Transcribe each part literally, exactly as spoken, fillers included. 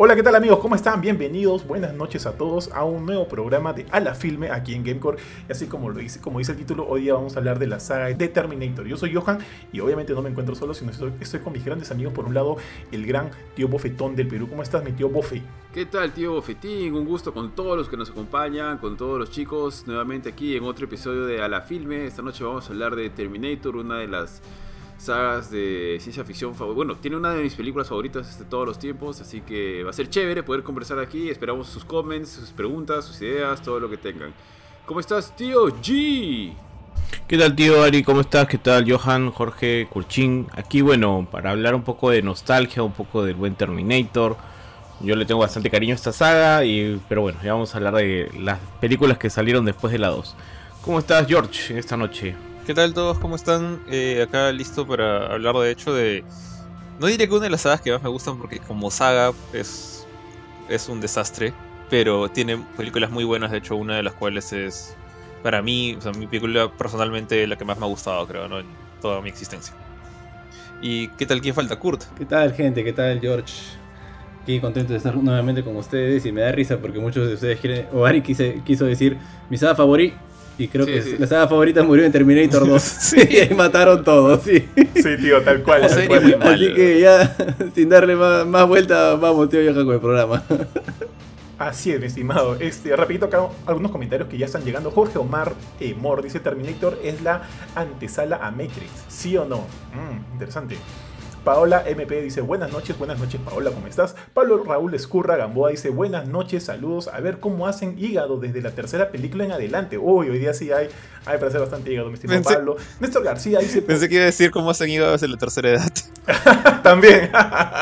Hola, ¿qué tal amigos? ¿Cómo están? Bienvenidos, buenas noches a todos a un nuevo programa de A la Filme aquí en Gamecore. Y así como lo dice, como dice el título, hoy día vamos a hablar de la saga de Terminator. Yo soy Johan y obviamente no me encuentro solo, sino estoy, estoy con mis grandes amigos. Por un lado, el gran tío Bofetón del Perú. ¿Cómo estás, mi tío Bofe? ¿Qué tal, tío Bofetín? Un gusto con todos los que nos acompañan, con todos los chicos, nuevamente aquí en otro episodio de A la Filme. Esta noche vamos a hablar de Terminator, una de las sagas de ciencia ficción favoritas. Bueno, tiene una de mis películas favoritas de todos los tiempos, así que va a ser chévere poder conversar aquí. Esperamos sus comments, sus preguntas, sus ideas, todo lo que tengan. ¿Cómo estás, tío G? ¿Qué tal, tío Ari? ¿Cómo estás? ¿Qué tal, Johan, Jorge, Curchín? Aquí, bueno, para hablar un poco de nostalgia, un poco del buen Terminator. Yo le tengo bastante cariño a esta saga, y, pero bueno, ya vamos a hablar de las películas que salieron después de la dos. ¿Cómo estás, George, en esta noche? ¿Qué tal todos? ¿Cómo están? Eh, acá listo para hablar de hecho de... No diré que una de las sagas que más me gustan porque como saga es, es un desastre, pero tiene películas muy buenas, de hecho una de las cuales es para mí, o sea, mi película personalmente la que más me ha gustado, creo, ¿no? En toda mi existencia. ¿Y qué tal? ¿Quién falta? Kurt. ¿Qué tal, gente? ¿Qué tal, George? Aquí contento de estar nuevamente con ustedes y me da risa porque muchos de ustedes quieren... O Ari quise, quiso decir mi saga favorita. Y creo sí, que sí. La saga favorita murió en Terminator dos. Sí. Y ahí mataron todos, sí. Sí, tío, tal cual. Tal cual. Muy mal. Así que ya, sin darle más, más vuelta, vamos, tío, Johan, con el programa. Así es, mi estimado. Este, rapidito acá algunos comentarios que ya están llegando. Jorge Omar eh, Mor dice: Terminator es la antesala a Matrix. ¿Sí o no? Mm, interesante. Paola M P dice: buenas noches, buenas noches Paola, ¿cómo estás? Pablo Raúl Escurra Gamboa dice: buenas noches, saludos, a ver cómo hacen hígado desde la tercera película en adelante. Uy, hoy día sí hay, hay para hacer bastante hígado, mi estimado pensé, Pablo. Néstor García dice: pensé que iba a decir cómo hacen hígado desde la tercera edad. También.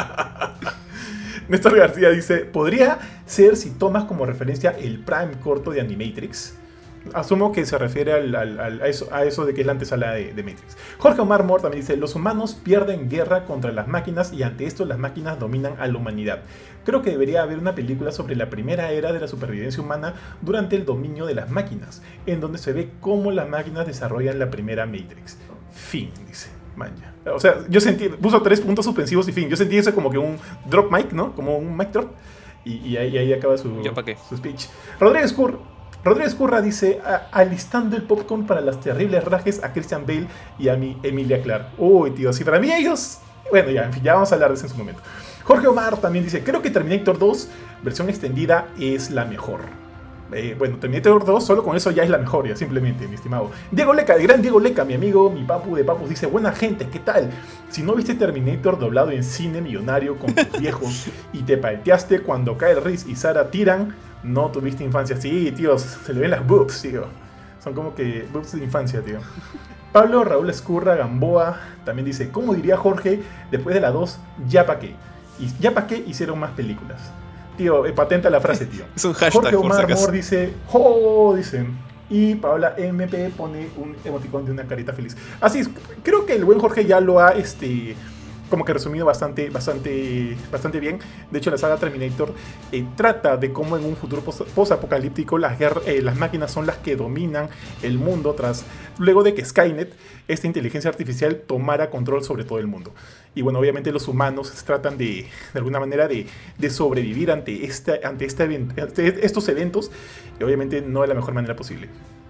Néstor García dice: ¿podría ser si tomas como referencia el Prime corto de Animatrix? Asumo que se refiere al, al, al, a, eso, a eso de que es la antesala de, de Matrix. Jorge Omar Moore también dice: los humanos pierden guerra contra las máquinas y ante esto las máquinas dominan a la humanidad. Creo que debería haber una película sobre la primera era de la supervivencia humana durante el dominio de las máquinas, en donde se ve cómo las máquinas desarrollan la primera Matrix. Fin, dice. Manja. O sea, yo sentí, puso tres puntos suspensivos y fin. Yo sentí eso como que un drop mic, ¿no? Como un mic drop. Y, y ahí, ahí acaba su, su speech. Rodríguez Curr. Rodríguez Curra dice: alistando el popcorn para las terribles rajes a Christian Bale y a mi Emilia Clarke. Uy, tío, sí, para mí ellos... Bueno, ya, en fin, ya vamos a hablar de eso en su momento. Jorge Omar también dice: creo que Terminator dos, versión extendida, es la mejor. Eh, bueno, Terminator dos, solo con eso ya es la mejor, ya simplemente, mi estimado. Diego Leca, el gran Diego Leca, mi amigo, mi papu de papus, dice: buena gente, ¿qué tal? Si no viste Terminator doblado en cine millonario con tus viejos y te palteaste cuando Kyle Reese y Sarah tiran, no tuviste infancia. Sí, tío, se le ven las boobs, tío. Son como que boobs de infancia, tío. Pablo Raúl Escurra Gamboa también dice: ¿cómo diría Jorge después de la dos? Ya pa' qué. Y ya pa' qué hicieron más películas. Tío, eh, patenta la frase, tío. Es un hashtag. Jorge Omar Moore dice: ¡oh! Dice. Y Paola M P pone un emoticón de una carita feliz. Así es, creo que el buen Jorge ya lo ha este, como que resumido bastante, bastante, bastante bien. De hecho, la saga Terminator eh, trata de cómo en un futuro post-apocalíptico las, eh, las máquinas son las que dominan el mundo tras luego de que Skynet, esta inteligencia artificial, tomara control sobre todo el mundo. Y bueno, obviamente los humanos tratan de, de alguna manera de, de sobrevivir ante, esta, ante, este event, ante estos eventos, y obviamente no de la mejor manera posible.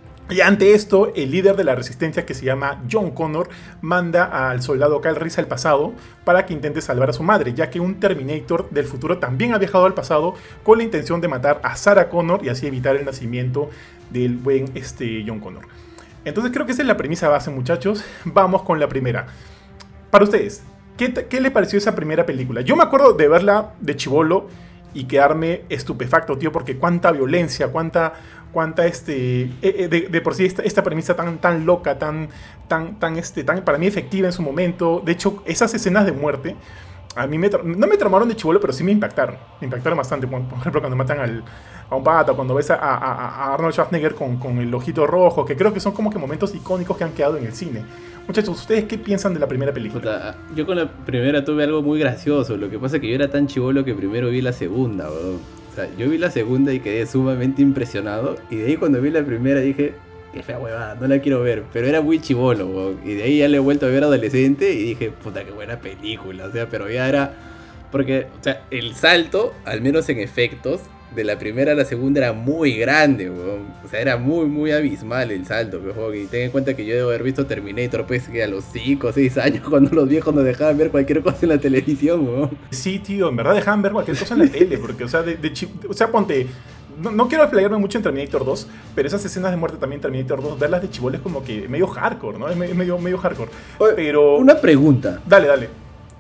Y ante esto, el líder de la resistencia, que se llama John Connor, manda al soldado Kyle Reese al pasado para que intente salvar a su madre, ya que un Terminator del futuro también ha viajado al pasado con la intención de matar a Sarah Connor y así evitar el nacimiento del buen este, John Connor. Entonces creo que esa es la premisa base, muchachos. Vamos con la primera. Para ustedes, ¿qué, qué les pareció esa primera película? Yo me acuerdo de verla de chibolo y quedarme estupefacto, tío, porque cuánta violencia, cuánta... cuánta este de, de por sí esta, esta premisa tan tan loca, tan tan tan este tan para mí efectiva en su momento. De hecho, esas escenas de muerte a mí me no me traumaron de chibolo, pero sí me impactaron. Me impactaron bastante, por ejemplo, cuando matan al a un pato, cuando ves a, a, a Arnold Schwarzenegger con, con el ojito rojo, que creo que son como que momentos icónicos que han quedado en el cine. Muchachos, ¿ustedes qué piensan de la primera película? Puta, yo con la primera tuve algo muy gracioso. Lo que pasa es que yo era tan chibolo que primero vi la segunda, weón. O sea, yo vi la segunda y quedé sumamente impresionado. Y de ahí cuando vi la primera dije: qué fea huevada, no la quiero ver. Pero era muy chibolo, weón. Y de ahí ya le he vuelto a ver adolescente y dije: puta, qué buena película. O sea, pero ya era Porque, o sea, el salto, al menos en efectos, de la primera a la segunda era muy grande, weón. O sea, era muy, muy abismal el salto, weón. Y ten en cuenta que yo debo haber visto Terminator, pues, que a los cinco o seis años, cuando los viejos nos dejaban ver cualquier cosa en la televisión, weón. Sí, tío, en verdad dejaban ver cualquier cosa en la tele, porque, o sea, de, de chi- o sea, ponte... No, no quiero explayarme mucho en Terminator dos, pero esas escenas de muerte también en Terminator dos, verlas de chibol es como que medio hardcore, ¿no? Es me- es medio, medio hardcore. Oye, Pero... Una pregunta. Dale, dale.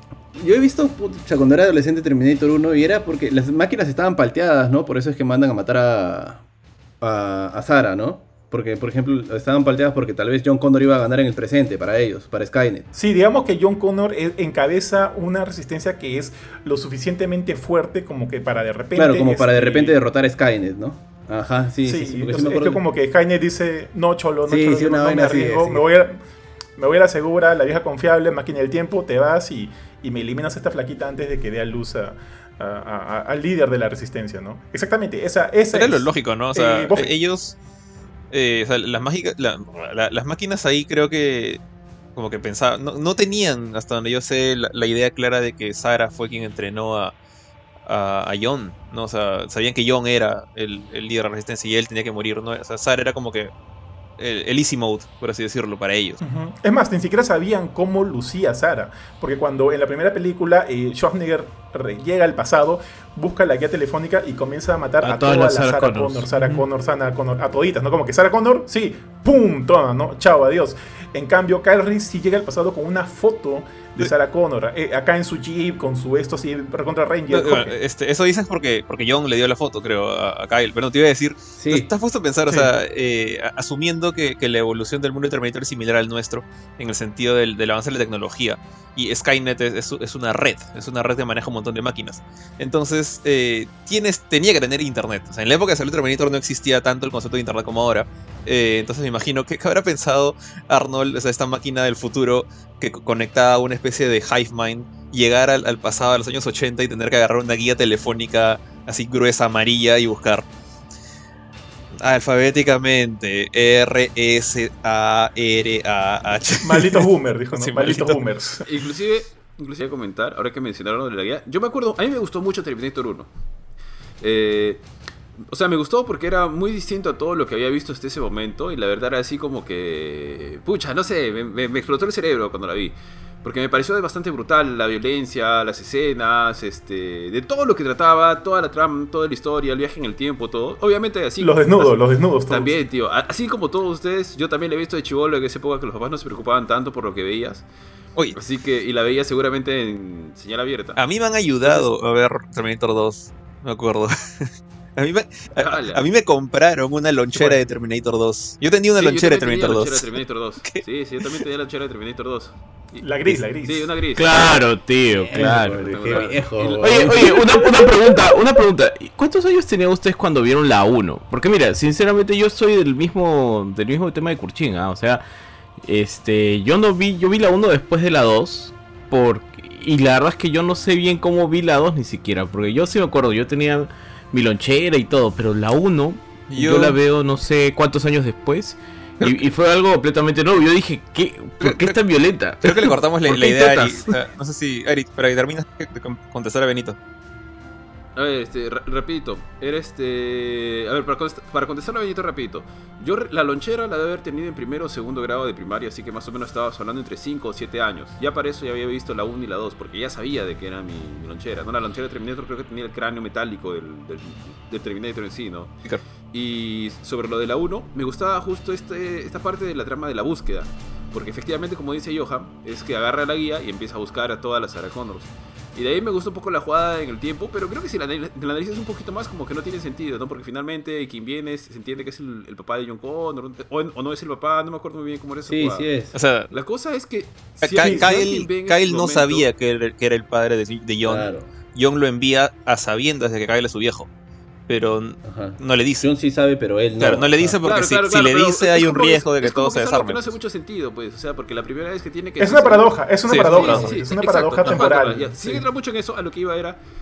Yo he visto, pucha, cuando era adolescente Terminator uno y era porque las máquinas estaban palteadas, ¿no? Por eso es que mandan a matar a, a, a Sarah, ¿no? Porque, por ejemplo, estaban palteadas porque tal vez John Connor iba a ganar en el presente para ellos, para Skynet. Sí, digamos que John Connor e- encabeza una resistencia que es lo suficientemente fuerte como que para de repente... Claro, como para de este, repente derrotar a Skynet, ¿no? Ajá, sí, sí, Sí, sí. porque o sí sea, me es acuerdo que como que Skynet dice, no, cholo, no, Sí, cholo, sí, no, una no me vaina así, arriesgo, sí. me voy a... Me voy a la segura, la vieja confiable, máquina del tiempo, te vas y, y me eliminas a esta flaquita antes de que dé a luz a, a- a- a- al líder de la resistencia, ¿no? Exactamente, esa, esa Era es. lo lógico, ¿no? O sea, Eh, Buffy. ellos... eh, o sea, las, mágicas, la- la- las máquinas ahí creo que... Como que pensaban... No, no tenían, hasta donde yo sé, la, la idea clara de que Sarah fue quien entrenó a, a, a John, ¿no? O sea, sabían que John era el, el líder de la resistencia y él tenía que morir, ¿no? O sea, Sarah era como que el, el easy mode, por así decirlo, para ellos. Ujú. Es más, ni siquiera sabían cómo lucía Sarah, porque cuando en la primera película eh, Schwarzenegger re- llega al pasado, busca la guía telefónica y comienza a matar A a, todas toda la las Sarah, Sarah Connor, Connors. Sarah Ujú. Connor, Sarah Connor, a toditas, ¿no? Como que Sarah Connor, sí, ¡pum! Toda, ¿no? Chao, adiós. En cambio, Kyle Reese sí llega al pasado con una foto de Sarah Connor, eh, acá en su jeep, con su esto así, contra Ranger. No, bueno, este, eso dices porque, porque John le dio la foto, creo, a, a Kyle. Pero no te iba a decir, Sí. ¿no estás puesto a pensar, o Sí. sea, eh, a- asumiendo que, que la evolución del mundo de Terminator es similar al nuestro, en el sentido del, del avance de la tecnología, y Skynet es, es, es una red, es una red que maneja un montón de máquinas. Entonces, eh, tienes, tenía que tener internet. O sea, en la época de salió Terminator no existía tanto el concepto de internet como ahora. Eh, entonces me imagino que, que habrá pensado Arnold, o sea, esta máquina del futuro que co- conectaba a una especie de hive mind, llegar al, al pasado, a los años ochenta, y tener que agarrar una guía telefónica así gruesa, amarilla, y buscar alfabéticamente R, S, A, R, A, H. Malditos boomers, dijo, ¿no? Sí, Malditos maldito. boomers. Inclusive, inclusive comentar, ahora que mencionaron lo de la guía, yo me acuerdo, a mí me gustó mucho Terminator uno. Eh, o sea, me gustó porque era muy distinto a todo lo que había visto hasta ese momento, y la verdad era así como que... Pucha, no sé, me, me- me explotó el cerebro cuando la vi. Porque me pareció bastante brutal la violencia, las escenas, este, de todo lo que trataba, toda la trama, toda la historia, el viaje en el tiempo, todo. Obviamente así... Los desnudos, los desnudos todos. También, tío. A- Así como todos ustedes, yo también le he visto de chibolo en esa época que los papás no se preocupaban tanto por lo que veías. Oye, Así que, y la veía seguramente en señal abierta. a mí me han ayudado a ver Terminator dos, me acuerdo. A mí, me, a, Ala. a mí me compraron una lonchera Bueno. de Terminator dos. Yo tenía una Sí, yo lonchera de también tenía Terminator lonchera dos. de Terminator dos. ¿Qué? Sí, sí, yo también tenía la lonchera de Terminator dos. Y- La gris, la gris. Sí, una gris. Claro, tío, Qué claro. viejo. Oye, oye, una, una pregunta, una pregunta. ¿Cuántos años tenían ustedes cuando vieron la uno? Porque mira, sinceramente yo soy del mismo del mismo tema de Kurchin, ¿ah? O sea, este, yo no vi, yo vi la uno después de la dos, por, y la verdad es que yo no sé bien cómo vi la dos ni siquiera, porque yo sí me acuerdo, yo tenía mi lonchera y todo, pero la uno yo, Yo- la veo no sé cuántos años después. Y, y fue algo completamente nuevo. Yo dije, ¿qué? ¿Por qué es tan violenta? Creo que le cortamos la, ¿Por la qué hay idea a Ari. tetas? O sea, no sé si, Ari, para que termines de con- contestar a Benito. A ver, este, ra- rapidito. Era este... A ver, para, contest- para contestarlo a Benito rapidito. Yo re- la lonchera la debe haber tenido en primero o segundo grado de primaria, así que más o menos estabas hablando entre cinco o siete años. Ya para eso ya había visto la uno y la dos, porque ya sabía de que era mi, mi lonchera. No, la lonchera de Terminator creo que tenía el cráneo metálico del, del, del Terminator en sí, ¿no? Sí, claro. Y sobre lo de la uno, me gustaba justo este, esta parte de la trama de la búsqueda. Porque efectivamente, como dice Johan, es que agarra la guía y empieza a buscar a todas las Sarah Connors. Y de ahí me gustó un poco la jugada en el tiempo, pero creo que si la, anal- la analizas un poquito más, como que no tiene sentido, ¿no? Porque finalmente quien viene es- se entiende que es el, el papá de John Connor, o, o no es el papá, no me acuerdo muy bien cómo era esa Sí, jugada. sí es. O sea, La cosa es que... Ka- si- Ka- si Kyle, alguien ve en Kyle este no momento- sabía que era, que era el padre de, de John. Claro. John lo envía a sabiendas de que Kyle es su viejo. Pero Ajá. no le dice. John sí sabe, pero él no. Claro, no le dice Ajá. porque Claro, si, claro, si claro, le pero dice es hay un como que- riesgo de que es como todo se que es algo que desarme. no hace mucho sentido, pues, o sea, porque la primera vez que tiene que... Es una paradoja, es una Sí, paradoja. sí, sí, es una exacto, paradoja no, temporal. para, para, ya. Sin Sí. entrar mucho en eso, a lo que iba era...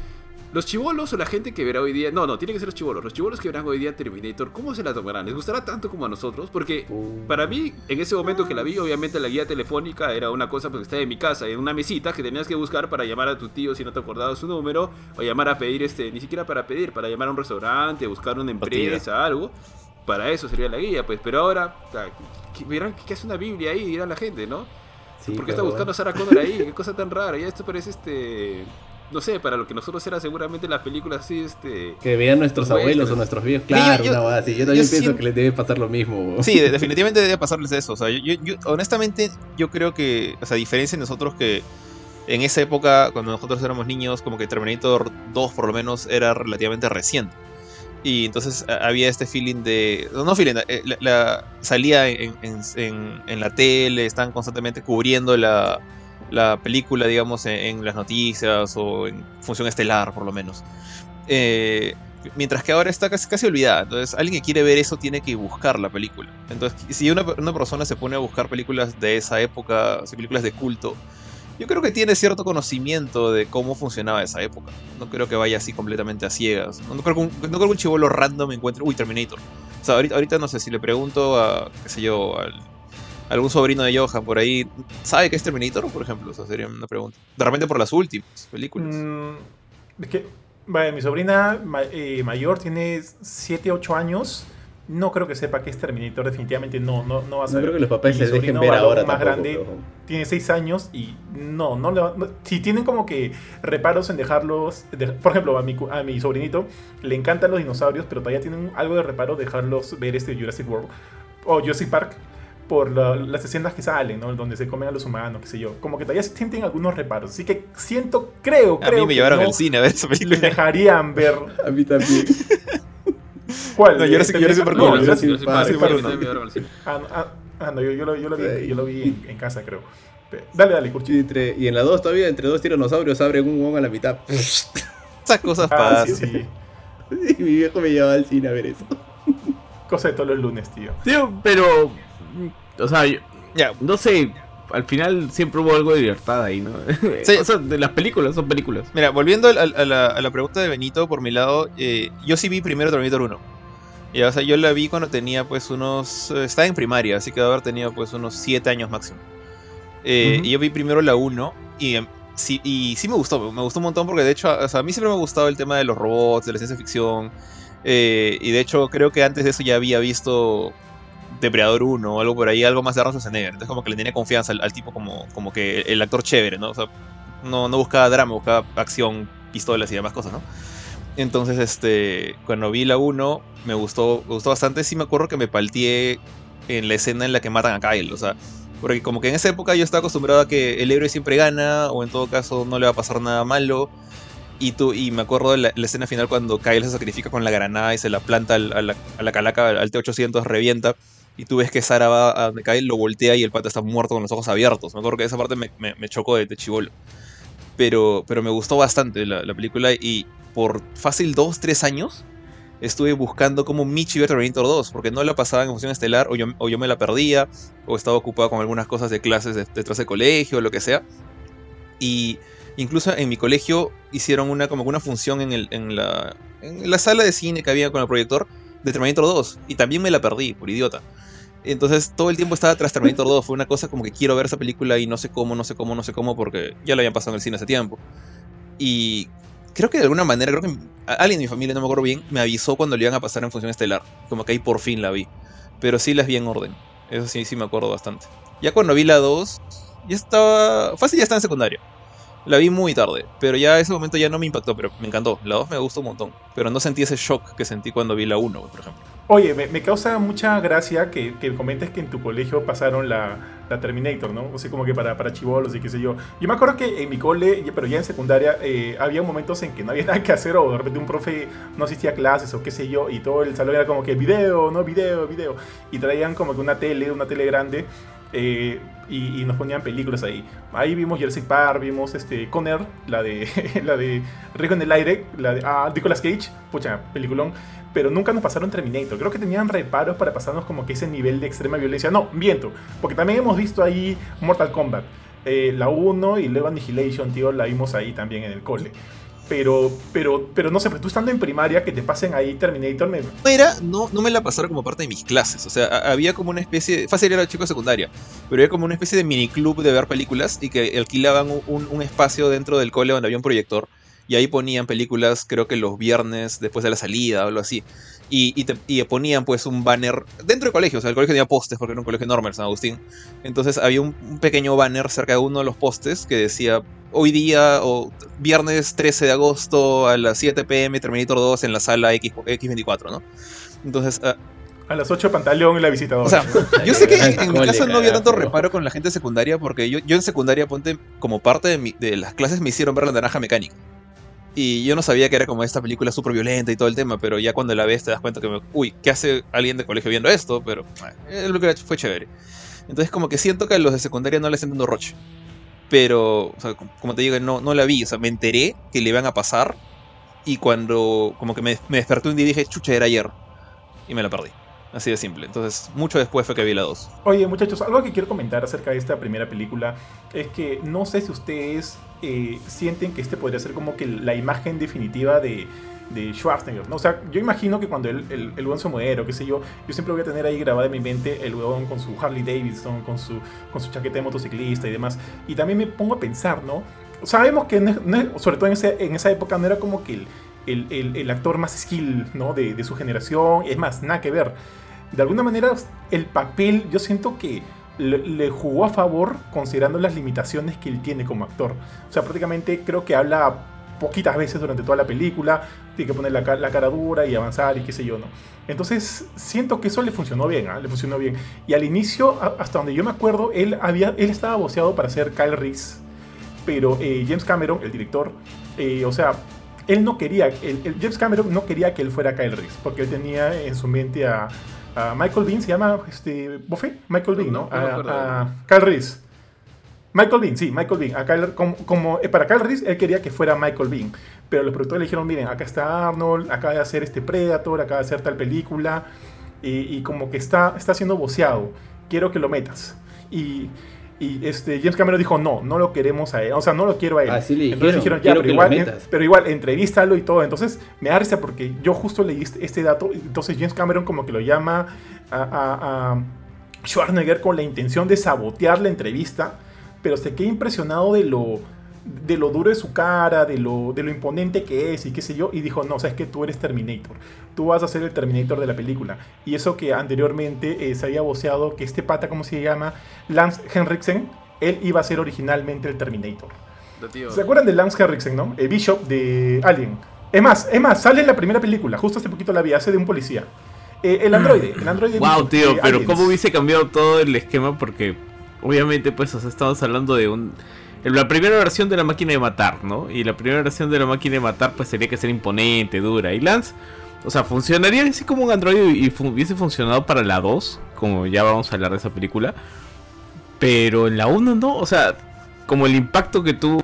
los chibolos o la gente que verá hoy día... No, no, tiene que ser los chibolos. Los chibolos que verán hoy día Terminator, ¿cómo se la tomarán? ¿Les gustará tanto como a nosotros? Porque Uh. para mí, en ese momento que la vi, obviamente la guía telefónica era una cosa porque estaba en mi casa, en una mesita que tenías que buscar para llamar a tu tío si no te acordabas su número, o llamar a pedir, este ni siquiera para pedir, para llamar a un restaurante, buscar una empresa, algo. Para eso sería la guía, pues. Pero ahora, que verán que hace una Biblia ahí, dirá la gente, ¿no? Sí, ¿Por qué pero- está buscando a Sarah Connor ahí? Qué cosa tan rara. Ya esto parece este... No sé, para lo que nosotros era seguramente las películas así, este... Que vean nuestros Los abuelos westerns. o nuestros viejos. Claro, yo- una boda así. Yo yo también pienso siento- que les debe pasar lo mismo. Sí, de- definitivamente debe pasarles eso. O sea, yo, yo- yo- honestamente, yo creo que, o sea, a diferencia de nosotros que en esa época, cuando nosotros éramos niños, como que Terminator dos por lo menos era relativamente reciente. Y entonces a- había este feeling de... No, no feeling, eh, la, la- salía en, en- en- en la tele, estaban constantemente cubriendo la, la película, digamos, en, en las noticias o en función estelar, por lo menos. Eh, mientras que ahora está casi, casi olvidada. Entonces, alguien que quiere ver eso tiene que buscar la película. Entonces, si una, una persona se pone a buscar películas de esa época, así, películas de culto, yo creo que tiene cierto conocimiento de cómo funcionaba esa época. No creo que vaya así completamente a ciegas. No, no creo que un, no creo que un chibolo random encuentre, uy, Terminator. O sea, ahorita, ahorita no sé, si le pregunto a, qué sé yo, al- a algún sobrino de Johan por ahí, ¿sabe qué es Terminator, por ejemplo? O sea, sería una pregunta. De repente por las últimas películas. Mm, es que, vaya, mi sobrina ma- eh, mayor tiene siete, ocho años. No creo que sepa qué es Terminator, definitivamente no, no, no va a No saber. creo que los papás Mi les dejen sobrino ver varón ahora más tampoco, grande pero- tiene seis años y no, no le va- no- si tienen como que reparos en dejarlos, de- por ejemplo, a mi, cu- a mi sobrinito le encantan los dinosaurios, pero todavía tienen algo de reparo dejarlos ver este Jurassic World o Jurassic Park por la- las escenas que salen, ¿no? Donde se comen a los humanos, qué sé yo. Como que todavía sienten algunos reparos. Así que siento, creo, A creo mí me que llevaron no al cine a ver esa les película. dejarían ver. A mí también. ¿Cuál? No, Jurassic- ¿Terminator? Jurassic Park No, uno, Jurassic- Jurassic Park, Jurassic sí, Park a mí uno. también me llevaron al cine. Ah, no, ah, ah, no, yo, yo lo, yo lo vi, yo lo vi en, en casa, creo. Pe- Dale, dale, Curchi. Y, entre- y en la dos todavía, entre dos tiranosaurios, abren un huevón a la mitad. Esas cosas Ah, pasan. sí, sí. Y mi viejo me llevaba al cine a ver eso. Cosa de todos los lunes, tío. Tío, pero... O sea, yo- Ya, no sé, al final siempre hubo algo de libertad ahí, ¿no? Sí. O sea, de las películas, son películas. mira, volviendo al- al- a, la, a la pregunta de Benito, por mi lado, eh, yo sí vi primero Terminator uno. Ya, o sea, yo la vi cuando tenía pues unos... eh, estaba en primaria, así que debe haber tenido pues unos siete años máximo. Eh, Ujú. Y yo vi primero la uno y, em, sí, y sí me gustó, me gustó un montón porque de hecho, o sea, a mí siempre me ha gustado el tema de los robots, de la ciencia ficción. eh, y de hecho creo que antes de eso ya había visto Depredador uno o algo por ahí, algo más de Arnold Schwarzenegger. Entonces como que le tenía confianza al, al tipo como, como que el actor chévere, ¿no? O sea, no, no buscaba drama, buscaba acción, pistolas y demás cosas, ¿no? Entonces, este, cuando vi la uno, me gustó, me gustó bastante. Sí me acuerdo que me palteé en la escena en la que matan a Kyle, o sea, porque como que en esa época yo estaba acostumbrado a que el héroe siempre gana, o en todo caso no le va a pasar nada malo. Y, tú, y me acuerdo de la, la escena final cuando Kyle se sacrifica con la granada y se la planta al- a la, a la calaca, al T ochocientos, revienta. Y tú ves que Sara va a donde Kyle, lo voltea y el pata está muerto con los ojos abiertos. Me acuerdo que esa parte me, me, me chocó de, de chibolo. Pero, pero me gustó bastante la, la película y por fácil dos, tres años estuve buscando cómo Michi iba Terminator dos, porque no la pasaba en función estelar, o yo, o yo me la perdía, o estaba ocupado con algunas cosas de clases de- detrás del colegio, o lo que sea. Y incluso en mi colegio hicieron una, como una función en, el, en, la, en la sala de cine que había con el proyector de Terminator dos, y también me la perdí, por idiota. Entonces todo el tiempo estaba tras Terminator dos, fue una cosa como que quiero ver esa película y no sé cómo, no sé cómo, no sé cómo, porque ya la habían pasado en el cine hace tiempo. Y creo que de alguna manera, creo que alguien de mi familia, no me acuerdo bien, me avisó cuando le iban a pasar en función estelar. Como que ahí por fin la vi. Pero sí las vi en orden. Eso sí, sí me acuerdo bastante. Ya cuando vi la dos, ya estaba... Fácil, ya estaba en secundaria. La vi muy tarde, pero ya ese momento ya no me impactó, pero me encantó. La dos me gustó un montón. Pero no sentí ese shock que sentí cuando vi la uno, por ejemplo. Oye, me, me causa mucha gracia que, que comentes que en tu colegio pasaron la, la Terminator, ¿no? O sea, como que para, para chibolos y qué sé yo. Yo me acuerdo que en mi cole, ya- pero ya en secundaria, eh, había momentos en que no había nada que hacer o de repente un profe no asistía a clases o qué sé yo y todo el salón era como que video, ¿no? Video, video. Y traían como que una tele, una tele grande eh, y, y nos ponían películas ahí. Ahí vimos Jurassic Park, vimos este, Conner, la de, la de Riesgo en el Aire, la de ah, Nicolas Cage, pucha, peliculón. Pero nunca nos pasaron Terminator. Creo que tenían reparos para pasarnos como que ese nivel de extrema violencia. No, miento. Porque también hemos visto ahí Mortal Kombat. Eh, la uno y luego Annihilation, tío, la vimos ahí también en el cole. Pero, pero, pero no sé, pues tú estando en primaria, que te pasen ahí Terminator, me... No era, no, no me la pasaron como parte de mis clases. O sea, a- había como una especie. Fácil era chico de secundaria. Pero había como una especie de miniclub de ver películas y que alquilaban un, un- un espacio dentro del cole donde había un proyector. Y ahí ponían películas, creo que los viernes después de la salida o algo así. Y, y, te- y ponían pues un banner dentro del colegio. O sea, el colegio tenía postes porque era un colegio enorme, el San Agustín. Entonces había un, un pequeño banner cerca de uno de los postes que decía: hoy día o viernes trece de agosto a las siete pm Terminator dos en la sala X, X veinticuatro, ¿no? Entonces, ah, A las ocho Pantaleón y la visitadora. o sea, yo sé que en mi Cole, caso no había tanto carajo. reparo con la gente de secundaria porque yo, yo en secundaria, ponte, como parte de, mi- de las clases me hicieron ver La Naranja Mecánica. Y yo no sabía que era como esta película súper violenta y todo el tema, pero ya cuando la ves te das cuenta que, me- uy, ¿qué hace alguien de colegio viendo esto? Pero eh, lo que fue chévere. Entonces como que siento que a los de secundaria no les están dando roche. Pero, o sea, com- como te digo, no, no la vi. O sea, me enteré que le iban a pasar y cuando como que me, me desperté un día y dije, chucha, era ayer. Y me la perdí. Así de simple. Entonces, mucho después fue que vi la dos. Oye, muchachos, algo que quiero comentar acerca de esta primera película es que no sé si ustedes eh, sienten que este podría ser como que la imagen definitiva de, de Schwarzenegger, ¿no? O sea, yo imagino que cuando el, el, el huevón se muere o qué sé yo, yo siempre voy a tener ahí grabada en mi mente el huevón con su Harley Davidson, con su, con su chaqueta de motociclista y demás. Y también me pongo a pensar, ¿no? Sabemos que, no, no, sobre todo en, ese, en esa época, no era como que el, el, el, el actor más skill, ¿no? de, de su generación. Es más, nada que ver. De alguna manera, el papel yo siento que le, le jugó a favor considerando las limitaciones que él tiene como actor. O sea, prácticamente creo que habla poquitas veces durante toda la película, tiene que poner la, la cara dura y avanzar y qué sé yo, ¿no? Entonces, siento que eso le funcionó bien, ¿eh? Le funcionó bien. Y al inicio, a, hasta donde yo me acuerdo, él, había, él estaba voceado para ser Kyle Reese, pero eh, James Cameron, el director, eh, o sea, él no quería, el, el James Cameron no quería que él fuera Kyle Reese, porque él tenía en su mente a... Uh, Michael Bean, ¿se llama este, Buffet? Michael Bean, ¿no? No, no me acuerdo. A, a Kyle Reese. Michael Bean, sí, Michael Bean. A Kyle- como, como, eh, para Kyle Reese, él quería que fuera Michael Bean. Pero los productores le dijeron, miren, acá está Arnold, acaba de hacer este Predator, acaba de hacer tal película. Y, y como que está, está siendo voceado. Quiero que lo metas. Y, y este, James Cameron dijo, no, no lo queremos a él. O sea, no lo quiero a él. Así le Entonces dijeron, dijeron, ya, quiero pero que lo igual, metas. en- pero igual, entrevístalo y todo. Entonces, me da risa porque yo justo leí este, este dato. Entonces, James Cameron como que lo llama a, a, a Schwarzenegger con la intención de sabotear la entrevista, pero se queda impresionado de lo, de lo duro de su cara, de lo, de lo imponente que es y qué sé yo, y dijo, no, sabes que tú eres Terminator, tú vas a ser el Terminator de la película. Y eso que anteriormente eh, se había voceado que este pata, ¿cómo se llama? Lance Henriksen, él iba a ser originalmente el Terminator. Da, tío. ¿Se acuerdan de Lance Henriksen, no? El Bishop de Alien. Es más, es más, sale en la primera película, justo hace poquito la vi, hace de un policía. Eh, el androide, el androide Wow, Bishop tío, de pero Aliens. ¿cómo hubiese cambiado todo el esquema? Porque obviamente, pues, o sea, estamos hablando de un... La primera versión de la máquina de matar, ¿no? Y la primera versión de la máquina de matar, pues, sería que ser imponente, dura. Y Lance, o sea, funcionaría así como un androide y fu- hubiese funcionado para la dos, como ya vamos a hablar de esa película. Pero en la uno no, o sea, como el impacto que tuvo...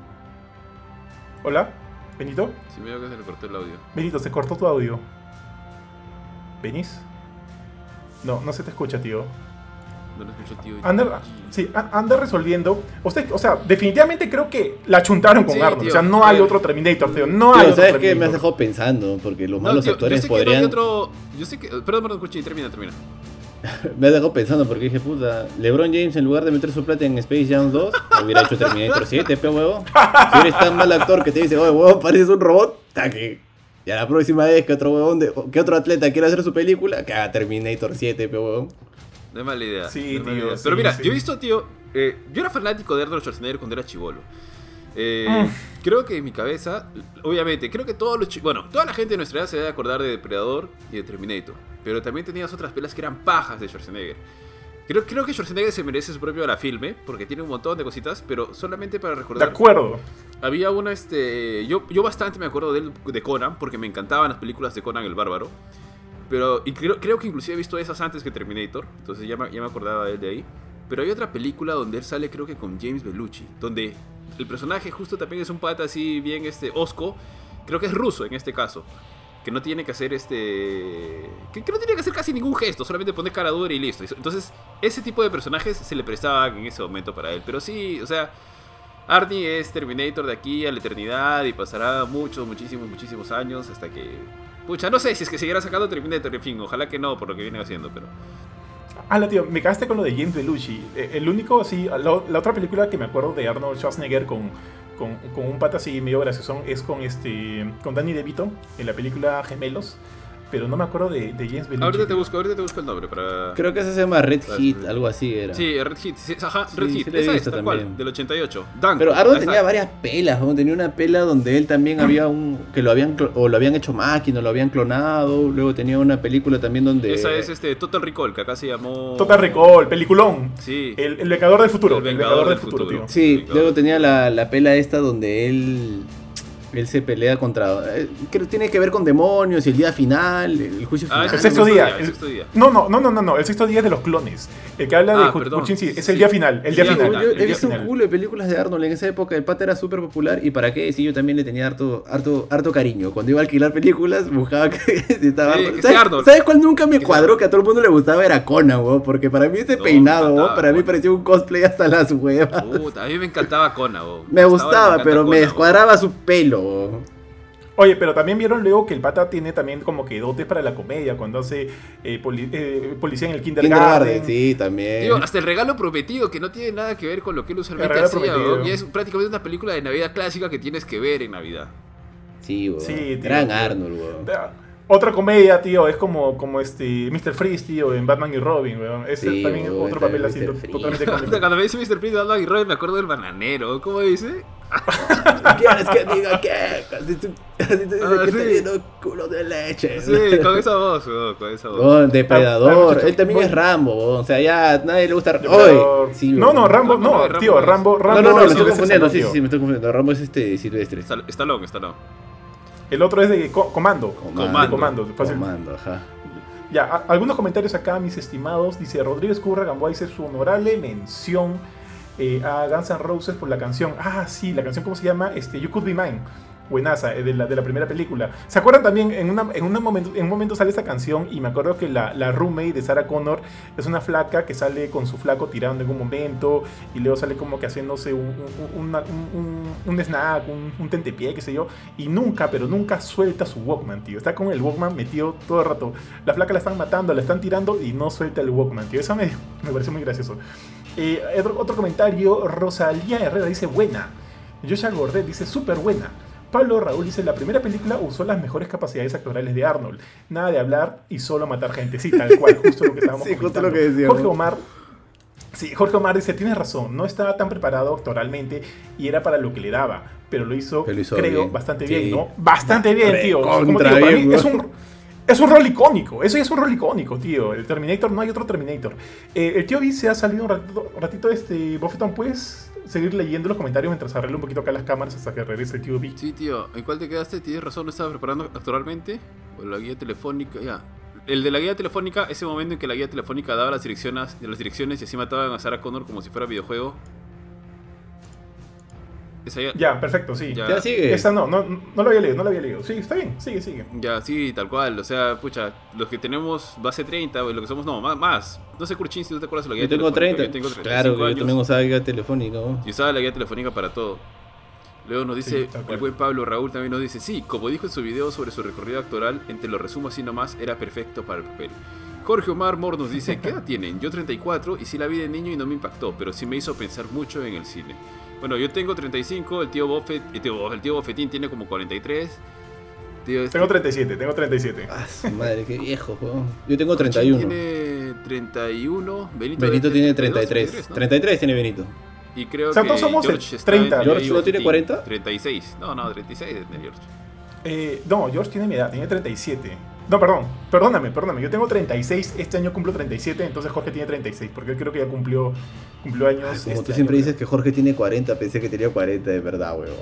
Hola, Benito. Sí, me veo que se le cortó el audio. Benito, se cortó tu audio. ¿Venís? No, no se te escucha, tío. No lo escucho, tío. Anda, sí, a- anda resolviendo. Usted, o sea, definitivamente creo que la chuntaron con Sí, Arnold. tío. O sea, no hay Tío. otro Terminator, tío. No Tío, hay otro ¿sabes qué? Terminator. Me has dejado pensando, porque los No, malos tío, actores yo sé que no hay podrían... otro... Yo sé que... Perdón, perdón, escuché, termina, termina. Me has dejado pensando porque dije, puta, LeBron James en lugar de meter su plata en Space Jam dos, hubiera hecho Terminator siete, pe huevo. Si eres tan mal actor que te dice, oye, huevón, pareces un robot, taque. Y a la próxima vez que otro huevón, de, que otro atleta quiera hacer su película, que haga Terminator siete, pe huevón. No es mala idea. Sí, no es mala tío, idea. sí, Pero mira, sí. yo he visto, tío... eh, yo era fanático de Arnold Schwarzenegger cuando era chibolo. Eh, Mm. Creo que en mi cabeza, obviamente, creo que todos los chi- bueno, toda la gente de nuestra edad se debe acordar de Depredador y de Terminator. Pero también tenías otras pelas que eran pajas de Schwarzenegger. Creo, creo que Schwarzenegger se merece su propio la filme, porque tiene un montón de cositas, pero solamente para De recordar. acuerdo. Había una, este. Yo, yo bastante me acuerdo de él, de Conan, porque me encantaban las películas de Conan el Bárbaro. Pero, y creo, creo que inclusive he visto esas antes que Terminator, entonces ya me, ya me acordaba de él de ahí. Pero hay otra película donde él sale, creo que con James Belushi, donde el personaje justo también es un pata así bien este osco, creo que es ruso en este caso, que no tiene que hacer este... que, que no tiene que hacer casi ningún gesto, solamente poner cara dura y listo. Entonces, ese tipo de personajes se le prestaban en ese momento para él. Pero sí, o sea, Arnie es Terminator de aquí a la eternidad y pasará muchos, muchísimos, muchísimos años hasta que... Pucha, no sé si es que seguirá sacando Terminator, en fin, ojalá que no, por lo que viene haciendo, pero... Ah, la tío, me cagaste con lo de James Belushi. Eh, El único, sí, la, la otra película que me acuerdo de Arnold Schwarzenegger con, con, con un pata así medio gracioso es con este con Danny DeVito en la película Gemelos. Pero no me acuerdo de, de James Belushi. Ahorita te busco, ahorita te busco el nombre para... Creo que ese se llama Red Hit, algo así era. Sí, Red Hit, sí, ajá, Red Sí, Hit, sí la he esa es visto tal también. cual, del ochenta y ocho. Dunk, Pero Arnold ahí tenía está. varias pelas, ¿no? Tenía una pela donde él también había un... que lo habían clo- o lo habían hecho máquina, o lo habían clonado. Luego tenía una película también donde... Esa es este Total Recall, que acá se llamó... Total Recall, peliculón. Sí. El, el Vengador del Futuro. El El Vengador Vengador, del del Futuro, Futuro. tío. Sí, Vengador. luego tenía la, la pela esta donde él... Él se pelea contra... eh, creo que tiene que ver con demonios y el día final, el juicio Ah, final. ese El sexto día. el el- sexto día. No, no, no, no, no, no. El sexto día es de los clones. El que habla de Ah, Hu- perdón. Huchin, sí, es Sí. el día final. El día Sí, final. yo- Yo el he día visto un final. culo de películas de Arnold en esa época. El pata era súper popular. ¿Y para qué? Sí, yo también le tenía harto, harto, harto cariño. Cuando iba a alquilar películas, buscaba que si estaba Sí, Arnold. que ¿Sabes, sea Arnold. ¿Sabes cuál nunca me Que sea cuadró? Arnold. Que a todo el mundo le gustaba era Conan, weón. Porque para mí ese No, peinado, me weón, encantaba para mí Conan. parecía un cosplay hasta las huevas. Puta, a mí me encantaba Conan, bo. Me Hasta ahora gustaba, encanta pero me Conan, bo. descuadraba su pelo, weón. Oye, pero también vieron luego que el pata tiene también como que dotes para la comedia cuando hace eh, poli- eh, policía en el kindergarten. Kindergarten, sí, también. Tío, hasta el regalo prometido, que no tiene nada que ver con lo que él usualmente El regalo hacía, prometido. bo. Y es prácticamente una película de Navidad clásica que tienes que ver en Navidad. Sí, weón. Sí, tío, Gran tío. Arnold, weón. Ah, Otra comedia, tío, es como, como este mister Freeze, tío, en Batman y Robin, weón. Ese Sí, también es weón, otro también papel así, míster to- Freeze. totalmente Hasta cómico. cuando me dice mister Freeze, Batman y Robin, me acuerdo del bananero. ¿Cómo dice? ¿Quieres que diga qué? Casi tú, casi tú dices Ah, que sí. te lleno culo de leche. Sí, con esa voz, weón, con esa voz. Oh, Ah, Depredador. muchacho, Él también voy- es Rambo, weón. O sea, ya a nadie le gusta. Depredador. Hoy. Sí, no, weón. no, Rambo, Rambo no, no, Rambo tío, no es. Rambo, Rambo. No, no, no, me es estoy Silvestre confundiendo. Sí, Stallone, sí, sí, me estoy confundiendo. Rambo es este Silvestre. Está, está long, está long. El otro es de Co- Comando. Comando. De Comando. fácil. Comando, ajá. Ya, a- algunos comentarios acá, mis estimados. Dice Rodríguez Curra Gamboa dice su honorable mención eh, a Guns N' Roses por la canción. Ah, sí, la canción, ¿cómo se llama? Este, You Could Be Mine. Buenaza, eh, de la, de la primera película. ¿Se acuerdan también? En, una, en, una momento, en un momento sale esta canción y me acuerdo que la, la roommate de Sarah Connor es una flaca que sale con su flaco tirando en un momento y luego sale como que haciéndose un, un, una- un, un- un snack, un, un tentepié, qué sé yo, y nunca, pero nunca suelta su Walkman, tío. Está con el Walkman metido todo el rato. La flaca la están matando, la están tirando y no suelta el Walkman, tío. Eso me, me pareció muy gracioso. Eh, otro, otro comentario, Rosalía Herrera dice buena. Joshua Gordet dice súper buena. Pablo Raúl dice, la primera película usó las mejores capacidades actorales de Arnold. Nada de hablar y solo matar gente. Sí, tal cual, justo lo que estábamos Sí, justo comentando. lo que decíamos. Jorge Omar, sí, Jorge Omar dice, tienes razón, no estaba tan preparado actoralmente y era para lo que le daba, pero lo hizo, Pero lo hizo creo, bien. bastante Sí. bien, ¿no? Bastante bien, tío. Como Recontra digo, para bien, mí es weón. un... Es un rol icónico, eso ya es un rol icónico, tío. El Terminator, no hay otro Terminator. Eh, el tío B se ha salido un ratito, ratito este, Buffeton, ¿puedes seguir leyendo los comentarios mientras arreglo un poquito acá las cámaras hasta que regrese el tío B? Sí, tío, ¿en cuál te quedaste? ¿Tienes razón? ¿No estabas preparando actualmente? ¿O la guía telefónica? Ya. El de la guía telefónica, ese momento en que la guía telefónica daba las direcciones, las direcciones y así mataban a Sarah Connor como si fuera videojuego. Esa ya. Ya, perfecto, sí. Ya. Ya sigue. Esa no, no, no lo había leído, no lo había leído. Sí, está bien, sigue, sigue. Ya, sí, tal cual. O sea, pucha, los que tenemos base treinta, o lo que somos, no, más. más. No sé, Kurchin, si tú te acuerdas de la guía Yo tengo telefónica. treinta. Yo tengo treinta y Claro, cinco que yo años. también usaba guía telefónica, ¿no? Y usaba la guía telefónica para todo. Luego nos dice, Sí, tal cual. el buen Pablo Raúl también nos dice, sí, como dijo en su video sobre su recorrido actoral, entre lo resumo así nomás, era perfecto para el papel. Jorge Omar Mor nos dice, ¿qué edad tienen? Yo treinta y cuatro y sí la vi de niño y no me impactó, pero sí me hizo pensar mucho en el cine. Bueno, yo tengo treinta y cinco, el tío Buffett, el tío, el tío Bofetín tiene como cuarenta y tres. Tío, este- Tengo treinta y siete, tengo treinta y siete. Ah, su madre, qué viejo, weón. Yo tengo Kurchin treinta y uno. tiene treinta y uno, Benito, Benito debe tiene tener treinta y treinta y dos, tres. ¿no? treinta y tres tiene Benito. Y creo O sea, que todos somos de George está treinta. entre ¿George ahí no tiene Bofetín. cuarenta? treinta y seis, no, no, treinta y seis de George. Eh, no, George tiene mi edad, tiene treinta y siete. No, perdón, perdóname, perdóname. Yo tengo treinta y seis, este año cumplo treinta y siete, entonces Jorge tiene treinta y seis, porque él creo que ya cumplió, cumplió años. Como este tú siempre año. dices que Jorge tiene cuarenta, pensé que tenía cuarenta, de verdad, weón.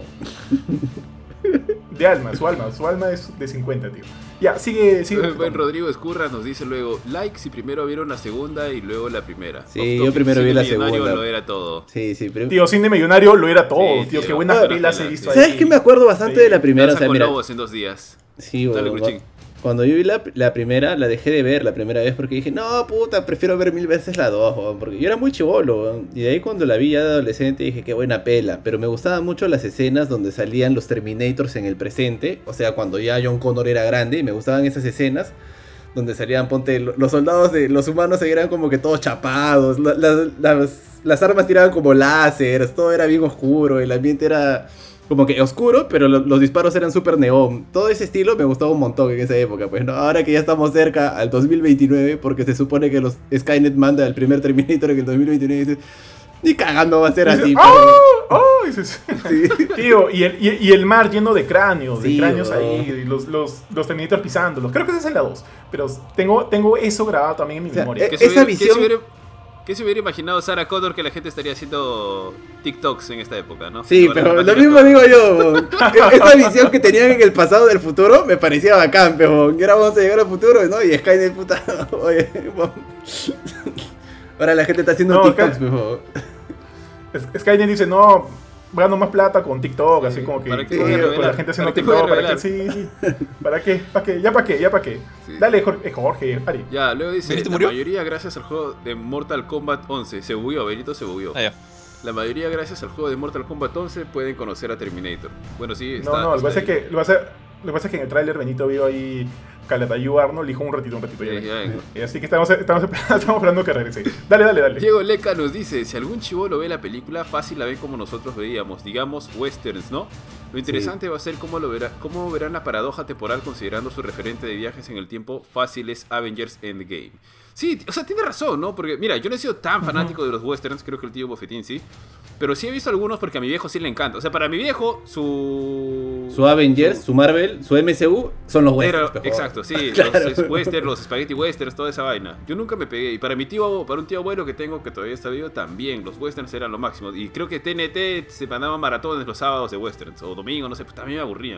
De alma, su alma, su alma es de cincuenta, tío. Ya, sigue, sigue. El buen Rodrigo Escurra nos dice luego, like si primero vieron la segunda y luego la primera. Sí, Off yo topic, primero vi Cine la Millonario segunda. Lo era todo. Sí, sí, pero... Tío, cine millonario lo era todo, Sí, tío. tío. Qué buenas Ah, pelas sí, he visto sí. ahí. ¿Sabes qué me acuerdo bastante Sí. de la primera? O Danza sea, con mira, lobos en dos días. Sí, Dale, weón. Cruchín. Cuando yo vi la, la primera, la dejé de ver la primera vez porque dije, no, puta, prefiero ver mil veces la dos, weón, porque yo era muy chibolo, weón. Y de ahí cuando la vi ya de adolescente dije, qué buena pela. Pero me gustaban mucho las escenas donde salían los Terminators en el presente, o sea, cuando ya John Connor era grande, y me gustaban esas escenas donde salían, ponte, lo- los soldados de los humanos se eran como que todos chapados, la- la- las, las armas tiraban como láseres, todo era bien oscuro, el ambiente era como que oscuro, pero lo- los disparos eran súper neón. Todo ese estilo me gustaba un montón en esa época, pues, ¿no? Ahora que ya estamos cerca al dos mil veintinueve, porque se supone que los Skynet manda el primer Terminator en el dos mil veintinueve, dices, ni cagando va a ser Dice, así. ¡oh! ¡Oh! Dices, Sí. tío, y el, y, y el mar lleno de cráneos, de Sí, cráneos weón. ahí, y los, los, los Terminators pisándolos. Creo que esa es la dos, pero tengo, tengo eso grabado también en mi O sea, memoria. eh, ¿Qué se, esa hubiera, qué se visión- hubiera- qué se hubiera imaginado Sarah Connor que la gente estaría haciendo TikToks en esta época, ¿no? Sí, Ahora pero la lo máquina mismo todo. digo yo, weón. E- esa visión que tenían en el pasado del futuro me parecía bacán, pero ahora vamos a llegar al futuro, ¿no? Y Skynet, puta, oye, vamos. Ahora la gente está haciendo No, TikToks, Sky- pero... Es- Skynet dice, no, gano más plata con TikTok, así como que ¿para qué eh, voy a con la revelar? gente haciendo ¿Para qué voy a TikTok, para que revelar? sí, sí. ¿Para qué? ¿Para qué? ¿Ya para qué? ¿Ya para qué? ¿Ya para qué? Sí. Dale, Jorge, Jorge, Ari. Ya, luego dice, ¿Benito la murió? mayoría gracias al juego de Mortal Kombat once. Se bugueó, Benito se bugueó. Ah, ya. La mayoría gracias al juego de Mortal Kombat once pueden conocer a Terminator. Bueno, sí, está, No, no, lo que está pasa es que, lo que pasa- lo que pasa es que en el tráiler Benito vio ahí Calatayud Arnold, dijo un ratito, un ratito. Sí, ya ya vengo. vengo. Eh, Así que estamos, estamos, esperando, estamos esperando que regrese. Dale, dale, dale. Diego Leca nos dice, si algún chivolo ve la película, fácil la ve como nosotros veíamos, digamos westerns, ¿no? Lo interesante va a ser cómo, lo verá, cómo verán la paradoja temporal considerando su referente de viajes en el tiempo fácil es Avengers Endgame. Sí, o sea, tiene razón, ¿no? Porque, mira, yo no he sido tan fanático de los westerns, creo que el tío Bofetín sí. Pero sí he visto algunos porque a mi viejo sí le encanta. O sea, para mi viejo, su... Su Avengers, su Marvel, su M C U son los Era- westerns, pe, joder. exacto, sí, Claro. los western, los spaghetti westerns, toda esa vaina. Yo nunca me pegué. Y para mi tío, para un tío abuelo que tengo que todavía está vivo, también los westerns eran lo máximo. Y creo que T N T se mandaban maratones los sábados de westerns o domingo, no sé, pues también me aburrían.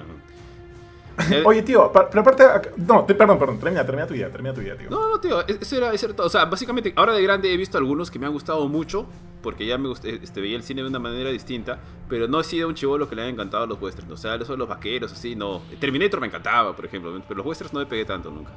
Eh, Oye, tío, pa- pero aparte, acá- no, te- perdón, perdón, termina, termina tu idea, termina tu idea, tío. No, no, tío, es- eso era, eso era todo. O sea, básicamente, ahora de grande he visto algunos que me han gustado mucho, porque ya me gust- este, veía el cine de una manera distinta, pero no he sido un chivolo que le hayan encantado los westerns. O sea, esos son los vaqueros, así, no. Terminator me encantaba, por ejemplo, pero los westerns no me pegué tanto nunca.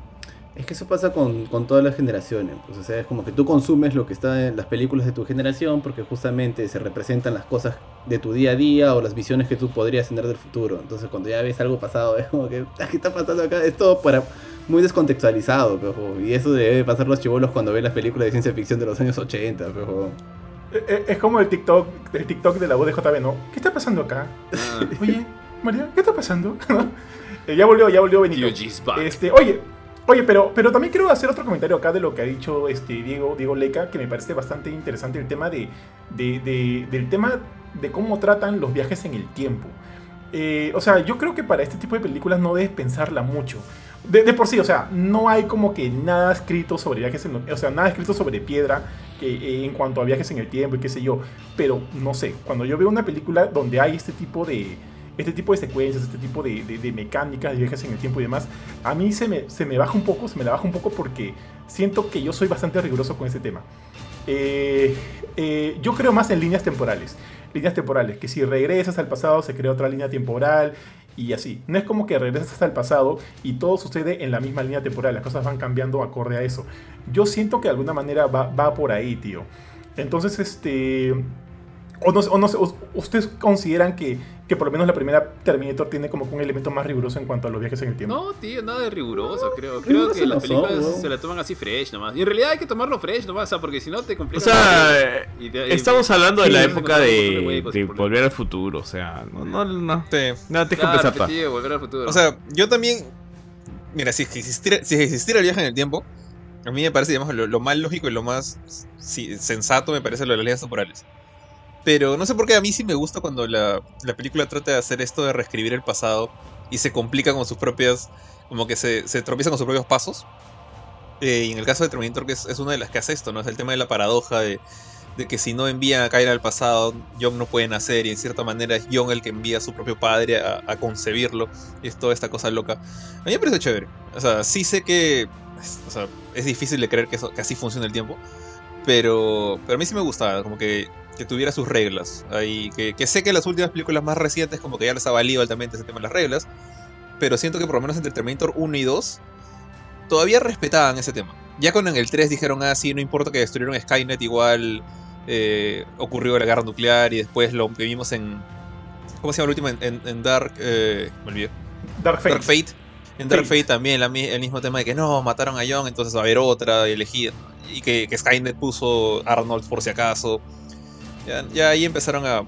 Es que eso pasa con, con todas las generaciones, pues, o sea, es como que tú consumes lo que está en las películas de tu generación porque justamente se representan las cosas de tu día a día o las visiones que tú podrías tener del futuro. Entonces cuando ya ves algo pasado, es como que, "Ah, ¿qué está pasando acá?" Es todo para, muy descontextualizado, pero, y eso debe pasar los chibolos cuando ven las películas de ciencia ficción de los años ochenta, pero... Eh, eh, Es como el TikTok, el TikTok de la voz de J B, ¿no? ¿Qué está pasando acá? Ah, Oye, María, ¿qué está pasando? Eh, ya volvió, ya volvió Benito. tío G's back. Este, oye, oye, pero, pero también quiero hacer otro comentario acá de lo que ha dicho este Diego, Diego Leca, que me parece bastante interesante el tema de, de- de- del tema de cómo tratan los viajes en el tiempo. Eh, o sea, yo creo que para este tipo de películas no debes pensarla mucho. De, de por sí, o sea, no hay como que nada escrito sobre viajes en el, o sea, nada escrito sobre piedra que, eh, en cuanto a viajes en el tiempo y qué sé yo. Pero no sé, cuando yo veo una película donde hay este tipo de este tipo de secuencias, este tipo de, de, de mecánicas de viajes en el tiempo y demás, a mí se me, se me baja un poco, se me la baja un poco porque siento que yo soy bastante riguroso con ese tema. Eh, eh, yo creo más en líneas temporales. Líneas temporales, que si regresas al pasado se crea otra línea temporal y así. No es como que regresas al pasado y todo sucede en la misma línea temporal, las cosas van cambiando acorde a eso. Yo siento que de alguna manera va, va por ahí, tío. Entonces, este... O no, o no sé, o- ¿ustedes consideran que, que por lo menos la primera Terminator tiene como que un elemento más riguroso en cuanto a los viajes en el tiempo? No, tío, nada de riguroso, creo. Creo riguroso que las no son, películas ¿no? se la toman así fresh nomás. Y en realidad hay que tomarlo fresh nomás, o sea, porque si no te O complica. sea, Y te- y- estamos hablando de sí, la vas a época encontrar un montón de, huecos y de problemas. volver al futuro, o sea, no, no, no, Sí. no tienes que Claro, empezar pe, todo. tío, volver al futuro. O sea, yo también. Mira, si es que existiera, si existiera el viaje en el tiempo, a mí me parece, digamos, lo, lo más lógico y lo más sí, sensato me parece lo de las líneas temporales. Pero no sé por qué a mí sí me gusta cuando la, la película trata de hacer esto de reescribir el pasado y se complica con sus propias. Como que se, se tropieza con sus propios pasos. Eh, y en el caso de Terminator, que es, es una de las que hace esto, ¿no? Es el tema de la paradoja de, de que si no envían a Kyle al pasado, John no puede nacer y en cierta manera es John el que envía a su propio padre a, a concebirlo. Y es toda esta cosa loca. A mí me parece chévere. O sea, sí sé que es, o sea, es difícil de creer que, eso, que así funciona el tiempo. Pero, pero a mí sí me gustaba, como que, que tuviera sus reglas. Ahí, que, que sé que las últimas películas más recientes como que ya les ha valido altamente ese tema de las reglas. pero siento que por lo menos entre Terminator uno y dos todavía respetaban ese tema. Ya cuando en el tres dijeron, ah, sí, no importa que destruyeron Skynet, igual eh, ocurrió la guerra nuclear y después lo que vimos en... ¿Cómo se llama el último? En, en, en Dark... Eh, me olvidé. Dark Fate. Dark Fate. En Dark Fate. Fate también la, el mismo tema de que no, mataron a John, entonces va a haber otra elegida. Y que, que Skynet puso Arnold por si acaso. Ya, ya ahí empezaron a, a,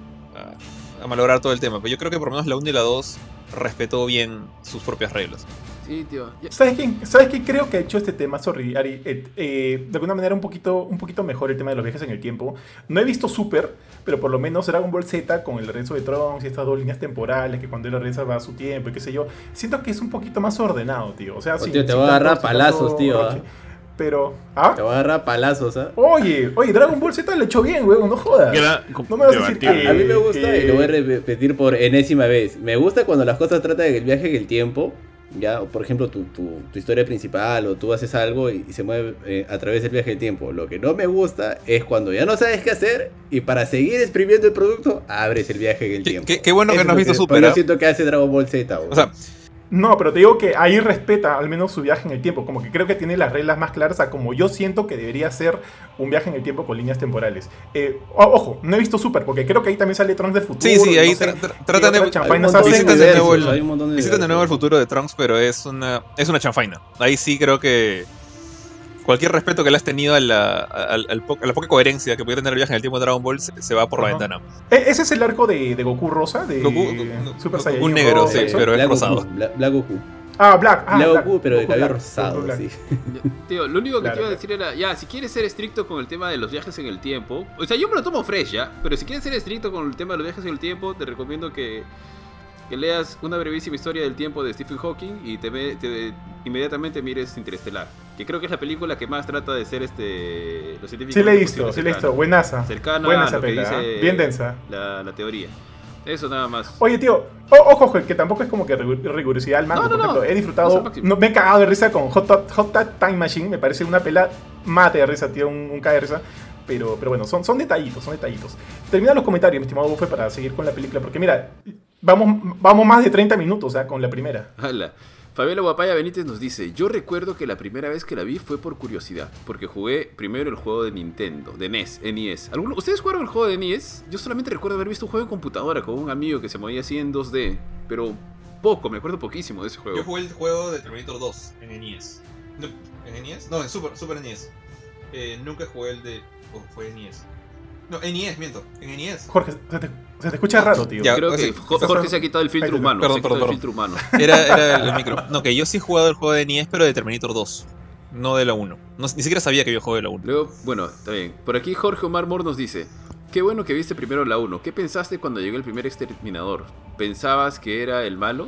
a malograr todo el tema. Pero yo creo que por lo menos la uno y la dos respetó bien sus propias reglas. Sí, tío. Ya- ¿Sabes quién, ¿Sabes qué creo que ha hecho este tema? Sorry, Ari. eh, eh, de alguna manera un poquito, un poquito mejor el tema de los viajes en el tiempo. No he visto Super, pero por lo menos Dragon Ball Z con el regreso de Trunks y estas dos líneas temporales que cuando él regresa va a su tiempo y qué sé yo. Siento que es un poquito más ordenado, tío. O sea, Oh, sin- tío, te sin va a agarrar tanto- sin palazos, tanto tío, roche. ¿ah? Pero, ¿ah? Te va a agarrar palazos, ¿ah? Oye, oye, Dragon Ball Z lo echó bien, weón, no jodas. Era No me vas a decir debatible. que- A mí me gusta que- y lo voy a repetir por enésima vez. Me gusta cuando las cosas tratan del viaje en el tiempo. Ya, por ejemplo, tu, tu, tu historia principal o tú haces algo y, y se mueve eh, a través del viaje del tiempo. Lo que no me gusta es cuando ya no sabes qué hacer y para seguir exprimiendo el producto, abres el viaje en el Qué, tiempo. qué- qué bueno Eso que es no has lo visto que- Super. Yo ¿ah? siento que hace Dragon Ball Z. O sea, No, pero te digo que ahí respeta al menos su viaje en el tiempo. Como que creo que tiene las reglas más claras a como yo siento que debería ser un viaje en el tiempo con líneas temporales. Eh, o- ojo, no he visto Super, porque creo que ahí también sale Trunks del futuro. sí, sí, y ahí no sé tra- tra- qué tratan otra de... chanfaina Hay un montón hacen. de Visitan de nuevo universos, el- hay un montón de Visitan de nuevo el universos. futuro de Trunks, pero es una es una chanfaina. Ahí sí creo que cualquier respeto que le has tenido a la, al- al po- a la poca coherencia que puede tener el viaje en el tiempo de Dragon Ball se, se va por la Ajá. ventana. E- Ese es el arco de, de Goku Rosa, de Goku- Super Goku Saiyajin negro, Rosa, sí, eso. pero es Black rosado. Goku, Bla- Black Goku. Ah, Black. Ah, Black Black. Goku, pero de Goku cabello Black, rosado, Goku Black. sí. ya- Tío, lo único que Claro, te iba a claro. decir era, ya, si quieres ser estricto con el tema de los viajes en el tiempo, o sea, yo me lo tomo fresh, ¿ya? Pero si quieres ser estricto con el tema de los viajes en el tiempo, te recomiendo que, que leas una brevísima historia del tiempo de Stephen Hawking y te, ve- te inmediatamente mires Interestelar, que creo que es la película que más trata de ser este los científicos Sí, le he visto, posible sí, le he visto. cercana. Buenaza. Cercana Buena a esa lo que pela, dice ¿eh? Bien densa. la, la teoría. Eso nada más. Oye, tío, o- ojo, que tampoco es como que rigu- rigurosidad al mango. No, no, Por no. ejemplo, he Es disfrutado, al máximo. no, me he cagado de risa con Hot Tub, Hot Tub Time Machine. Me parece una pela mate de risa, tío, un, un cae de risa. Pero, pero bueno, son, son detallitos, son detallitos. Termina los comentarios, mi estimado Buffet, para seguir con la película. Porque mira, vamos, vamos más de treinta minutos, o sea, con la primera. Hala. Fabiola Guapaya Benítez nos dice: yo recuerdo que la primera vez que la vi fue por curiosidad, porque jugué primero el juego de Nintendo, de N E S, N E S. ¿Alguno- ¿Ustedes jugaron el juego de N E S? Yo solamente recuerdo haber visto un juego en computadora con un amigo que se movía así en dos D, pero poco, me acuerdo poquísimo de ese juego. Yo jugué el juego de Terminator dos en N E S. No, ¿En N E S? No, en Super, Super N E S. Eh, nunca jugué el de... ¿O fue N E S? No, N E S, miento. En N E S. Jorge, se te, se te escucha raro, tío. Ya. Creo o sea, que Jo- Jorge se ha quitado el filtro Ahí está. humano, Perdón, se ha quitado perdón, el filtro humano. Era, era el, el micro. No, que yo sí he jugado el juego de N E S, pero de Terminator dos. No de la uno. No, ni siquiera sabía que yo jugué de la uno. Luego, bueno, está bien. Por aquí Jorge Omar Mor nos dice: qué bueno que viste primero la uno. ¿Qué pensaste cuando llegó el primer exterminador? ¿Pensabas que era el malo?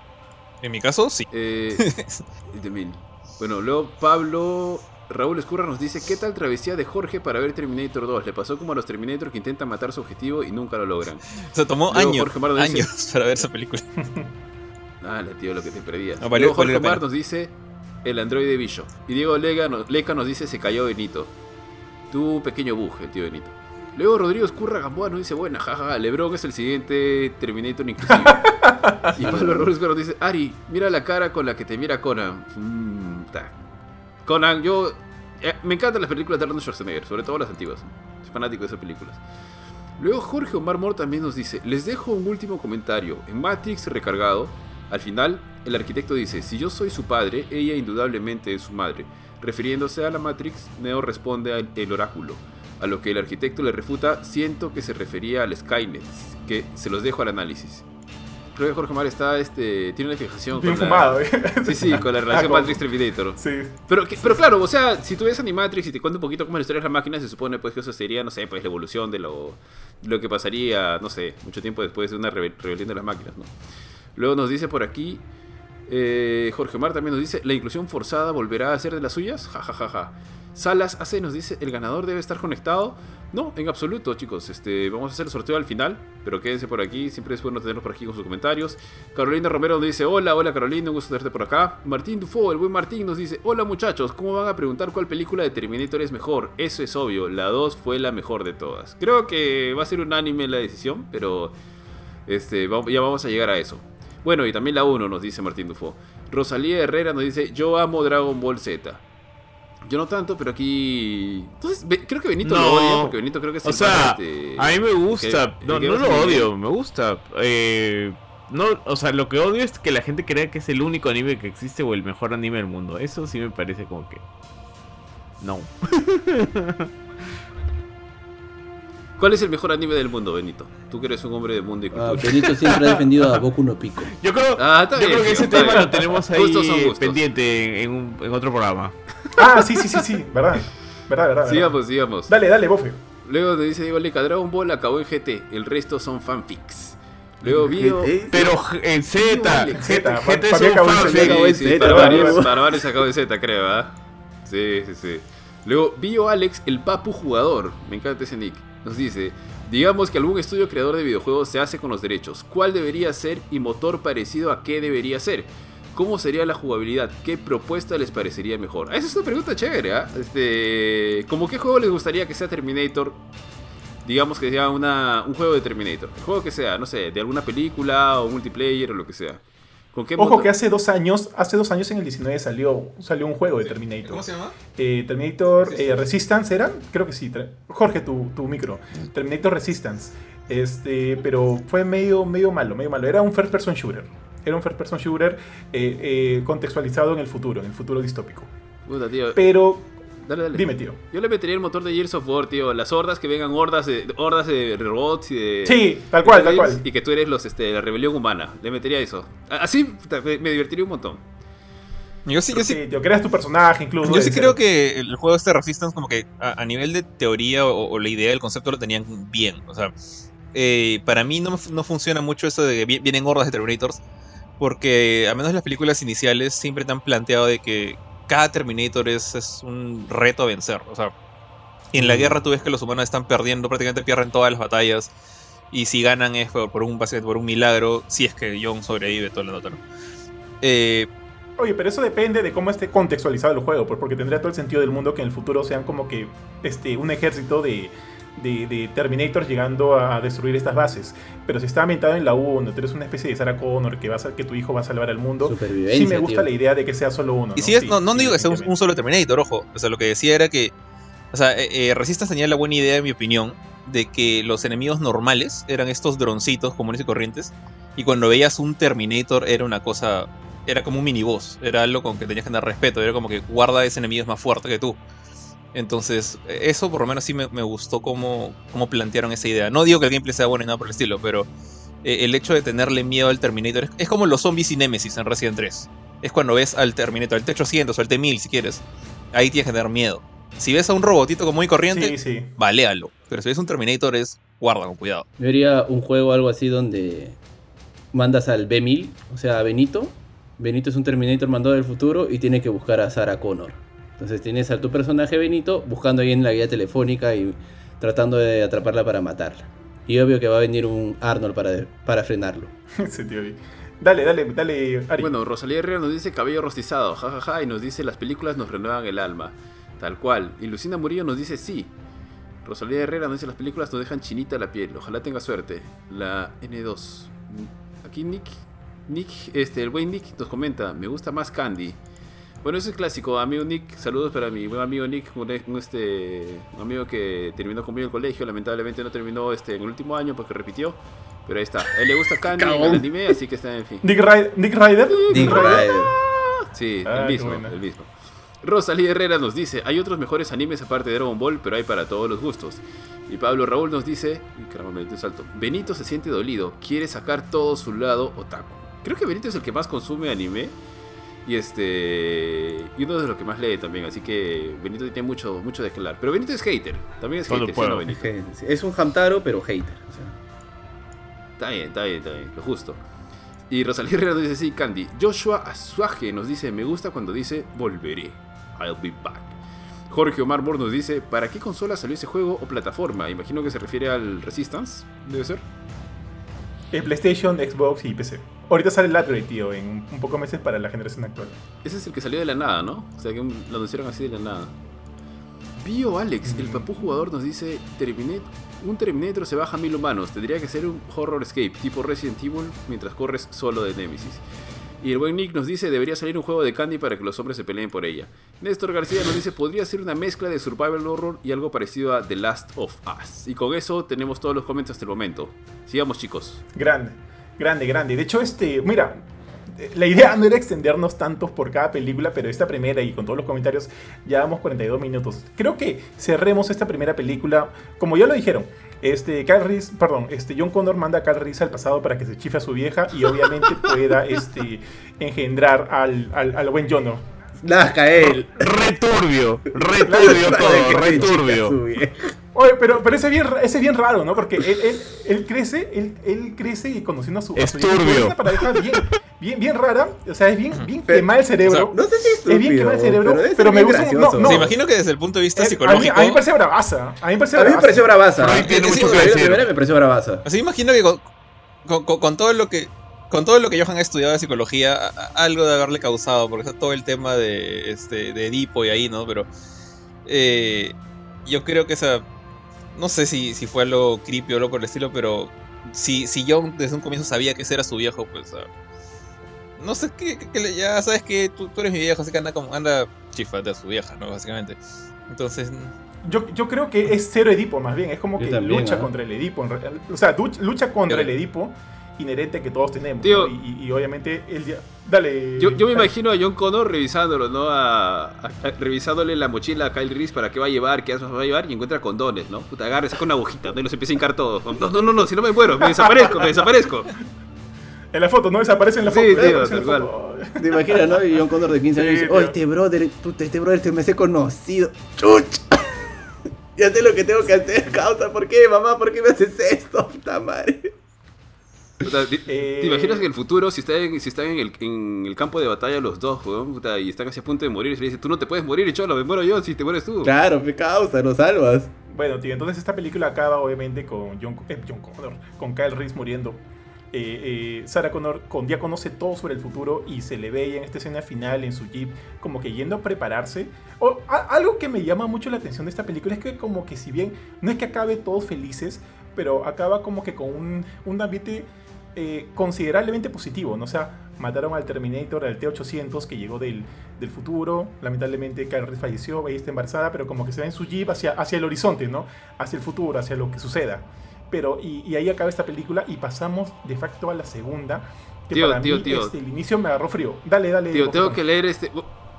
En mi caso, sí. Eh, también. Bueno, luego Pablo Raúl Escurra nos dice: ¿qué tal travesía de Jorge para ver Terminator dos? Le pasó como a los Terminator que intentan matar su objetivo y nunca lo logran. O sea, tomó Luego años, Jorge Mardo dice- años para ver esa película. Ah, la tío, lo que te perdías. No, valió- Luego Jorge valió la Omar pena. nos dice: el androide Bicho. Y Diego Lega nos, Leca nos dice: se cayó Benito. Tu pequeño bug, el tío Benito. Luego Rodrigo Escurra Gamboa nos dice: buena, jajaja, Lebron es el siguiente Terminator inclusive. Y Pablo Raúl Escurra nos dice: Ari, mira la cara con la que te mira Conan. Mm, ta. Conan, yo... eh, me encantan las películas de Arnold Schwarzenegger, sobre todo las antiguas. Soy fanático de esas películas. Luego Jorge Omar Mor también nos dice: les dejo un último comentario. En Matrix recargado, al final, el arquitecto dice: si yo soy su padre, ella indudablemente es su madre. Refiriéndose a la Matrix, Neo responde al el oráculo. A lo que el arquitecto le refuta: siento que se refería al Skynet, que se los dejo al análisis. Creo que Jorge Omar está, este, tiene una fijación Bien con fumado, la... ¿eh? Sí, sí, con la relación Ah, con- Matrix-Terminator. Sí. Pero, que- pero claro, o sea, si tú ves Animatrix y te cuento un poquito cómo es la historia de las máquinas, se supone pues que eso sería, no sé, pues la evolución de lo, lo que pasaría, no sé, mucho tiempo después de una rebe- rebelión de las máquinas, ¿no? Luego nos dice por aquí, eh, Jorge Omar también nos dice: la inclusión forzada volverá a ser de las suyas, ja ja ja ja. Salas A C nos dice: el ganador debe estar conectado. No, en absoluto, chicos. Este, vamos a hacer el sorteo al final, pero quédense por aquí. Siempre es bueno tenerlos por aquí con sus comentarios. Carolina Romero nos dice: hola, hola Carolina, un gusto tenerte por acá. Martín Dufo, el buen Martín, nos dice: hola muchachos, ¿cómo van a preguntar cuál película de Terminator es mejor? Eso es obvio, la dos fue la mejor de todas. Creo que va a ser unánime la decisión, pero este, vamos- ya vamos a llegar a eso. Bueno, y también la uno nos dice Martín Dufo. Rosalía Herrera nos dice, yo amo Dragon Ball Z. Yo no tanto, pero aquí... Entonces, Be- creo que Benito No. lo odia, porque Benito creo que es O el sea, más, este, a mí me gusta. que- no el que no más lo me- odio, me gusta. Eh, no, o sea, lo que odio es que la gente crea que es el único anime que existe o el mejor anime del mundo. Eso sí me parece como que... No. ¿Cuál es el mejor anime del mundo, Benito? Tú que eres un hombre de mundo y Ah, cultura. Benito siempre ha defendido a Boku no Pico. Yo creo, Ah, está yo bien, creo que ese está tema bien. lo tenemos ahí Gustos son gustos. pendiente en, en un- en otro programa. Ah, sí, sí, sí, sí, verdad. Verdad, verdad. verdad. Sigamos, sigamos. Dale, dale, bofe. Luego nos dice Diego Leca, Dragon Ball acabó en G T, el resto son fanfics. Luego Bio... Pero en Z, Vale, G T Z, G T es Fabián un acabó en fanfic. acabó en Sí, sí, Z, para vamos. varios, para varios acabó en Z, creo, ¿ah? Sí, sí, sí. Luego, Bio Alex, el papu jugador. Me encanta ese nick. Nos dice, digamos que algún estudio creador de videojuegos se hace con los derechos. ¿Cuál debería ser y motor parecido a qué debería ser? ¿Cómo sería la jugabilidad? ¿Qué propuesta les parecería mejor? Ah, esa es una pregunta chévere, ¿ah? Este, ¿cómo qué juego les gustaría que sea Terminator? Digamos que sea una, un juego de Terminator. El juego que sea, no sé, de alguna película o multiplayer o lo que sea. ¿Con qué Ojo motor? que hace dos años, hace dos años en el diecinueve salió, salió un juego de Terminator. ¿Cómo se llama? Eh, Terminator eh, Resistance, ¿era? Creo que sí. Tra- Jorge, tu, tu micro. Terminator Resistance. Este, pero fue medio, medio malo, medio malo. Era un first person shooter. Era un first person shooter eh, eh, contextualizado en el futuro, en el futuro distópico. Puta, tío. Pero, Dale, dale. dime, tío. Yo le metería el motor de Gears of War, tío. Las hordas que vengan hordas de, hordas de robots y de... Sí, tal cual, tal de- cual. Y que tú eres los, este, la rebelión humana. Le metería eso. A- Así puta, me, me divertiría un montón. Yo sí, yo sí, Sí, tío, creas tu personaje incluso. yo sí de creo cero. que el juego este Resistance como que a, a nivel de teoría o, o la idea del concepto lo tenían bien. O sea, eh, para mí no, no funciona mucho eso de que vi- vienen hordas de Terminators. Porque a menos las películas iniciales siempre te han planteado de que cada Terminator es, es un reto a vencer. O sea, en la guerra tú ves que los humanos están perdiendo, prácticamente pierden todas las batallas. Y si ganan es por, por un, básicamente por un milagro, si es que John sobrevive, toda la nota, ¿no? Eh, Oye, pero eso depende de cómo esté contextualizado el juego, pues, porque tendría todo el sentido del mundo que en el futuro sean como que este, un ejército de, de, de Terminators llegando a destruir estas bases. Pero si está ambientado en la uno, tú eres una especie de Sarah Connor que, vas a, que tu hijo va a salvar al mundo, Supervivencia, sí me gusta tío. la idea de que sea solo uno. Y ¿no? si es, Sí, no, no sí, digo que sea un, definitivamente. un solo Terminator, ojo. O sea, lo que decía era que. O sea, eh, eh, Resistance tenía la buena idea, en mi opinión, de que los enemigos normales eran estos droncitos comunes y corrientes. Y cuando veías un Terminator era una cosa. Era como un miniboss. Era algo con que tenías que dar respeto. Era como que guarda, ese enemigo es más fuerte que tú. Entonces, eh, eso por lo menos sí me, me gustó cómo, cómo plantearon esa idea. No digo que el gameplay sea bueno ni nada por el estilo, pero eh, el hecho de tenerle miedo al Terminator es, es como los zombies y Nemesis en Resident tres. Es cuando ves al Terminator, al T ochocientos o al T mil si quieres. Ahí tienes que tener miedo. Si ves a un robotito común y corriente, Sí, sí. baléalo. Pero si ves un Terminator es guarda con cuidado. Yo haría un juego algo así donde mandas al B mil, o sea, a Benito. Benito es un Terminator mandado del futuro y tiene que buscar a Sarah Connor. Entonces tienes a tu personaje Benito buscando ahí en la guía telefónica y tratando de atraparla para matarla. Y obvio que va a venir un Arnold para, para frenarlo. Ese tío ahí. Dale, dale, dale, Ari. Bueno, Rosalía Herrera nos dice cabello rostizado, jajaja, ja, ja, y nos dice las películas nos renuevan el alma. Tal cual. Y Lucina Murillo nos dice sí. Rosalía Herrera nos dice las películas nos dejan chinita la piel. Ojalá tenga suerte. La N dos. Aquí Nick, Nick, este, el buen Nick nos comenta, me gusta más Candy. Bueno, eso es clásico, amigo Nick, saludos para mi buen amigo Nick, un, un, este, un amigo que terminó conmigo el colegio, lamentablemente no terminó este, en el último año porque repitió, pero ahí está, a él le gusta Candy en el anime, así que está en fin. Nick, Ry- Nick Ryder. Dick Ryder. Sí, Ah, el qué mismo, buena. el mismo. Rosalía Herrera nos dice, hay otros mejores animes aparte de Dragon Ball, pero hay para todos los gustos. Y Pablo Raúl nos dice, uy, caramba, me metí un salto, Benito se siente dolido, quiere sacar todo su lado otaku. Creo que Benito es el que más consume anime y este y uno de los que más lee también, así que Benito tiene mucho mucho de hablar. Pero Benito es hater, también es Cuando hater, ¿sí o no, puedo. Benito? Es un Hamtaro, pero hater. O sea. Está bien, está bien, está bien, lo justo. Y Rosalía Herrera nos dice, sí, Candy. Joshua Azuaje nos dice, me gusta cuando dice, volveré. I'll be back. Jorge Omar Moore nos dice, ¿para qué consola salió ese juego o plataforma? Imagino que se refiere al Resistance, debe ser. Eh, PlayStation, Xbox y P C. Ahorita sale el upgrade, tío, en un, un poco meses para la generación actual. Ese es el que salió de la nada, ¿no? O sea, que un- lo anunciaron así de la nada. Bio Alex, el papú jugador, nos dice: Terminator, un Terminator se baja a mil humanos. Tendría que ser un horror escape, tipo Resident Evil, mientras corres solo de Nemesis. Y el buen Nick nos dice: debería salir un juego de Candy para que los hombres se peleen por ella. Néstor García nos dice: podría ser una mezcla de survival horror y algo parecido a The Last of Us. Y con eso tenemos todos los comentarios hasta el momento. Sigamos, chicos. Grande, grande, grande. De hecho, este, mira, la idea no era extendernos tantos por cada película, pero esta primera y con todos los comentarios ya damos cuarenta y dos minutos. Creo que cerremos esta primera película, como ya lo dijeron. Este, Kyle Reese, perdón, este, John Connor manda a Kyle Reese al pasado para que se chife a su vieja y obviamente pueda este, engendrar al, al, al buen John. Nazca él. Returbio, returbio todo, returbio. Oye, pero, pero ese, es bien, ese es bien raro, ¿no? Porque él, él, él crece, él, él crece y conociendo a su, a su hija. Es una pareja bien, bien, bien rara, o sea, es bien, bien quemada el cerebro. O sea, no sé si es, es bien quemada el cerebro, pero, pero me gusta. No, no. Se imagino que desde el punto de vista es, psicológico. A mí, a mí me parece bravaza. A mí me parece bravaza. A mí me pareció bravaza. Freud tiene sí, mucho sí, que la decir. primera me pareció bravaza. Así imagino que con, con, con, con todo lo que con todo lo que Johan ha estudiado de psicología, a, a, algo de haberle causado, porque está todo el tema de este de Edipo y ahí, ¿no? Pero eh, yo creo que esa, no sé si, si fue algo creepy o algo por el estilo, pero si, si John desde un comienzo sabía que ese era su viejo, pues uh, no sé, que, que, que ya sabes que tú, tú eres mi viejo, así que anda como anda chifate a su vieja, ¿no? Básicamente. Entonces Yo, yo creo que es cero Edipo, más bien. Es como yo que también, lucha ¿eh? contra el Edipo. O sea, lucha contra Yo- el Edipo inherente que todos tenemos. Tío. ¿no? y, y, y obviamente él ya... Dale. Yo, yo me dale. imagino a John Connor revisándolo, ¿no? A, a- a- revisándole la mochila a Kyle Reese para qué va a llevar, qué armas va a llevar y encuentra condones, ¿no? Puta, agarra, saca una agujita, ¿no? Y los empieza a hincar todos. No, no, no, no, si no me muero, me desaparezco, me desaparezco. En la foto, ¿no? Desaparece en la Sí, foto. tío, desaparece en la tal foto. ¿Te imaginas, no? Y John Connor de quince años Sí, dice: oh, tío. este brother, puta, este brother se me hace conocido. ¡Chuch! Ya sé lo que tengo que hacer, causa. ¿Por qué, mamá? ¿Por qué me haces esto? Puta madre. Puta, ¿te, Eh. te imaginas que en el futuro, si están, en, si están en, el, en el campo de batalla los dos, weón, puta, y están casi a punto de morir, y se le dice: tú no te puedes morir, cholo, me muero yo si te mueres tú? Claro, me causa, lo salvas. Bueno, tío, entonces esta película acaba obviamente con John, eh, John Connor, con Kyle Reese muriendo. Eh, eh, Sarah Connor con, ya conoce todo sobre el futuro y se le ve ya en esta escena final en su jeep como que yendo a prepararse. O, a, algo que me llama mucho la atención de esta película es que como que si bien no es que acabe todos felices, pero acaba como que con un, un ambiente eh, considerablemente positivo, ¿no? O sea, mataron al Terminator, al T ochocientos que llegó del, del futuro. Lamentablemente Kyle Reese falleció, ella está embarazada, pero como que se ve en su jeep hacia, hacia el horizonte, ¿no? Hacia el futuro, hacia lo que suceda. Pero, y, y ahí acaba esta película y pasamos de facto a la segunda. Que Tío, para tío, mí, tío. este, el inicio me agarró frío. Dale, dale. Tío, por tengo favor. que leer este...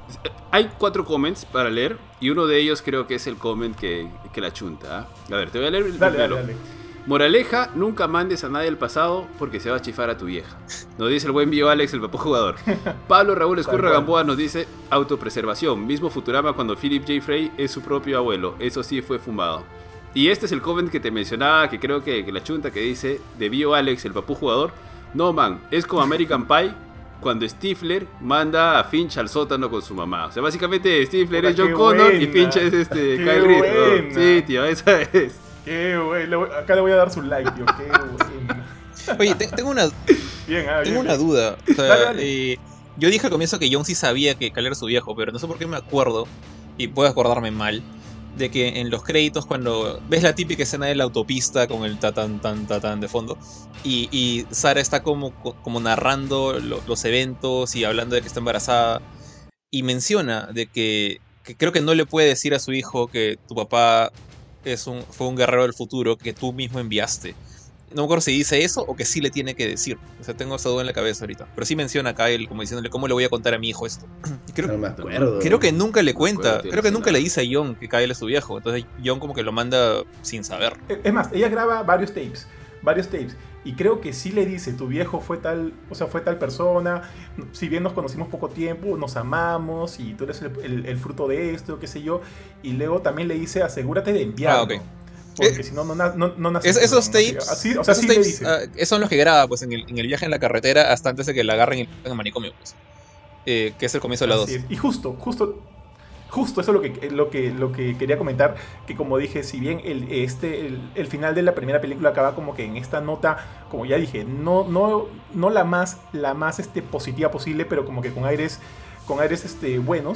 Hay cuatro comments para leer y uno de ellos creo que es el comment que, que la chunta. ¿eh? A ver, te voy a leer el Dale, dale, primero. dale. Moraleja, nunca mandes a nadie al pasado porque se va a chifar a tu vieja. Nos dice el buen Bio Alex, el papá jugador. Pablo Raúl Escurra cual. Gamboa nos dice: autopreservación, mismo Futurama cuando Philip J. Frey es su propio abuelo. Eso sí fue fumado. Y este es el comment que te mencionaba, que creo que, que la chunta, que dice de Bio Alex, el papú jugador: no man, es como American Pie cuando Stifler manda a Finch al sótano con su mamá. O sea, básicamente Stifler Puta, es John qué Connor y buena, Finch es este qué Kyle Reese, ¿no? buena. Sí, tío, esa es. Qué bueno. Acá le voy a dar su like, tío. Qué bueno. Oye, te- tengo una Bien, ah, tengo bien. una duda. O sea, Dale, dale. eh, yo dije al comienzo que John sí sabía que Kyle era su viejo, pero no sé por qué me acuerdo, y puedo acordarme mal, de que en los créditos, cuando ves la típica escena de la autopista con el tatán, tan, tatán de fondo, y, y Sarah está como, como narrando lo- los eventos y hablando de que está embarazada, y menciona de que, que creo que no le puede decir a su hijo que tu papá es un, fue un guerrero del futuro que tú mismo enviaste. No me acuerdo si dice eso o que sí le tiene que decir. O sea, tengo esa duda en la cabeza ahorita. Pero sí menciona acá él como diciéndole: ¿cómo le voy a contar a mi hijo esto? Y creo, No me acuerdo. creo que nunca le No me acuerdo, cuenta. tío, Creo que no sé nunca le nada. dice a John que Kyle es su viejo. Entonces John como que lo manda sin saber. Es más, ella graba varios tapes. Varios tapes. Y creo que sí le dice: tu viejo fue tal, o sea, fue tal persona. Si bien nos conocimos poco tiempo, nos amamos y tú eres el, el- el fruto de esto, qué sé yo. Y luego también le dice: asegúrate de enviarlo. Ah, ok. Porque Eh, si no, no, na- no, no nace. Es- esos no nace. tapes, Así, o sea, esos sí le tapes, dice. ah, son los que graba pues en el, en el viaje en la carretera hasta antes de que la agarren y la pongan en manicomio, pues. Eh, que es el comienzo de la dos. Así es. Y justo, justo, justo eso es lo que, lo que, lo que quería comentar, que como dije, si bien el, este, el, el final de la primera película acaba como que en esta nota, como ya dije, no, no, no la más, la más este, positiva posible, pero como que con aires, con aires este, buenos,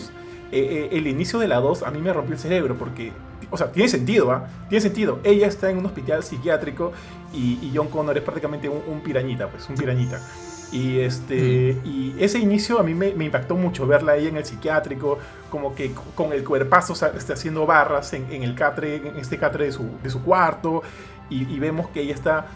eh, el inicio de la dos a mí me rompió el cerebro porque, o sea, tiene sentido, ¿ah? ¿eh? Tiene sentido. Ella está en un hospital psiquiátrico y, y John Connor es prácticamente un, un pirañita, pues, un pirañita. Y, este, mm. y ese inicio a mí me, me impactó mucho, verla ahí en el psiquiátrico, como que con el cuerpazo, o sea, está haciendo barras en, en el catre, en este catre de su, de su cuarto, y, y vemos que ella está,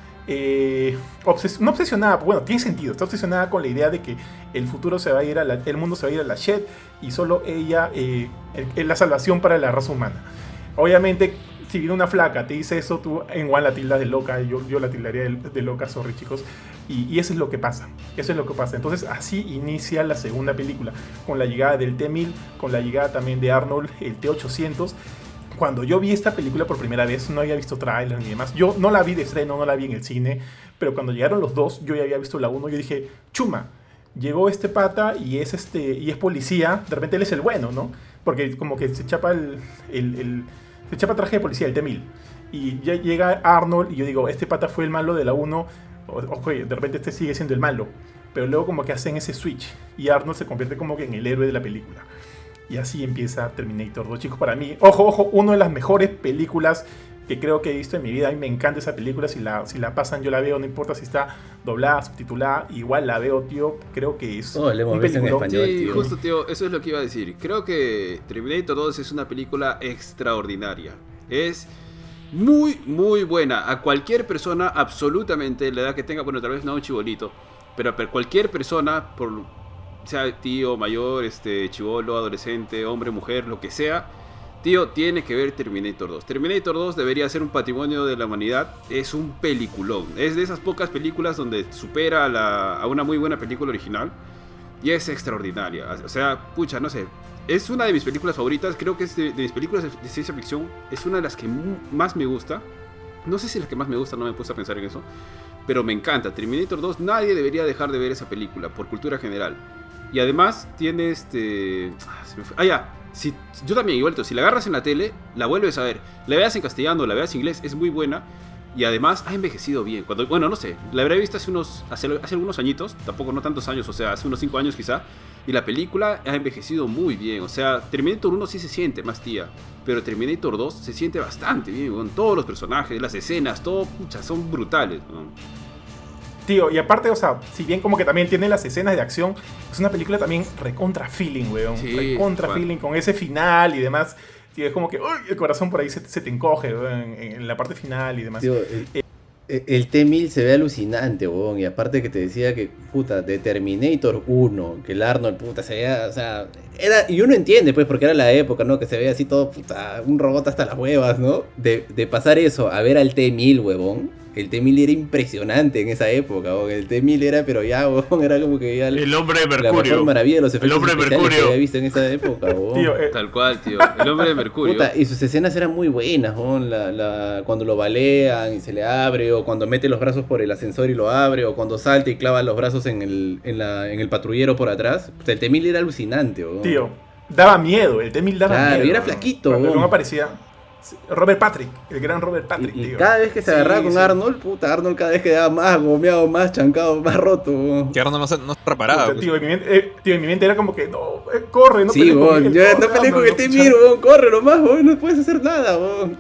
eh, obses no obsesionada, bueno, tiene sentido, está obsesionada con la idea de que el futuro se va a ir a la, el mundo se va a ir a la shit, y solo ella eh, es la salvación para la raza humana. Obviamente, si viene una flaca, te dice eso, tú en One la tildas de loca, yo, yo la tildaría de, de loca, sorry chicos, y, y eso es lo que pasa, eso es lo que pasa. Entonces así inicia la segunda película, con la llegada del T mil, con la llegada también de Arnold, el T ochocientos. Cuando yo vi esta película por primera vez, no había visto trailers ni demás, yo no la vi de estreno, no la vi en el cine, pero cuando llegaron los dos, yo ya había visto la uno, yo dije, chuma, llegó este pata y es, este, y es policía, de repente él es el bueno, ¿no? Porque como que se chapa el... el, el se chapa traje de policía, el T mil. Y ya llega Arnold y yo digo, este pata fue el malo de la uno. Ojo, de repente este sigue siendo el malo. Pero luego como que hacen ese switch. Y Arnold se convierte como que en el héroe de la película. Y así empieza Terminator dos, chicos. Para mí, ojo, ojo, una de las mejores películas que creo que he visto en mi vida. A mí me encanta esa película. Si la, si la pasan yo la veo, no importa si está doblada, subtitulada. Igual la veo, tío. Creo que es oh, le hemos un visto en peliculón. español, Sí, tío. justo, tío, eso es lo que iba a decir. Creo que Terminator dos es una película extraordinaria. Es muy, muy buena. A cualquier persona, absolutamente, la edad que tenga, bueno, tal vez no un chibolito, pero a cualquier persona, por sea tío, mayor, este, chibolo, adolescente, hombre, mujer, lo que sea, tío, tiene que ver Terminator dos. Terminator dos debería ser un patrimonio de la humanidad. Es un peliculón. Es de esas pocas películas donde supera a, la, a una muy buena película original. Y es extraordinaria. O sea, pucha, no sé. Es una de mis películas favoritas. Creo que es de, de mis películas de, de ciencia ficción. Es una de las que más me gusta. No sé si es la que más me gusta, no me puse a pensar en eso. Pero me encanta. Terminator dos, nadie debería dejar de ver esa película, por cultura general. Y además tiene este... Ah, se me fue. Ah, ya. Si, yo también, igual, si la agarras en la tele, la vuelves a ver. La veas en castellano, la veas en inglés, es muy buena. Y además ha envejecido bien. Cuando, bueno, no sé, la habré visto hace unos hace, hace algunos añitos, tampoco no tantos años, o sea, hace unos cinco años quizá. Y la película ha envejecido muy bien. O sea, Terminator uno sí se siente más tía, pero Terminator dos se siente bastante bien, con todos los personajes, las escenas, todo, pucha, son brutales, ¿no? Tío, y aparte, o sea, si bien como que también tiene las escenas de acción, es una película también recontra feeling, weón. Sí, recontra bueno. feeling, con ese final y demás. Tío, es como que, uy, el corazón por ahí se, se te encoge, weón, en, en la parte final y demás. Tío, el, el, el T mil se ve alucinante, weón. Y aparte que te decía que, puta, de Terminator uno, que el Arnold, puta, se veía, o sea... Era, y uno entiende, pues, porque era la época, ¿no? Que se veía así todo, puta, un robot hasta las huevas, ¿no? De, de pasar eso a ver al T mil, huevón. El T mil era impresionante en esa época, weón. El T mil era, pero ya, weón, era como que ya... El hombre de La Mercurio. mejor maravilla de los efectos El hombre de especiales Mercurio. que había visto en esa época, weón. Tío, eh, Tal cual, tío. El hombre de Mercurio. Puta, y sus escenas eran muy buenas, ¿no? La, la, cuando lo balean y se le abre, o cuando mete los brazos por el ascensor y lo abre, o cuando salta y clava los brazos en el, en la, en el patrullero por atrás. Puta, el T mil era alucinante, ¿no? tío, daba miedo, el T mil daba Claro, miedo. y era ¿no? flaquito, Cuando weón. no aparecía Robert Patrick, el gran Robert Patrick, Y, y tío. cada vez que se Sí, agarraba con sí. Arnold, puta, Arnold cada vez quedaba más gomeado, más chancado, más roto, weón. Que Arnold no se, no se preparaba. Puta, pues. tío, en mi mente, eh, tío, en mi mente era como que, no, eh, corre, no Sí, pelees con weón, él, ya corre, no peleé con Arnold, el T no, mil, weón, corre nomás, weón, no puedes hacer nada, weón.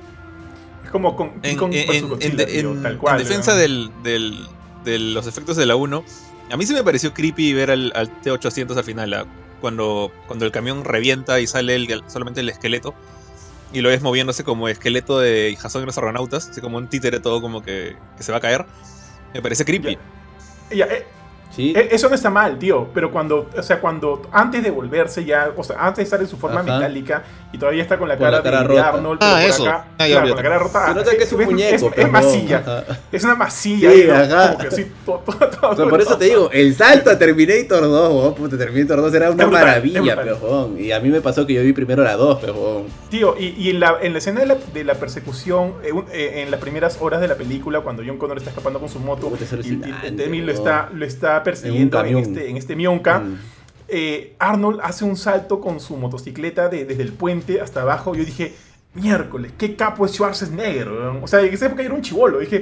Es como con King En, Kong en- versus en- Godzilla, en- tío, en- tal cual. en defensa ¿no? del, del- de los efectos de la uno, a mí sí me pareció creepy ver al, al T ochocientos al final, ah, cuando, cuando el camión revienta y sale el- solamente el esqueleto, y lo ves moviéndose como esqueleto de Jason y los Argonautas, así como un títere todo como que, que se va a caer. Me parece creepy. Ya, eh, Sí, eh, eso no está mal, tío, pero cuando, o sea, cuando antes de volverse ya, o sea, antes de estar en su forma Ajá. metálica y todavía está con la Con cara, la cara de, de rota. Arnold, Ah, pero por eso. acá, Ah, ya, claro, olvídate. con la cara rota, se nota que es un muñeco, es, es pero, masilla, ajá. es una masilla, Sí, ahí, ¿no? ajá. Como que así, todo, todo, todo, O sea, por eso te digo, el salto a Terminator dos, weón, puta, Terminator dos era una Es brutal, maravilla, es brutal. pejón. Y a mí me pasó que yo vi primero la dos, pejón. Tío, y, y en, la, en la escena de la, de la persecución, eh, un- eh, en las primeras horas de la película, cuando John Connor está escapando con su moto Puta, es y, y alucinante, Demi lo weón. está, lo está persiguiendo en, camión. este, en este Mionca, Mm. eh, Arnold hace un salto con su motocicleta de- desde el puente hasta abajo. Yo dije, miércoles, qué capo es Schwarzenegger, weón. O sea, en esa época era un chivolo. Dije,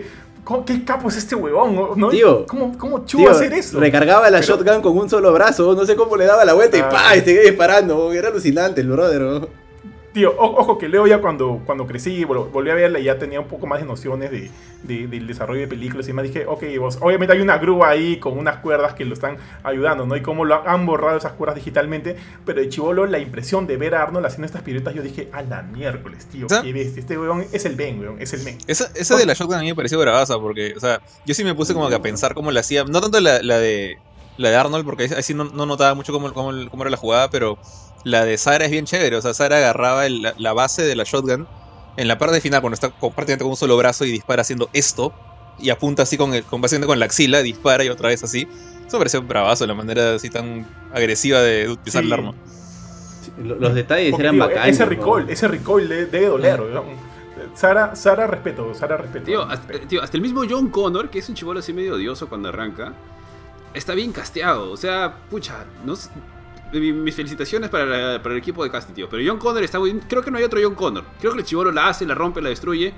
¿cómo- ¿qué capo es este huevón? ¿No? Tío, ¿Cómo, cómo chu Tío, va a hacer eso? recargaba la Pero- shotgun con un solo brazo, no sé cómo le daba la vuelta y Ah. ¡pa! Y seguía disparando, era alucinante el brother. ¿no? Tío, o- ojo que Leo ya cuando, cuando crecí, vol- volví a verla y ya tenía un poco más de nociones de, de- del desarrollo de películas y más dije, ok, vos, obviamente hay una grúa ahí con unas cuerdas que lo están ayudando, ¿no? Y cómo lo han, han borrado esas cuerdas digitalmente, pero de chibolo la impresión de ver a Arnold haciendo estas piruetas, yo dije, a la miércoles, tío, ¿Sa- qué bestia, este weón es el Ben, weón, es el Ben. Esa, esa de la shotgun a mí me pareció bravaza porque, o sea, yo sí me puse como que a pensar cómo la hacía. No tanto la, la de la de Arnold, porque ahí, ahí sí no, no notaba mucho cómo, cómo, cómo era la jugada, pero la de Sara es bien chévere. O sea, Sara agarraba el- la, la base de la shotgun en la parte final, cuando está con, prácticamente con un solo brazo y dispara haciendo esto, y apunta así con, el, con, básicamente con la axila, dispara y otra vez así. Eso me pareció bravazo, la manera así tan agresiva de utilizar Sí. el arma. Los, los detalles Porque, eran tío, bacanos. ese ¿no? recoil, ese recoil le- debe doler, weón. Sara, Sara, respeto, Sara, respeto. Tío hasta, tío, hasta el mismo John Connor, que es un chibolo así medio odioso cuando arranca, está bien casteado. O sea, pucha, no sé, mi- mis felicitaciones para, la- para el equipo de casting, tío. Pero John Connor está muy bien. Creo que no hay otro John Connor. Creo que el chibolo la hace, la rompe, la destruye.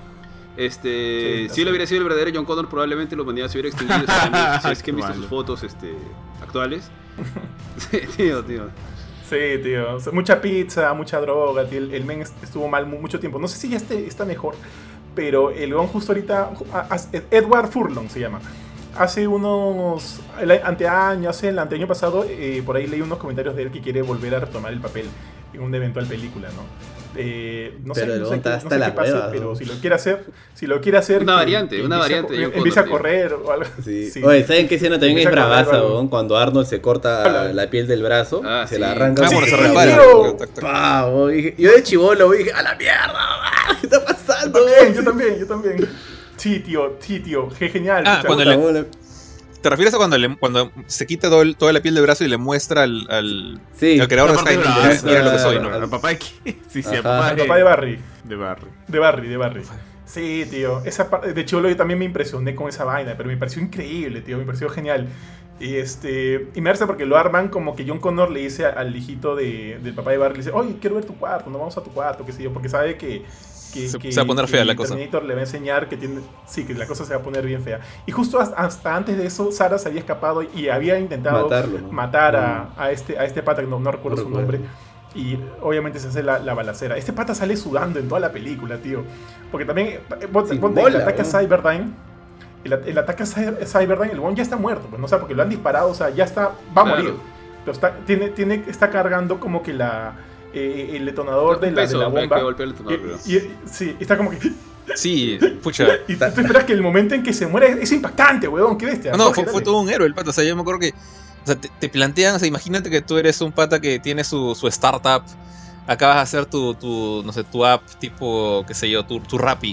Este, Sí, si él así. hubiera sido el verdadero John Connor, probablemente la humanidad se hubiera extinguido. Si es que- si es que han visto Qué sus malo. fotos este, actuales. Sí, tío, tío. Sí, tío. O sea, mucha pizza, mucha droga, tío. El, el men est- estuvo mal mu- mucho tiempo. No sé si ya este, está mejor, pero el weón justo ahorita, ju- a- a- Edward Furlong se llama. Hace unos, el a- anteaño, hace el anteaño pasado, eh, por ahí leí unos comentarios de él que quiere volver a retomar el papel en una eventual película, ¿no? Eh, no Pero sé, el no sé weón qué, está no hasta sé la qué pase, hueva, pero ¿no? si lo quiere hacer, si lo quiere hacer, Una que- variante, que una empiece a variante co- de John empiece a Connor, correr o algo. Sí. Sí. Oye, ¿saben qué escena también es Empieza a correr, bravaza, algo. weón? Cuando Arnold se corta Hola. la piel del brazo, Ah, se sí. la arranca. Ah, bueno, Sí, se tío. repara. Tío. Tac, tac. Pa, weón, dije- yo de chivolo dije, a la mierda, ¿qué está pasando? Yo también, weón? yo también, yo también. Sí, tío, sí, tío, qué genial. Ah, Pucha, cuando Puta, le- weón, ¿Te refieres a cuando, le, cuando se quita todo el- toda la piel del brazo y le muestra al, al, Sí. al creador de La parte Skynet? de Mira, brazo, mira lo que ah, soy, ah, ¿no? ¿El papá de quién? Sí, sí, el Ajá. papá el de, papá de Barry. de Barry. De Barry, de Barry. Sí, tío. Esa parte de chivolo yo también me impresioné con esa vaina, pero me pareció increíble, tío. Me pareció genial. Y este. Y me hace porque lo arman como que John Connor le dice al hijito de, del papá de Barry, le dice, oye, quiero ver tu cuarto, no vamos a tu cuarto, qué sé yo, porque sabe que. que Se- que- se va a poner que fea la el cosa. Terminator le va a enseñar que tiene. Sí, que la cosa se va a poner bien fea. Y justo hasta, hasta antes de eso, Sara se había escapado y había intentado Matarlo, ¿no? matar a, Mm. a este, a este pata, que no, no recuerdo No su recuerdo. nombre. Y obviamente se hace la, la balacera. Este pata sale sudando en toda la película, tío. Porque también, eh, ponte, Sí, ponte mola, el ataque a ¿no? Cyberdyne. El, el ataque a Cy- Cyberdyne, el weón ya está muerto, pues, no sé, porque lo han disparado, o sea, ya está, va a Claro. morir. Pero está, tiene, tiene, está cargando como que la, eh, el detonador de Un la, de peso, la hay bomba. que golpear el detonador, creo. y, y- sí, está como que. Sí, pucha. Y tú, tú esperas que el momento en que se muere es, es impactante, weón, qué bestia. No, no, Jorge, fue, dale. fue todo un héroe el pata. O sea, yo me acuerdo que. O sea, te, te plantean, o sea, imagínate que tú eres un pata que tiene su, su startup. Acabas de hacer tu, tu, no sé, tu app tipo, qué sé yo, tu, tu Rappi.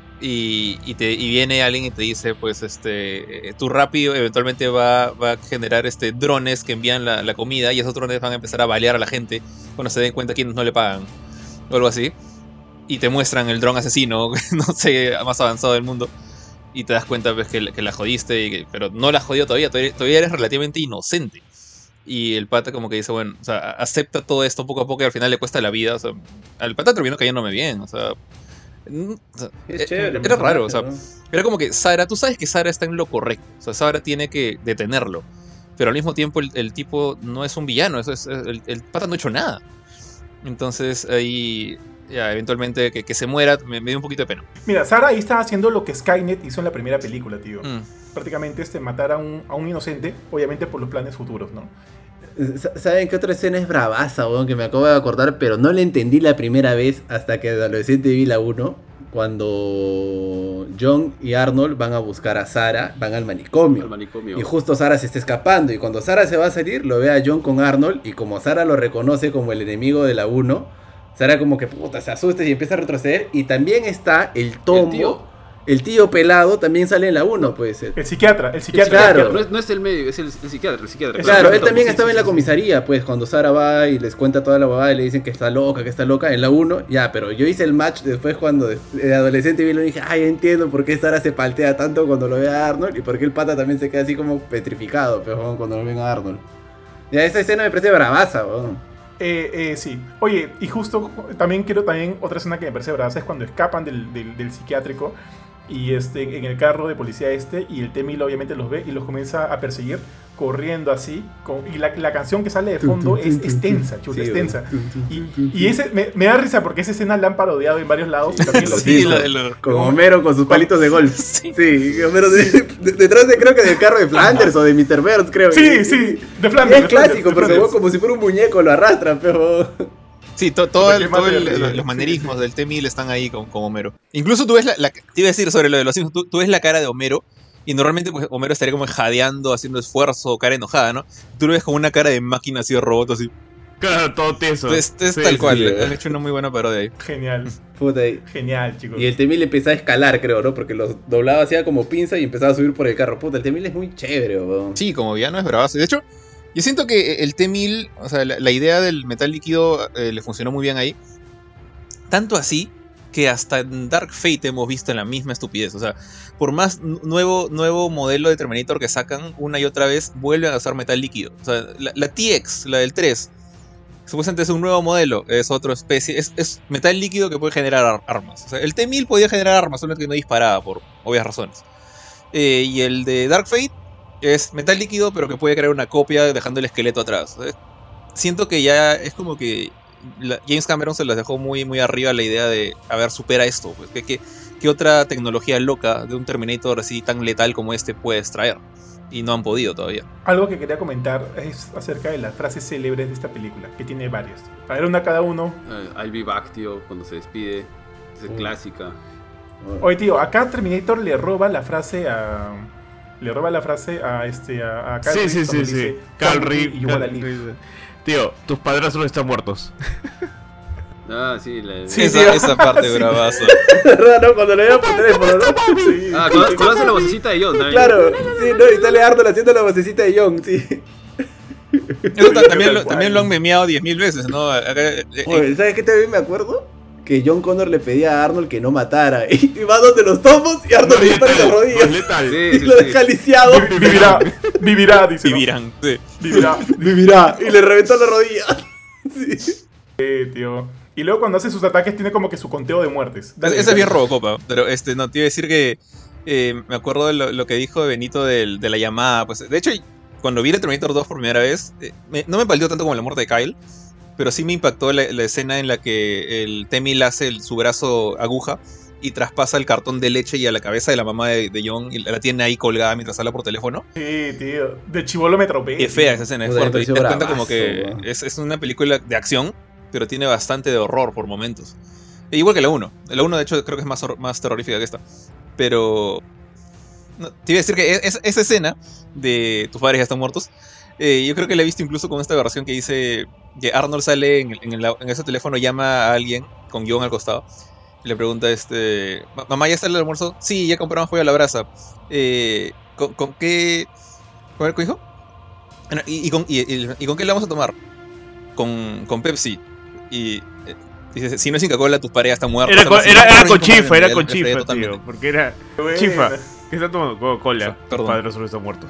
Y, y, te, y viene alguien y te dice, pues, este, eh, tu Rappi eventualmente va, va a generar este, drones que envían la, la comida y esos drones van a empezar a balear a la gente cuando se den cuenta quienes no le pagan. O algo así. Y te muestran el dron asesino, no sé, más avanzado del mundo. Y te das cuenta pues, que, la- que la jodiste, y que- pero no la has jodido todavía, todavía, todavía eres relativamente inocente. Y el pata como que dice, bueno, o sea, acepta todo esto poco a poco y al final le cuesta la vida. O sea, al pata terminó cayéndome bien, o sea... mm, o sea, Es eh, chévere. el era raro, o sea, personaje, ¿no? era como que Sara, tú sabes que Sara está en lo correcto, o sea, Sara tiene que detenerlo. Pero al mismo tiempo el, el tipo no es un villano, eso es, el, el pata no ha hecho nada. Entonces ahí, ya, eventualmente que, que se muera, me, me dio un poquito de pena. Mira, Sara ahí está haciendo lo que Skynet hizo en la primera película, tío. Mm. Prácticamente este, matar a un, a un inocente, obviamente por los planes futuros, ¿no? Sa- ¿Saben qué otra escena es bravaza, weón? Que me acabo de acordar, pero no la entendí la primera vez hasta que de adolescente vi la uno. Cuando John y Arnold van a buscar a Sara, van al manicomio. Al manicomio. Y justo Sara se está escapando. Y cuando Sara se va a salir, lo ve a John con Arnold. Y como Sara lo reconoce como el enemigo de la uno, Sara como que puta se asusta y empieza a retroceder. Y también está el Tombo. El tío. El tío pelado también sale en la uno, pues. El psiquiatra, el psiquiatra. Claro. el psiquiatra. No es, no es el médico, es el, el psiquiatra, el psiquiatra. Claro, él sí, también sí, estaba sí, en la sí. comisaría, pues, cuando Sara va y les cuenta toda la babada y le dicen que está loca, que está loca, en la uno, ya, pero yo hice el match después cuando de, de adolescente vi lo y dije, ay, entiendo por qué Sara se paltea tanto cuando lo ve a Arnold y por qué el pata también se queda así como petrificado, pero cuando lo ven a Arnold. Ya, esa escena me parece bravaza, weón. Eh, eh, sí. Oye, y justo también quiero también otra escena que me parece bravaza es cuando escapan del, del, del psiquiátrico y este, en el carro de policía este, y el T mil obviamente los ve y los comienza a perseguir corriendo así, con, y la, la canción que sale de fondo es, es tensa, chuta, sí, es tensa. Y, y ese me, me da risa porque esa escena la han parodiado en varios lados. Y también lo sí, lo, lo, con Homero con sus palitos de golf. Sí, sí Homero de, de, detrás de creo que del carro de Flanders o de mister Burns, creo. Sí, y, sí, de Flanders. Es de clásico, porque vos como si fuera un muñeco lo arrastran, pero... Sí, to, todo el, todo el, el, los manerismos del T mil están ahí con, con Homero. Incluso tú ves la, la... Te iba a decir sobre lo de los Simpsons, tú, tú ves la cara de Homero. Y normalmente pues, Homero estaría como jadeando, haciendo esfuerzo, cara enojada, ¿no? Tú lo ves como una cara de máquina así de robot, así. Claro, todo tieso. Es, es sí, tal sí, cual, sí, han hecho una muy buena parodia ahí. Genial. Puta ahí. Genial, chicos. Y el T mil empezaba a escalar, creo, ¿no? Porque los doblaba hacía como pinza y empezaba a subir por el carro. Puta, el T mil es muy chévere, bro. Sí, como villano es bravazo. De hecho, yo siento que el T mil, o sea, la, la idea del metal líquido eh, le funcionó muy bien ahí. Tanto así que hasta en Dark Fate hemos visto la misma estupidez. O sea, por más nuevo, nuevo modelo de Terminator que sacan, una y otra vez vuelven a usar metal líquido. O sea, la, la T X, la del tres, supuestamente es un nuevo modelo, es otra especie, es, es metal líquido que puede generar ar armas. O sea, el T mil podía generar armas, solo que no disparaba por obvias razones. Eh, y el de Dark Fate es metal líquido, pero que puede crear una copia dejando el esqueleto atrás. O sea, siento que ya es como que la, James Cameron se las dejó muy, muy arriba la idea de, a ver, supera esto. Pues, ¿qué, qué, qué otra tecnología loca de un Terminator así tan letal como este puedes traer? Y no han podido todavía. Algo que quería comentar es acerca de las frases célebres de esta película, que tiene varias. A ver, una cada uno. Uh, I'll be back, tío, cuando se despide. Es uh. clásica. Oye, tío, acá Terminator le roba la frase a... Le roba la frase a este a, a Carl Sí, Reed, sí, sí, sí. Carl Reed. Tío, tus padrastros están muertos. Ah, sí, la... sí esa, esa parte sí. Bravazo. No, cuando le llaman por teléfono, ¿no? Sí. Ah, cuando, cuando hace la vocecita de John, ¿no? Claro, sí, no, y sale Arnold haciendo la vocecita de John, sí. Eso también, lo, también lo han memeado diez mil veces, ¿no? Oye, ¿sabes qué también me acuerdo? Que John Connor le pedía a Arnold que no matara. Y va donde los tomos y Arnold le dispara en las rodillas. Letal. Sí, y sí, lo deja sí. lisiado. Vivirá, vivirá, dice. Vivirán, ¿no? Sí. Vivirá, vivirá. Y le reventó la rodilla. Sí. Sí, tío. Y luego cuando hace sus ataques tiene como que su conteo de muertes. Dale, ese es bien Robocopa. Pero este, no, te iba a decir que eh, me acuerdo de lo, lo que dijo Benito del, de la llamada. Pues, de hecho, cuando vi el Terminator dos por primera vez, eh, me, no me paldió tanto como la muerte de Kyle. Pero sí me impactó la, la escena en la que el T mil hace el, su brazo aguja y traspasa el cartón de leche y a la cabeza de la mamá de, de John y la tiene ahí colgada mientras habla por teléfono. Sí, tío. De chibolo me atropella. Es fea esa escena, es fuerte. Y te das cuenta como que es, es una película de acción, pero tiene bastante de horror por momentos. E igual que la uno. La uno de hecho creo que es más, más terrorífica que esta. Pero... No, te iba a decir que es, esa escena de tus padres ya están muertos, eh, yo creo que la he visto incluso con esta versión que dice que Arnold sale en, en, el, en ese teléfono, llama a alguien con John al costado y le pregunta, este, mamá, ¿ya está el almuerzo? Sí, ya compramos pollo a la brasa. Eh, ¿con, ¿Con qué? ¿Con qué hijo? ¿Y, y, con, y, y, ¿Y con qué le vamos a tomar? Con, con Pepsi. Y eh, dice, si no es Inca-Cola, tus parejas están muertas. Era, con, era, era con chifa, era con chifa, tío. Porque era chifa. ¿Qué está tomando? Coca-Cola. Tus padres solo están muertos.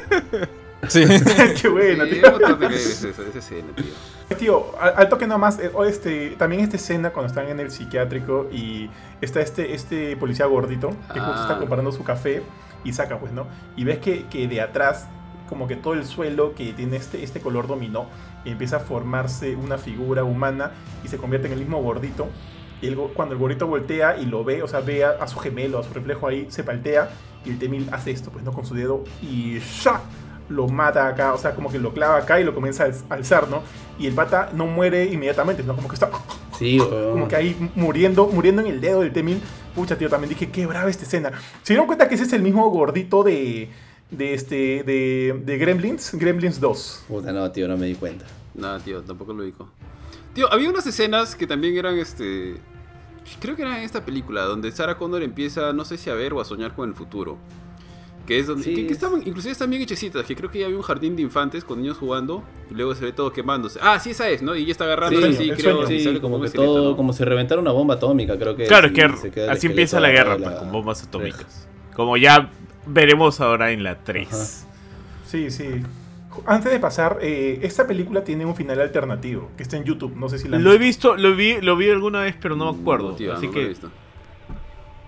Sí. Qué bueno, tío. Esa escena, tío. Tío, al toque nomás, este, también esta escena cuando están en el psiquiátrico y está este, este policía gordito que ah. justo está comprando su café y saca, pues, ¿no? Y ves que, que de atrás, como que todo el suelo que tiene este, este color dominó y empieza a formarse una figura humana y se convierte en el mismo gordito. Y el, cuando el gordito voltea y lo ve, o sea, ve a, a su gemelo, a su reflejo ahí, se paltea y el T mil hace esto, pues, ¿no? Con su dedo y ¡sha! Lo mata acá, o sea, como que lo clava acá y lo comienza a alzar, ¿no? Y el pata no muere inmediatamente, ¿no? Como que está... Sí, oh. Como que ahí muriendo, muriendo en el dedo del T mil. Pucha, tío, también dije, qué brava esta escena. ¿Se dieron cuenta que ese es el mismo gordito de... De este... De, de Gremlins? Gremlins dos. Puta, no, tío, no me di cuenta. No, tío, tampoco lo ubico. Tío, había unas escenas que también eran, este... Creo que eran en esta película, donde Sarah Connor empieza, no sé si a ver o a soñar con el futuro. Que es donde, sí. que, que estaban, inclusive están bien hechecitas, que creo que ya había un jardín de infantes con niños jugando y luego se ve todo quemándose. Ah, sí, esa es, ¿no? Y ella está agarrando sí, así, creo, sí, y sale como, como que esqueleto, todo, ¿no? como si reventara una bomba atómica, creo que. Claro, sí, es que así empieza la guerra, la... con bombas atómicas. Como ya veremos ahora en la tres. Ajá. Sí, sí. Antes de pasar, eh, esta película tiene un final alternativo que está en YouTube. No sé si la han Lo he visto, lo vi, lo vi alguna vez, pero no me acuerdo. No, tío, así no que. Lo he visto.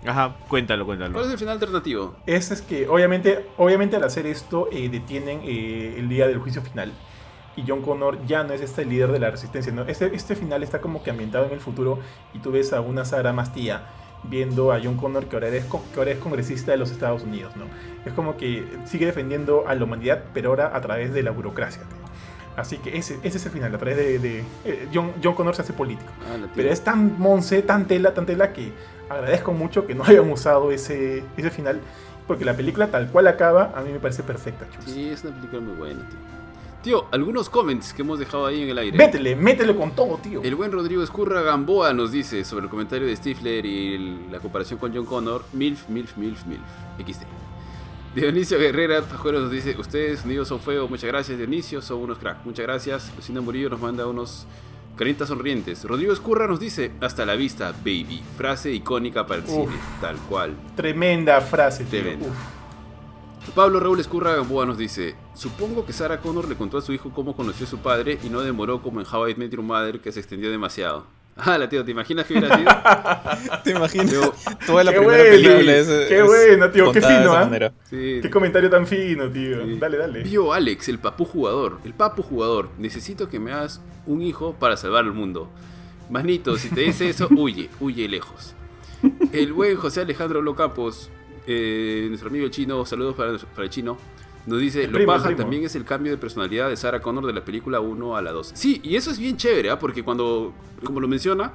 Ajá, cuéntalo, cuéntalo. ¿Cuál es el final alternativo? Es, es que obviamente, obviamente al hacer esto eh, detienen eh, el día del juicio final. Y John Connor ya no es este líder de la resistencia, ¿no? Este, este final está como que ambientado en el futuro y tú ves a una Sarah más tía viendo a John Connor que ahora, es, que ahora es congresista de los Estados Unidos, ¿no? Es como que sigue defendiendo a la humanidad, pero ahora a través de la burocracia, tío. Así que ese, ese es el final, a través de... de eh, John, John Connor se hace político. Ah, la Pero tía. es tan monce, tan tela, tan tela que agradezco mucho que no hayan usado ese, ese final. Porque la película tal cual acaba, a mí me parece perfecta, chus. Sí, es una película muy buena, tío. Tío, algunos comments que hemos dejado ahí en el aire. Métele, métele con todo, tío. El buen Rodrigo Escurra Gamboa nos dice sobre el comentario de Stifler y el- la comparación con John Connor. Milf, milf, milf, milf. X D. Dionisio Guerrera Pajuelos nos dice: ustedes unidos son fuego. Muchas gracias, Dionisio, son unos crack. Muchas gracias. Lucinda Murillo nos manda unos caritas sonrientes. Rodrigo Escurra nos dice: hasta la vista, baby. Frase icónica para el Uf. cine. Tal cual. Tremenda frase, tío. Tremenda. Uf. Pablo Raúl Escurra Gamboa nos dice: supongo que Sarah Connor le contó a su hijo cómo conoció a su padre y no demoró como en How I Met Your Mother, que se extendió demasiado. Ah, la tío, ¿te imaginas que hubiera sido? ¿Te imaginas? Yo- Toda la Qué primera bueno, película es, qué es bueno, tío, qué contada de fino, esa ¿ah? manera. Sí. Qué comentario tan fino, tío. Sí. Dale, dale. Vio Alex, el papu jugador. El papu jugador. Necesito que me hagas un hijo para salvar el mundo. Manito, si te dice eso, huye, huye lejos. El buen José Alejandro Locampos, eh, nuestro amigo el chino, saludos para, para el chino, nos dice: El lo primo, el paja primo. también es el cambio de personalidad de Sarah Connor de la película uno a la dos. Sí, y eso es bien chévere, ¿ah? Porque cuando, como lo menciona,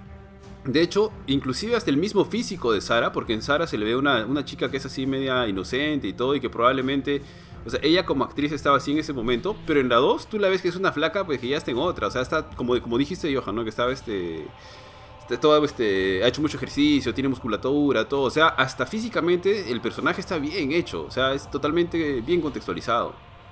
de hecho, inclusive hasta el mismo físico de Sarah, porque en Sarah se le ve una, una chica que es así media inocente y todo, y que probablemente, o sea, ella como actriz estaba así en ese momento, pero en la dos tú la ves que es una flaca, pues que ya está en otra, o sea, está, como, como dijiste, Johan, ¿no? Que estaba este... está todo, este, ha hecho mucho ejercicio, tiene musculatura, todo, o sea, hasta físicamente el personaje está bien hecho, o sea, es totalmente bien contextualizado.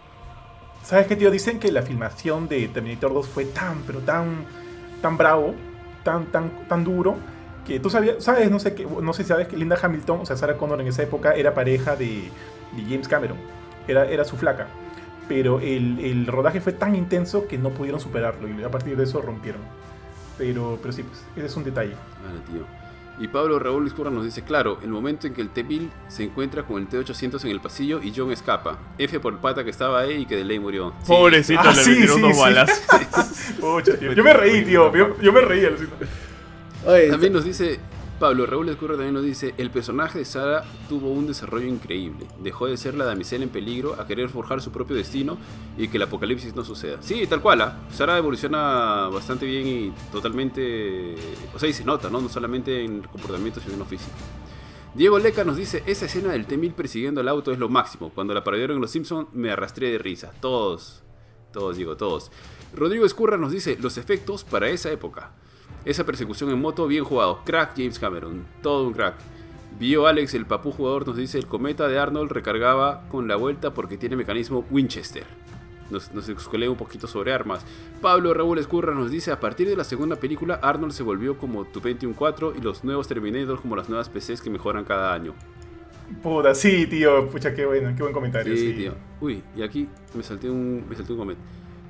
¿Sabes qué, tío? Dicen que la filmación de Terminator dos fue tan, pero tan, tan bravo, tan, tan, tan duro, que tú sabías, sabes, no sé, qué, no sé si sabes que Linda Hamilton, o sea, Sarah Connor en esa época era pareja de, de James Cameron, era, era su flaca, pero el, el rodaje fue tan intenso que no pudieron superarlo y a partir de eso rompieron. Pero, pero sí, pues, ese es un detalle. Vale, tío. Y Pablo Raúl Escurra nos dice: claro, el momento en que el T-mil se encuentra con el T ochocientos en el pasillo y John escapa. F por el pata que estaba ahí y que de ley murió. Sí. Pobrecito, Ah, le sí, metieron sí, dos sí. balas. Pucha, tío. Yo me reí, tío. Yo, yo me reí, alucina. Oye, También nos dice, Pablo Raúl Escurra también nos dice: el personaje de Sarah tuvo un desarrollo increíble. Dejó de ser la damisela en peligro a querer forjar su propio destino y que el apocalipsis no suceda. Sí, tal cual, ¿ah? Sarah evoluciona bastante bien y totalmente... O sea, y se nota, ¿no? No solamente en el comportamiento, sino en lo físico. Diego Leca nos dice: esa escena del T-mil persiguiendo el auto es lo máximo. Cuando la parodiaron en Los Simpsons me arrastré de risa. Todos, todos digo, todos. Rodrigo Escurra nos dice: los efectos para esa época. Esa persecución en moto, bien jugado. Crack James Cameron. Todo un crack. Vio Alex, el papú jugador, nos dice: el cometa de Arnold recargaba con la vuelta porque tiene mecanismo Winchester. Nos, nos excolea un poquito sobre armas. Pablo Raúl Escurra nos dice: a partir de la segunda película, Arnold se volvió como tu Pentium cuatro y los nuevos Terminators como las nuevas P Cs que mejoran cada año. Puta, sí, tío. Pucha, qué bueno, qué buen comentario. Sí, Sí, tío. Uy, y aquí me salté un, me salté un comment.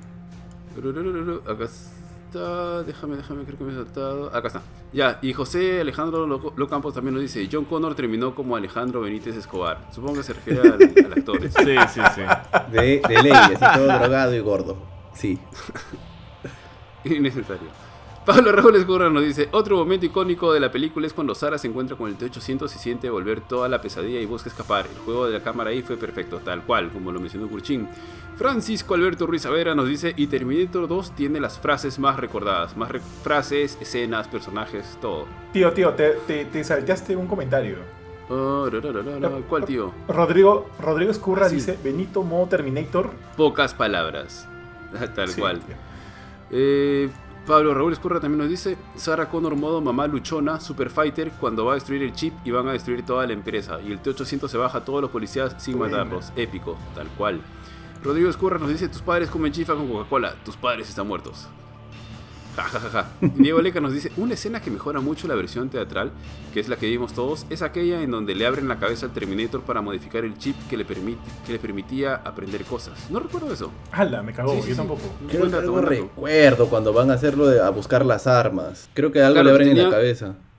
Acá está, déjame, déjame, creo que me he saltado. Acá está. Ya, y José Alejandro Lo- Locampos también nos dice: John Connor terminó como Alejandro Benítez Escobar. Supongo que se refiere al, al actor. Sí, sí, sí. de, de ley, así todo drogado y gordo. Sí. Innecesario. Pablo Raúl Escurra nos dice: otro momento icónico de la película es cuando Sarah se encuentra con el T ochocientos y siente volver toda la pesadilla y busca escapar. El juego de la cámara ahí fue perfecto, tal cual, como lo mencionó Curchín. Francisco Alberto Ruiz Avera nos dice: y Terminator dos tiene las frases más recordadas. Más re- frases, escenas, personajes, todo. Tío, tío, te, te, te salteaste un comentario. Oh, ra, ra, ra, ra, ra. ¿Cuál, tío? Rodrigo, Rodrigo Escurra Ah, sí. dice: Benito, modo Terminator. Pocas palabras. Tal Sí, cual. tío. Eh, Pablo Raúl Escurra también nos dice: Sarah Connor modo mamá luchona, super fighter, cuando va a destruir el chip y van a destruir toda la empresa. Y el T ochocientos se baja a todos los policías sin Buena. matarlos. Épico, tal cual. Rodrigo Escurra nos dice: tus padres comen chifa con Coca-Cola, tus padres están muertos. Ja, ja, ja, ja. Diego Leca nos dice: una escena que mejora mucho la versión teatral, que es la que vimos todos, es aquella en donde le abren la cabeza al Terminator para modificar el chip que le, permite, que le permitía aprender cosas. No recuerdo eso. Ala, me cagó, Sí, sí, yo sí. tampoco. Creo Buen que dato, algo buen dato. recuerdo cuando van a hacerlo de, a buscar las armas. Creo que algo Claro, le abren tenía- en la cabeza.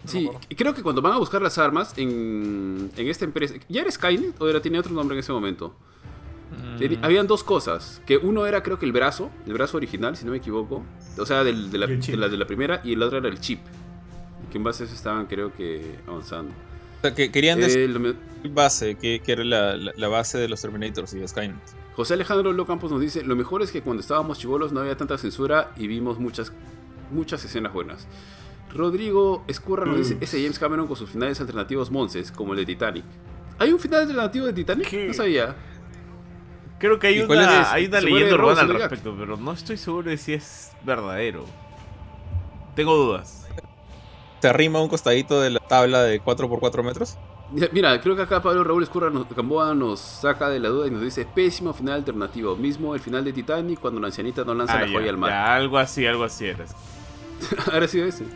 Sí, me acuerdo. creo que cuando van a buscar las armas en, en esta empresa... ¿Ya era Skynet o era, tenía otro nombre en ese momento? Teni- Mm, Habían dos cosas. Que uno era creo que el brazo, el brazo original, si no me equivoco. O sea, del- de, la, Y el chip. de la de la primera, y el otro era el chip. Que en base a eso estaban creo que avanzando. o sea, que querían decir Eh, lo me- base, que, que era la, la- la base de los Terminators y de Skynet. José Alejandro Locampos nos dice: lo mejor es que cuando estábamos chibolos no había tanta censura y vimos muchas, muchas escenas buenas. Rodrigo Escurra nos dice: ese James Cameron con sus finales alternativos monces, como el de Titanic. ¿Hay un final alternativo de Titanic? ¿Qué? No sabía. Creo que hay ¿Y cuál una, es? hay una ¿Se muere leyenda urbana al Robson Jack? respecto, pero no estoy seguro de si es verdadero. Tengo dudas. ¿Se arrima un costadito de la tabla de cuatro por cuatro metros? Ya, mira, creo que acá Pablo Raúl Escurra nos, Gamboa nos saca de la duda y nos dice: pésimo final alternativo. Mismo el final de Titanic cuando la ancianita no lanza Ah, la ya, joya al mar. ya, algo así, algo así era. Ahora sí ese.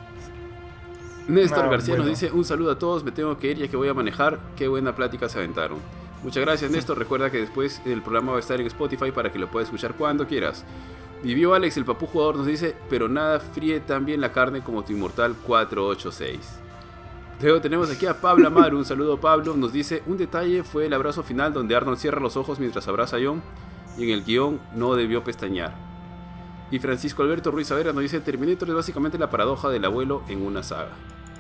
Néstor Ah, García bueno. nos dice: un saludo a todos, me tengo que ir ya que voy a manejar. Qué buena plática se aventaron. Muchas gracias, Néstor. Recuerda que después el programa va a estar en Spotify para que lo puedas escuchar cuando quieras. Vivió Alex, el papú jugador, nos dice: pero nada fríe tan bien la carne como tu inmortal cuatro ocho seis. Luego tenemos aquí a Pablo Amaru. Un saludo, Pablo. Nos dice: un detalle fue el abrazo final donde Arnold cierra los ojos mientras abraza a John y en el guión no debió pestañear. Y Francisco Alberto Ruiz Avera nos dice: Terminator es básicamente la paradoja del abuelo en una saga.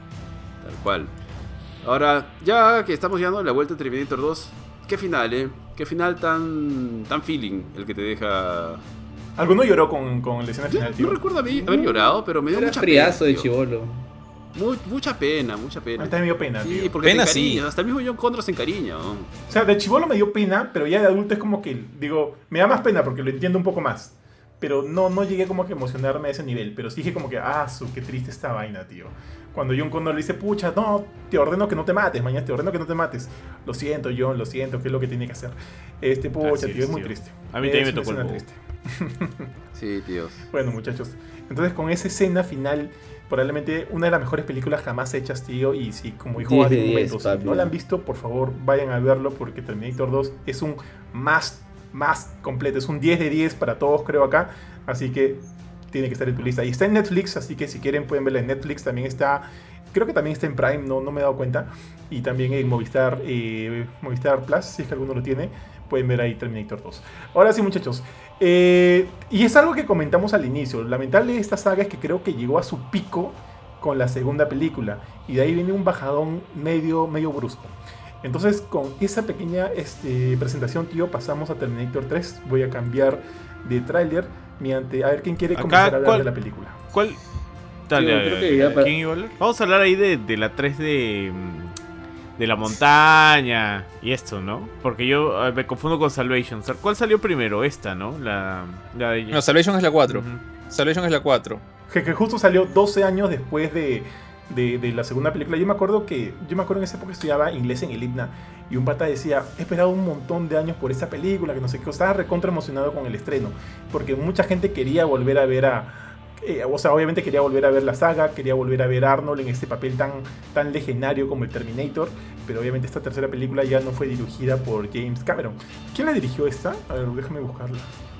Tal cual. Ahora, ya que estamos llegando a la vuelta de Terminator dos, qué final, eh. Qué final tan tan feeling el que te deja. ¿Alguno lloró con, con la escena Yo final, tío? no recuerdo haber, haber llorado, pero me dio Era mucha friazo de pena. tío. chivolo. Mu- mucha pena, mucha A pena. mí también me dio pena, Sí, tío. porque Pena, te sí. encariñas. Hasta el mismo John Connor se encariña. ¿no? O sea, de chibolo me dio pena, pero ya de adulto es como que, digo, me da más pena porque lo entiendo un poco más. Pero no, no llegué como que a emocionarme a ese nivel. Pero sí dije como que, ah, su, qué triste esta vaina, tío. Cuando John Connor le dice, pucha, no, te ordeno que no te mates, mañana te ordeno que no te mates. Lo siento, John, lo siento, ¿qué es lo que tiene que hacer? Este, pucha, Así tío, es, es muy tío. triste. A mí también Es me una tocó el escena bobo. triste. Sí, tíos. Bueno, muchachos, entonces con esa escena final, probablemente una de las mejores películas jamás hechas, tío. Y si, como dijo diez Adi de en un diez, momento, si papi. no la han visto, por favor, vayan a verlo porque Terminator dos es un más, más completo. Es un diez de diez para todos, creo, acá. Así que tiene que estar en tu lista. Y está en Netflix, así que si quieren pueden verla en Netflix. También está, creo que también está en Prime, no, no me he dado cuenta. Y también en Movistar, eh, Movistar Plus, si es que alguno lo tiene, pueden ver ahí Terminator dos. Ahora sí, muchachos. Eh, y es algo que comentamos al inicio. Lamentable de esta saga es que creo que llegó a su pico con la segunda película. Y de ahí viene un bajadón medio, medio brusco. Entonces, con esa pequeña este, presentación, tío, pasamos a Terminator tres. Voy a cambiar de tráiler mediante... A ver, ¿quién quiere Acá, comenzar a hablar ¿cuál? de la película? ¿Cuál? Dale, Yo dale, creo dale. que ya para- ¿Quién iba a hablar? Vamos a hablar ahí de, de la tres de, mm, de la montaña y esto, ¿no? Porque yo eh, me confundo con Salvation. ¿Cuál salió primero? Esta, ¿no? La, la de... No, Salvation es la cuatro. Ujú. Salvation es la cuatro. Que, que justo salió doce años después de, de, de la segunda película. Yo me acuerdo que yo me acuerdo en esa época estudiaba inglés en el I P N A y un pata decía, he esperado un montón de años por esa película, que no sé qué, estaba recontra emocionado con el estreno, porque mucha gente quería volver a ver a... eh, o sea, obviamente quería volver a ver la saga, quería volver a ver a Arnold en este papel tan, tan legendario como el Terminator, pero obviamente esta tercera película ya no fue dirigida por James Cameron. ¿Quién la dirigió esta? A ver, déjame buscarla.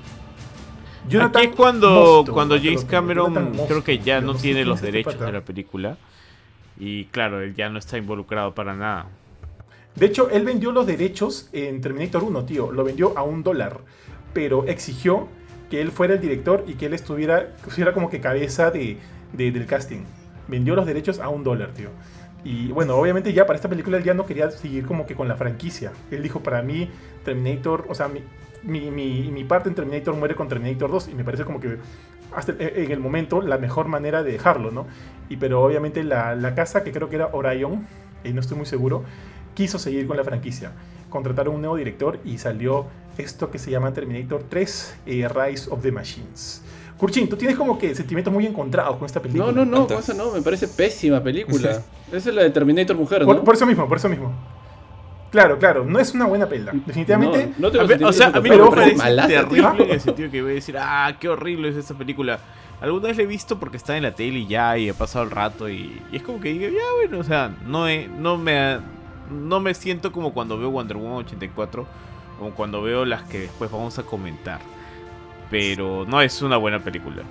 Aquí es cuando, Mostow, cuando creo James que- Cameron Jonathan creo que ya Mostow, no sé tiene quién los es este derechos pata. de la película. Y claro, él ya no está involucrado para nada. De hecho, él vendió los derechos en Terminator uno, tío. Lo vendió a un dólar. Pero exigió que él fuera el director y que él estuviera, estuviera como que cabeza de, de- del casting. Vendió los derechos a un dólar, tío. Y bueno, obviamente ya para esta película él ya no quería seguir como que con la franquicia. Él dijo, para mí, Terminator, o sea, mi, mi, mi, mi parte en Terminator muere con Terminator dos. Y me parece como que hasta en el momento la mejor manera de dejarlo, ¿no? Y pero obviamente la, la casa, que creo que era Orion, y no estoy muy seguro, quiso seguir con la franquicia. Contrataron un nuevo director y salió esto que se llama Terminator tres, eh, Rise of the Machines. Kurchin, tú tienes como que sentimientos muy encontrados con esta película. No, no, no, ¿Cuántas? cosa no, me parece pésima película. Esa es la de Terminator Mujer, ¿no? Por, por eso mismo, por eso mismo. Claro, claro, no es una buena pela. Definitivamente. No, no A tengo ver, o sea, a mí no pero me fue parece malaza, tío. terrible en el sentido que voy a decir, ah, qué horrible es esta película. Alguna vez la he visto porque está en la tele y ya, y he pasado el rato y, y es como que digo, ya bueno, o sea, no, he, no, me, no me siento como cuando veo Wonder Woman ochenta y cuatro, como cuando veo las que después vamos a comentar. Pero no es una buena película.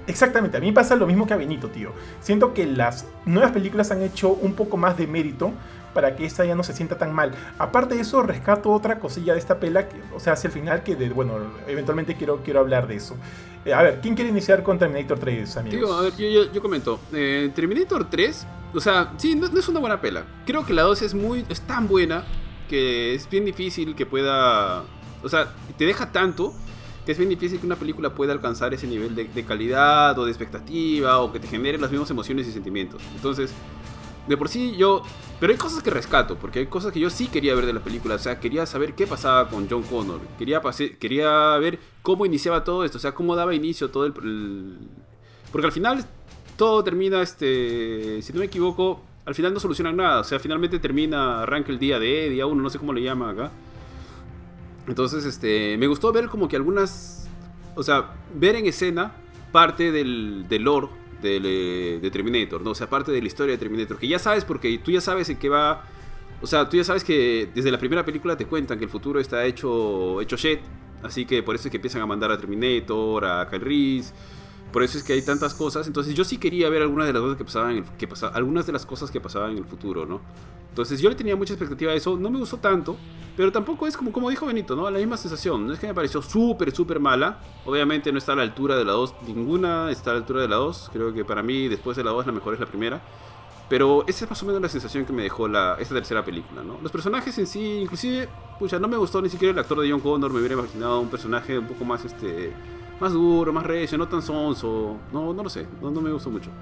Exactamente, a mí me pasa lo mismo que a Benito, tío. Siento que las nuevas películas han hecho un poco más de mérito para que esta ya no se sienta tan mal. Aparte de eso, rescato otra cosilla de esta pela, que, o sea, hacia el final, que de, bueno, eventualmente quiero, quiero hablar de eso. Eh, a ver, ¿quién quiere iniciar con Terminator tres, amigos? Digo, a ver, yo, yo, yo comento. Eh, Terminator tres, o sea, sí, no, no es una buena pela. Creo que la dos es muy, es tan buena que es bien difícil que pueda, o sea, te deja tanto que es bien difícil que una película pueda alcanzar ese nivel de, de calidad o de expectativa o que te genere las mismas emociones y sentimientos. Entonces, de por sí yo... Pero hay cosas que rescato, porque hay cosas que yo sí quería ver de la película. O sea, quería saber qué pasaba con John Connor. Quería, pase, quería ver cómo iniciaba todo esto, o sea, cómo daba inicio todo el... el... Porque al final todo termina, este si no me equivoco, al final no solucionan nada. O sea, finalmente termina, arranca el día de día uno, no sé cómo le llaman acá. Entonces, este, me gustó ver como que algunas, o sea, ver en escena parte del, del lore de, de Terminator, ¿no? O sea, parte de la historia de Terminator, que ya sabes, porque tú ya sabes en qué va, o sea, tú ya sabes que desde la primera película te cuentan que el futuro está hecho, hecho shit, así que por eso es que empiezan a mandar a Terminator, a Kyle Reese, por eso es que hay tantas cosas. Entonces yo sí quería ver algunas de las cosas que pasaban, en el, que pasaba, algunas de las cosas que pasaban en el futuro, ¿no? Entonces yo le tenía mucha expectativa a eso, no me gustó tanto, pero tampoco es como, como dijo Benito, ¿no? La misma sensación, no es que me pareció súper, súper mala, obviamente no está a la altura de la dos, ninguna está a la altura de la dos, creo que para mí después de la dos la mejor es la primera, pero esa es más o menos la sensación que me dejó la, esta tercera película, ¿no? Los personajes en sí, inclusive, pucha, no me gustó ni siquiera el actor de John Connor, me hubiera imaginado un personaje un poco más, este, más duro, más recio, no tan sonso, no, no lo sé, no, no me gustó mucho.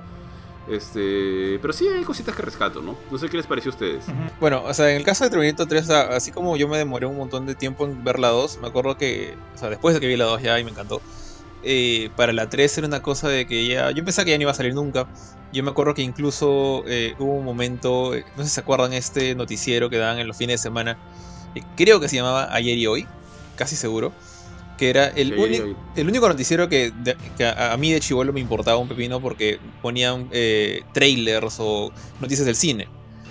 Este, pero sí hay cositas que rescato, ¿no? No sé qué les pareció a ustedes. Bueno, o sea, en el caso de Terminator tres, así como yo me demoré un montón de tiempo en ver la dos, me acuerdo que, o sea, después de que vi la dos ya y me encantó, eh, para la tres era una cosa de que ya, yo pensaba que ya no iba a salir nunca. Yo me acuerdo que incluso eh, hubo un momento, eh, no sé si se acuerdan, este noticiero que daban en los fines de semana, eh, creo que se llamaba Ayer y Hoy, casi seguro, que era el, uni- el único noticiero que, de, que a, a mí de chibolo me importaba un pepino, porque ponían eh, trailers o noticias del cine.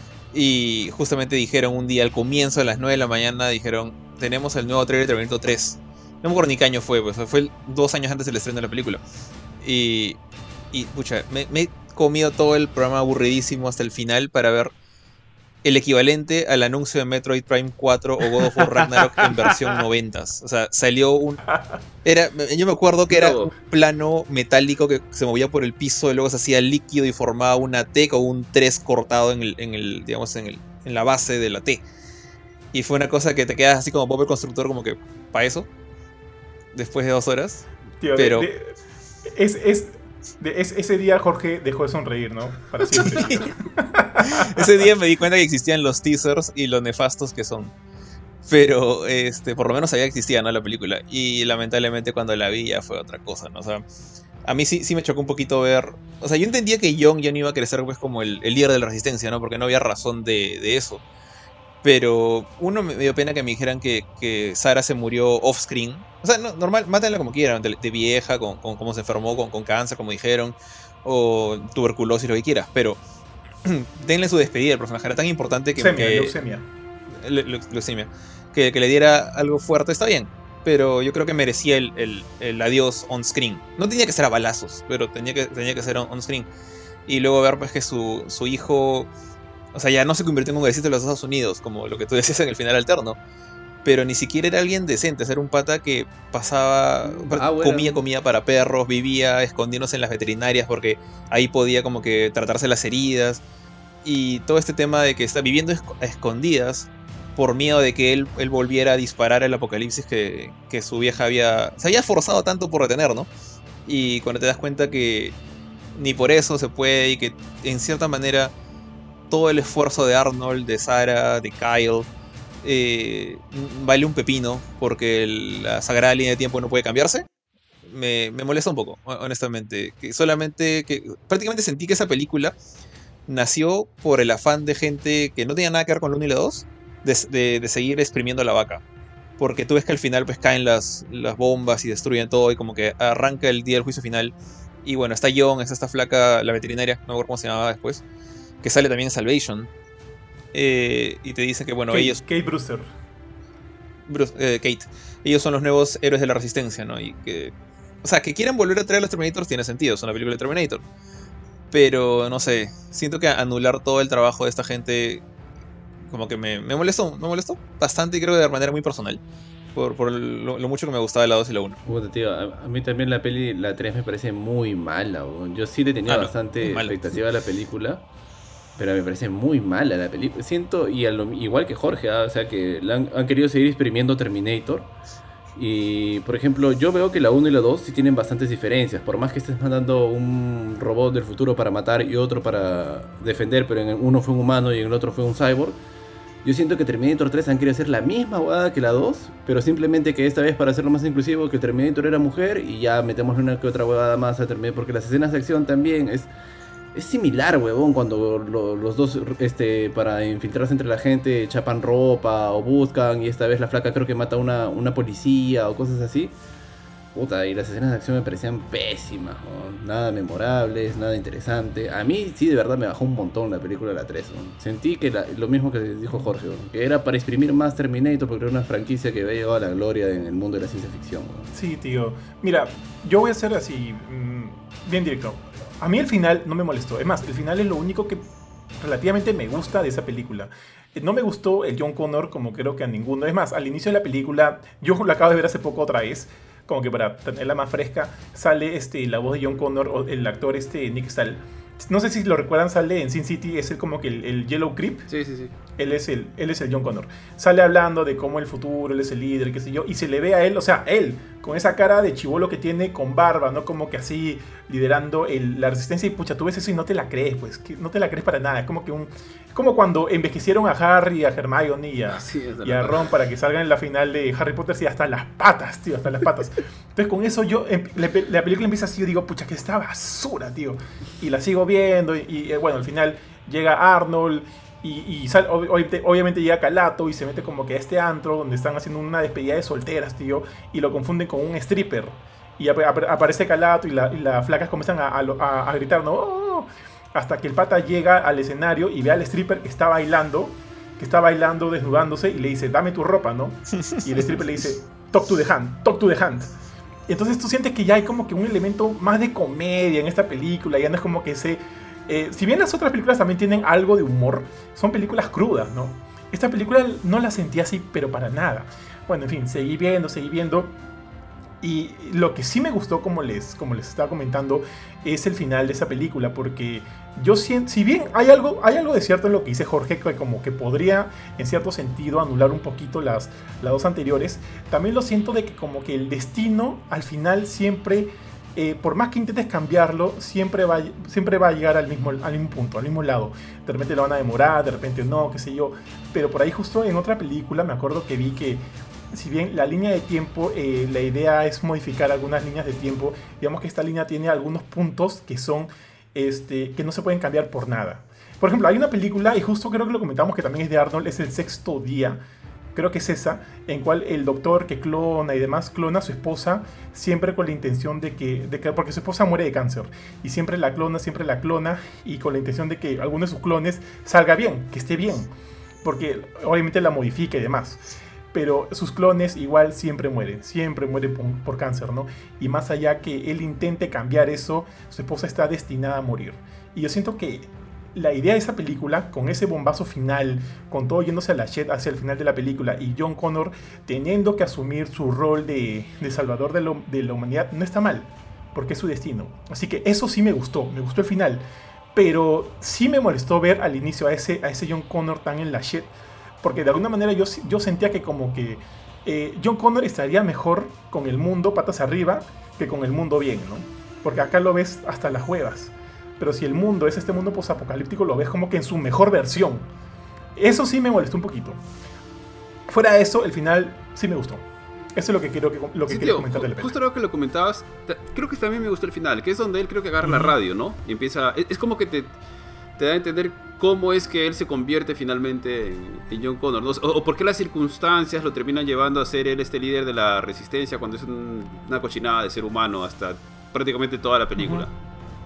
Y justamente dijeron un día al comienzo, a las nueve de la mañana, dijeron, tenemos el nuevo trailer de Terminator tres. No me acuerdo ni qué año fue, pues fue el, dos años antes del estreno de la película. Y, y pucha, me, me he comido todo el programa aburridísimo hasta el final para ver el equivalente al anuncio de Metroid Prime cuatro o God of War Ragnarok en versión noventas. O sea, salió un... Era, yo me acuerdo que era un plano metálico que se movía por el piso y luego se hacía líquido y formaba una T con un tres cortado en el, en el digamos, en, el, en la base de la T. Y fue una cosa que te quedas así como Bob el Constructor, como que, ¿para eso? Después de dos horas. Tío, pero... De, de, es... es... De es, ese día Jorge dejó de sonreír, ¿no? Para siempre. Sí. Ese día me di cuenta que existían los teasers y lo nefastos que son. Pero este, por lo menos sabía que existía, ¿no? La película. Y lamentablemente cuando la vi ya fue otra cosa, ¿no? O sea, a mí sí, sí me chocó un poquito ver... O sea, yo entendía que John ya no iba a crecer pues como el, el líder de la resistencia, ¿no? Porque no había razón de, de eso. Pero uno me dio pena que me dijeran que, que Sarah se murió off-screen. O sea, no, normal, mátenla como quieran, de, de vieja, con, con cómo se enfermó, con, con cáncer, como dijeron, o tuberculosis, lo que quieras. Pero denle su despedida al personaje, era tan importante que... Leucemia, que, leucemia. Le, le, leucemia. Que, que le diera algo fuerte, está bien. Pero yo creo que merecía el, el, el adiós on-screen. No tenía que ser a balazos, pero tenía que, tenía que ser on-screen. Y luego ver pues que su, su hijo... O sea, ya no se convirtió en un congresista de los Estados Unidos, como lo que tú decías en el final alterno. Pero ni siquiera era alguien decente, era un pata que pasaba, ah, bueno. comía comida para perros, vivía escondiéndose en las veterinarias porque ahí podía como que tratarse las heridas. Y todo este tema de que está viviendo a escondidas por miedo de que él, él volviera a disparar el apocalipsis que, que su vieja había... Se había forzado tanto por retener, ¿no? Y cuando te das cuenta que ni por eso se puede y que en cierta manera... todo el esfuerzo de Arnold, de Sarah, de Kyle, eh, vale un pepino porque el, la sagrada línea de tiempo no puede cambiarse. Me, me molesta un poco, honestamente. Que solamente, que prácticamente sentí que esa película nació por el afán de gente que no tenía nada que ver con la uno y la dos, de, de, de seguir exprimiendo la vaca. Porque tú ves que al final pues caen las, las bombas y destruyen todo y como que arranca el día del juicio final. Y bueno, está John, está esta flaca, la veterinaria, no me acuerdo cómo se llamaba después, que sale también en Salvation, eh, y te dicen que bueno, Kate, ellos... Kate Brewster. Bruce, eh, Kate. Ellos son los nuevos héroes de la resistencia, ¿no? Y que O sea, que quieran volver a traer a los Terminators tiene sentido, es una película de Terminator. Pero, no sé, siento que anular todo el trabajo de esta gente como que me, me molestó, me molestó bastante y creo que de manera muy personal. Por, por lo, lo mucho que me gustaba la dos y la uno. Puta, tío, a, a mí también la peli, la tres me parece muy mala, weón. Yo sí le tenía Ah, no, bastante muy mala. expectativa a la película, pero me parece muy mala la película. Siento, y a lo- igual que Jorge, ¿ah? O sea, que la han, han querido seguir exprimiendo Terminator. Y, por ejemplo, yo veo que la uno y la dos sí tienen bastantes diferencias. Por más que estés mandando un robot del futuro para matar y otro para defender, pero en el uno fue un humano y en el otro fue un cyborg. Yo siento que Terminator tres han querido hacer la misma huevada que la dos, pero simplemente que esta vez para hacerlo más inclusivo, que Terminator era mujer y ya metemosle una que otra huevada más a Terminator, porque las escenas de acción también es, es similar, huevón, cuando lo- los dos, este, para infiltrarse entre la gente, chapan ropa o buscan, y esta vez la flaca creo que mata a una, una policía o cosas así. Puta, y las escenas de acción me parecían pésimas, ¿no? Nada memorables, nada interesante. A mí sí, de verdad me bajó un montón la película de la tres, ¿no? Sentí que la- lo mismo que dijo Jorge, ¿no? Que era para exprimir más Terminator porque era una franquicia que había llegado a la gloria en el mundo de la ciencia ficción, ¿no? Sí, tío. Mira, yo voy a ser así, mm, bien directo. A mí el final no me molestó. Es más, el final es lo único que relativamente me gusta de esa película. Eh, No me gustó el John Connor como creo que a ninguno. Es más, al inicio de la película, yo lo acabo de ver hace poco otra vez, como que para tenerla más fresca, sale este, la voz de John Connor, o el actor este, Nick Stahl. No sé si lo recuerdan, sale en Sin City, es el, como que el, el Yellow Creep. Sí, sí, sí. Él es, el, él es el John Connor. Sale hablando de cómo el futuro, él es el líder, qué sé yo. Y se le ve a él, o sea, él, con esa cara de chibolo que tiene con barba, ¿no? Como que así liderando el- la resistencia. Y pucha, tú ves eso y no te la crees, pues. Que no te la crees para nada. Es como que un. Es como cuando envejecieron a Harry, a Hermione y a, Sí, es y a verdad. Ron para que salgan en la final de Harry Potter. Sí, hasta las patas, tío, hasta las patas. Entonces con eso yo. em- La, pe- la película empieza así, yo digo, pucha, que esta basura, tío. Y la sigo viendo. Y, y, eh, bueno, al final llega Arnold. Y, y sal- ob- obviamente, obviamente llega Calato y se mete como que a este antro donde están haciendo una despedida de solteras, tío, y lo confunden con un stripper. Y ap- ap- aparece Calato y, la- y las flacas comienzan a, a lo- a- a gritar, ¿no? ¡Oh! Hasta que el pata llega al escenario y ve al stripper que está bailando, que está bailando, desnudándose, y le dice, dame tu ropa, ¿no? Y el stripper le dice, talk to the hand, talk to the hand. Y entonces tú sientes que ya hay como que un elemento más de comedia en esta película, ya no es como que se... Eh, si bien las otras películas también tienen algo de humor, son películas crudas, ¿no? Esta película no la sentí así, pero para nada. Bueno, en fin, seguí viendo, seguí viendo. Y lo que sí me gustó, como les, como les estaba comentando, es el final de esa película, porque yo siento, si bien hay algo, hay algo de cierto en lo que dice Jorge, que como que podría en cierto sentido anular un poquito las, las dos anteriores, también lo siento de que como que el destino al final siempre, eh, por más que intentes cambiarlo, siempre va, siempre va a llegar al mismo, al mismo punto, al mismo lado. De repente lo van a demorar, de repente no, qué sé yo, pero por ahí justo en otra película me acuerdo que vi que si bien la línea de tiempo, eh, la idea es modificar algunas líneas de tiempo, digamos que esta línea tiene algunos puntos que son, este, que no se pueden cambiar por nada. Por ejemplo, hay una película, y justo creo que lo comentamos, que también es de Arnold, es El Sexto Día, creo que es esa, en cual el doctor que clona y demás, clona a su esposa, siempre con la intención de que, de que, porque su esposa muere de cáncer, y siempre la clona, siempre la clona, y con la intención de que alguno de sus clones salga bien, que esté bien, porque obviamente la modifica y demás. Pero sus clones igual siempre mueren, siempre mueren por, por cáncer, ¿no? Y más allá que él intente cambiar eso, su esposa está destinada a morir. Y yo siento que la idea de esa película, con ese bombazo final, con todo yéndose a la shit hacia el final de la película, y John Connor teniendo que asumir su rol de, de salvador de, lo, de la humanidad, no está mal, porque es su destino. Así que eso sí me gustó, me gustó el final. Pero sí me molestó ver al inicio a ese, a ese John Connor tan en la shit, porque de alguna manera yo, yo sentía que como que eh, John Connor estaría mejor con el mundo patas arriba que con el mundo bien, ¿no? Porque acá lo ves hasta las huevas. Pero si el mundo es este mundo posapocalíptico, lo ves como que en su mejor versión. Eso sí me molestó un poquito. Fuera de eso, el final sí me gustó. Eso es lo que quiero que, lo que Sí, quería tío, comentar de la ju- película. justo lo que lo comentabas, ta- creo que también me gustó el final, que es donde él creo que agarra la Ujú. radio, ¿no? Y empieza, es, es como que te, te da a entender cómo es que él se convierte finalmente en, en John Connor, ¿no? O, o por qué las circunstancias lo terminan llevando a ser él este líder de la resistencia cuando es un- una cochinada de ser humano hasta prácticamente toda la película. Ujú.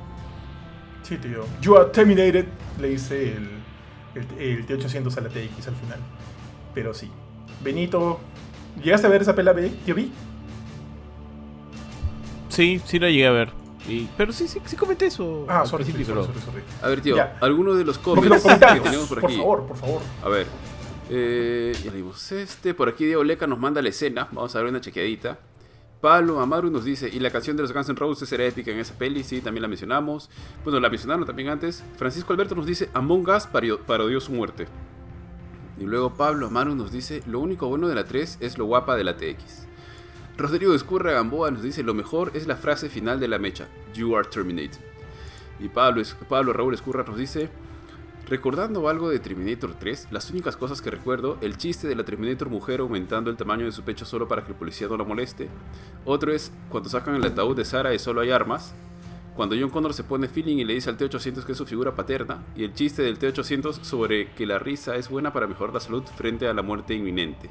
Sí, tío. You are terminated, le dice el, el, el T ochocientos a la T X al final. Pero sí. Benito, ¿llegaste a ver esa pela, B, tío B? Sí, sí la llegué a ver. Y, pero sí, sí, sí comenté eso. Ah, al sorry, sorry, principio, sorry, pero- sorry, sorry. A ver, tío, Ya. algunos de los Porque cómics los que comentarios, tenemos por por aquí. favor, por favor. A ver, eh, ya leímos este. Por aquí Diego Leca nos manda la escena. Vamos a ver una chequeadita. Pablo Amaru nos dice, y la canción de los Guns N' Roses era épica en esa peli, sí, también la mencionamos. Bueno, la mencionaron también antes. Francisco Alberto nos dice, Among Us pario- parodió su muerte. Y luego Pablo Amaru nos dice, lo único bueno de la tres es lo guapa de la T X. Rodrigo Escurra Gamboa nos dice, lo mejor es la frase final de la mecha, You are terminated. Y Pablo, Es- Pablo Raúl Escurra nos dice, recordando algo de Terminator tres, las únicas cosas que recuerdo, el chiste de la Terminator mujer aumentando el tamaño de su pecho solo para que el policía no la moleste. Otro es cuando sacan el ataúd de Sarah y solo hay armas. Cuando John Connor se pone feeling y le dice al T ochocientos que es su figura paterna. Y el chiste del T ochocientos sobre que la risa es buena para mejorar la salud frente a la muerte inminente.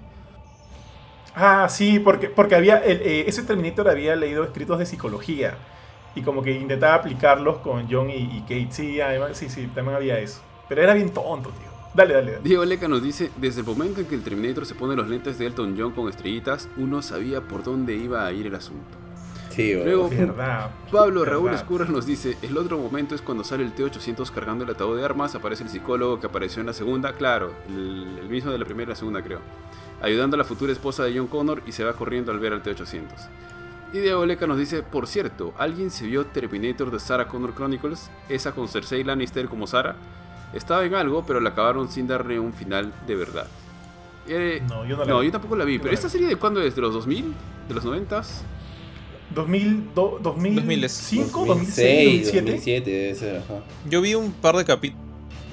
Ah, sí, porque, porque había el, eh, ese Terminator había leído escritos de psicología y como que intentaba aplicarlos con John y, y Kate. Sí, además, sí, sí, también había eso. Pero era bien tonto, tío. Dale, dale, dale. Diego Leca nos dice, desde el momento en que el Terminator se pone los lentes de Elton John con estrellitas, uno sabía por dónde iba a ir el asunto. Sí, weón. Luego, Verdad. Pablo verdad. Raúl Escurras nos dice, el otro momento es cuando sale el T ochocientos cargando el ataúd de armas, aparece el psicólogo que apareció en la segunda, claro, el, el mismo de la primera y la segunda creo, ayudando a la futura esposa de John Connor y se va corriendo al ver al T ochocientos. Y Diego Leca nos dice, por cierto, ¿alguien se vio Terminator de Sarah Connor Chronicles? Esa con Cersei Lannister como Sarah. Estaba en algo, pero la acabaron sin darle un final de verdad. Eh, No, yo no la no, vi. yo tampoco la vi, Yo no pero la esta vi. serie de cuándo es, ¿de los dos mil? ¿De los noventas? dos mil, do- dos mil cinco, dos mil seis, dos mil siete. dos mil siete debe ser, ajá. Yo vi un par de capítulos.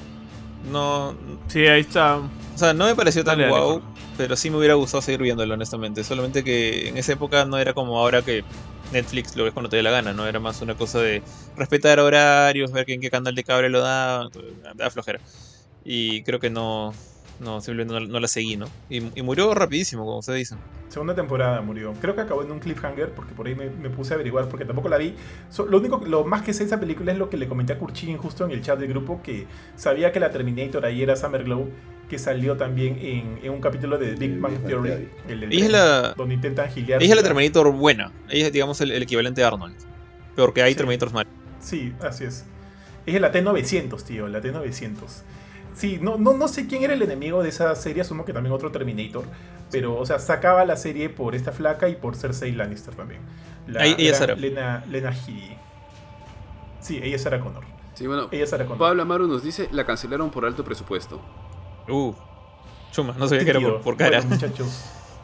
No. Sí, ahí está. O sea, no me pareció tan Dale, dale, guau, Jorge. pero sí me hubiera gustado seguir viéndolo, honestamente. Solamente que en esa época no era como ahora que Netflix lo ves cuando te dé la gana, ¿no? Era más una cosa de respetar horarios, ver que en qué canal de cable lo daban, da flojera. Y creo que no, no simplemente no, no la seguí, ¿no? Y, y murió rapidísimo, como ustedes dicen. Segunda temporada murió. Creo que acabó en un cliffhanger porque por ahí me, me puse a averiguar porque tampoco la vi. So- lo único, lo más que sé de esa película es lo que le comenté a Kurchin justo en el chat del grupo, que sabía que la Terminator ahí era Summer Glow, que salió también en, en un capítulo de Big El Bang Big Bang Theory, Theory. el del Ella es tren, la- donde intentan giliar. Ella es la Terminator buena. Ella es, digamos, el, el equivalente a Arnold. Porque hay Sí. Terminators malos. Sí, así es. Es la T novecientos, tío, la T novecientos. Sí, no, no, no sé quién era el enemigo de esa serie, asumo que también otro Terminator. Pero, o sea, sacaba la serie por esta flaca y por Cersei Lannister también. La, Ahí- ella era Sarah. Lena, Lena Headey. Sí, ella es Sarah Connor. Sí, bueno, Ella es Sarah Connor. Pablo Amaru nos dice, la cancelaron por alto presupuesto. Uh, chuma, no sabía que era por, Tío, por cara. bueno, muchachos.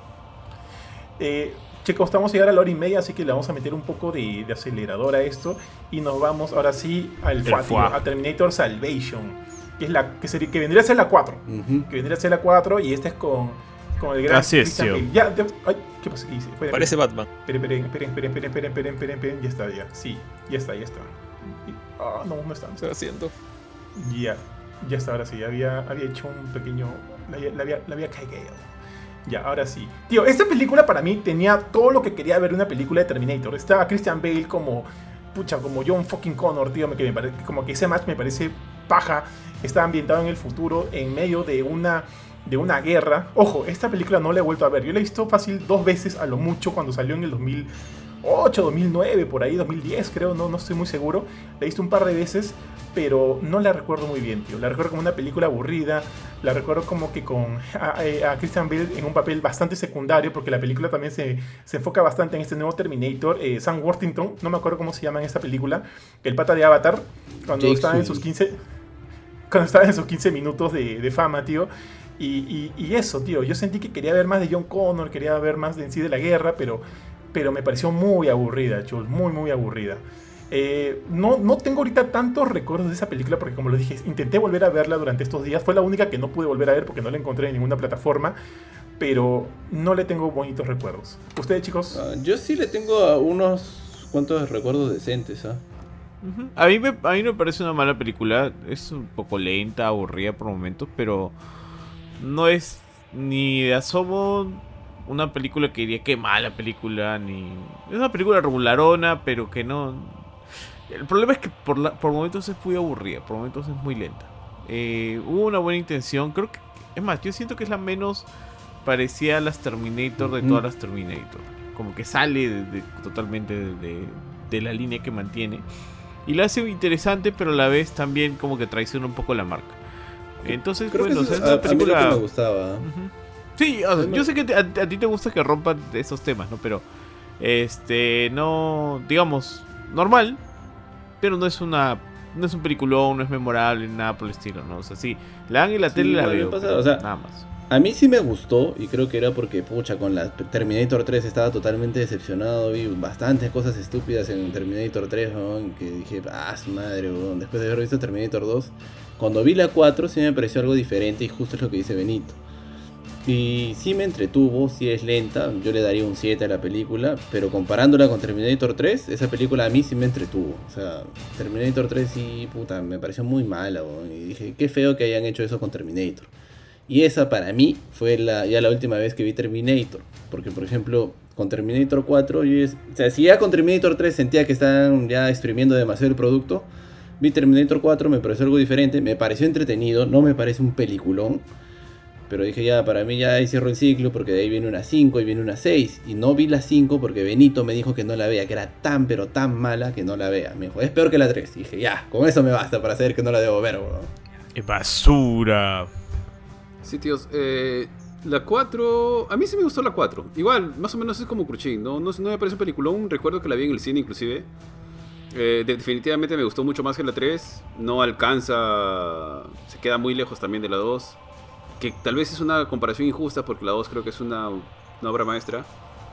Eh, chicos, estamos a llegar a la hora y media, así que le vamos a meter un poco de, de acelerador a esto. Y nos vamos ahora sí al El F A, tío, F A. a Terminator Salvation. Que, es la, que, sería, que vendría a ser la cuatro. Ujú. Que vendría a ser la cuatro y esta es con, con el gran Así es, Christian tío. Bale. Ya, ya, ay, ¿qué pasa? ¿Qué hice? Esperen, Parece Batman. esperen, esperen, esperen, esperen, esperen, esperen, esperen, esperen, esperen, ya está, ya. Sí, ya está, ya está. Y- Ah, no, no está. no Se está. va haciendo. Ya, ya está, ahora sí, había, había hecho un pequeño... La había, la había, la había caído. Ya, ahora sí. Tío, esta película para mí tenía todo lo que quería ver en una película de Terminator. Estaba Christian Bale como... Pucha, como John fucking Connor, tío, me- que me parece, como que ese match me parece paja. Está ambientado en el futuro, en medio de una, de una guerra. Ojo, esta película no la he vuelto a ver. Yo la he visto fácil dos veces a lo mucho cuando salió en el dos mil ocho, dos mil nueve, por ahí, dos mil diez creo, no, no estoy muy seguro. La he visto un par de veces, pero no la recuerdo muy bien, tío. La recuerdo como una película aburrida. La recuerdo como que con a, a- a Christian Bale en un papel bastante secundario, porque la película también se, se enfoca bastante en este nuevo Terminator. Eh, Sam Worthington, no me acuerdo cómo se llama en esta película, el pata de Avatar, cuando Jake estaba en Sully. sus quince cuando estaba en sus quince minutos de, de fama, tío. Y, y- y eso, tío, yo sentí que quería ver más de John Connor, quería ver más de en sí de la guerra, pero, pero me pareció muy aburrida, chul, muy, muy aburrida. Eh, no, no tengo ahorita tantos recuerdos de esa película porque, como lo dije, intenté volver a verla durante estos días. Fue la única que no pude volver a ver porque no la encontré en ninguna plataforma, pero no le tengo bonitos recuerdos. ¿Ustedes, chicos? Ah, yo sí le tengo a unos cuantos recuerdos decentes, ¿ah? Ujú. A mí, me, a mí no me parece una mala película. Es un poco lenta, aburrida por momentos, pero no es ni de asomo una película que diría que mala película, ni... Es una película regularona, pero que no... El problema es que por, la, por momentos es muy aburrida, por momentos es muy lenta. Eh, hubo una buena intención, creo que... Es más, yo siento que es la menos parecida a las Terminator de Ujú. todas las Terminator. como que sale de, de, totalmente de, de, de la línea que mantiene. Y la hace interesante, pero a la vez también como que traiciona un poco la marca. Entonces, Creo bueno, que o sea, eso, es una a, película... a mí lo que me gustaba. Uh-huh. Sí, o sea, yo sé que te, a, a ti te gusta que rompan esos temas, ¿no? Pero, este, no, digamos, normal, pero no es una, no es un peliculón, no es memorable, nada por el estilo, ¿no? O sea, sí, la dan en la Sí, tele y la igual me veo, pasa, pero o sea, nada más. A mí sí me gustó y creo que era porque, pucha, con la Terminator tres estaba totalmente decepcionado. Vi bastantes cosas estúpidas en Terminator tres, ¿no? Que dije, ah, su madre, ¿no? Después de haber visto Terminator dos, cuando vi la cuatro sí me pareció algo diferente y justo es lo que dice Benito. Y sí me entretuvo, sí es lenta, yo le daría un siete a la película, pero comparándola con Terminator tres, esa película a mí sí me entretuvo. O sea, Terminator tres sí, puta, me pareció muy mala, ¿no? Y dije, qué feo que hayan hecho eso con Terminator. Y esa para mí fue la, ya la última vez que vi Terminator. Porque, por ejemplo, con Terminator cuatro, yo, o sea, si ya con Terminator tres sentía que estaban ya exprimiendo demasiado el producto, vi Terminator cuatro, me pareció algo diferente, me pareció entretenido, no me parece un peliculón. Pero dije, ya, para mí ya ahí cierro el ciclo, porque de ahí viene una cinco y viene una seis. Y no vi la cinco porque Benito me dijo que no la vea, que era tan pero tan mala que no la vea. Me dijo, es peor que la tres. Y dije, ya, con eso me basta para saber que no la debo ver, bro. ¡Qué basura! Sí, tíos, eh, la cuatro, a mí sí me gustó la cuatro. Igual, más o menos es como Cruchín, ¿no? No, no me parece un peliculón, recuerdo que la vi en el cine inclusive. Eh, definitivamente me gustó mucho más que la tres. No alcanza, se queda muy lejos también de la dos. Que tal vez es una comparación injusta porque la dos creo que es una, una obra maestra.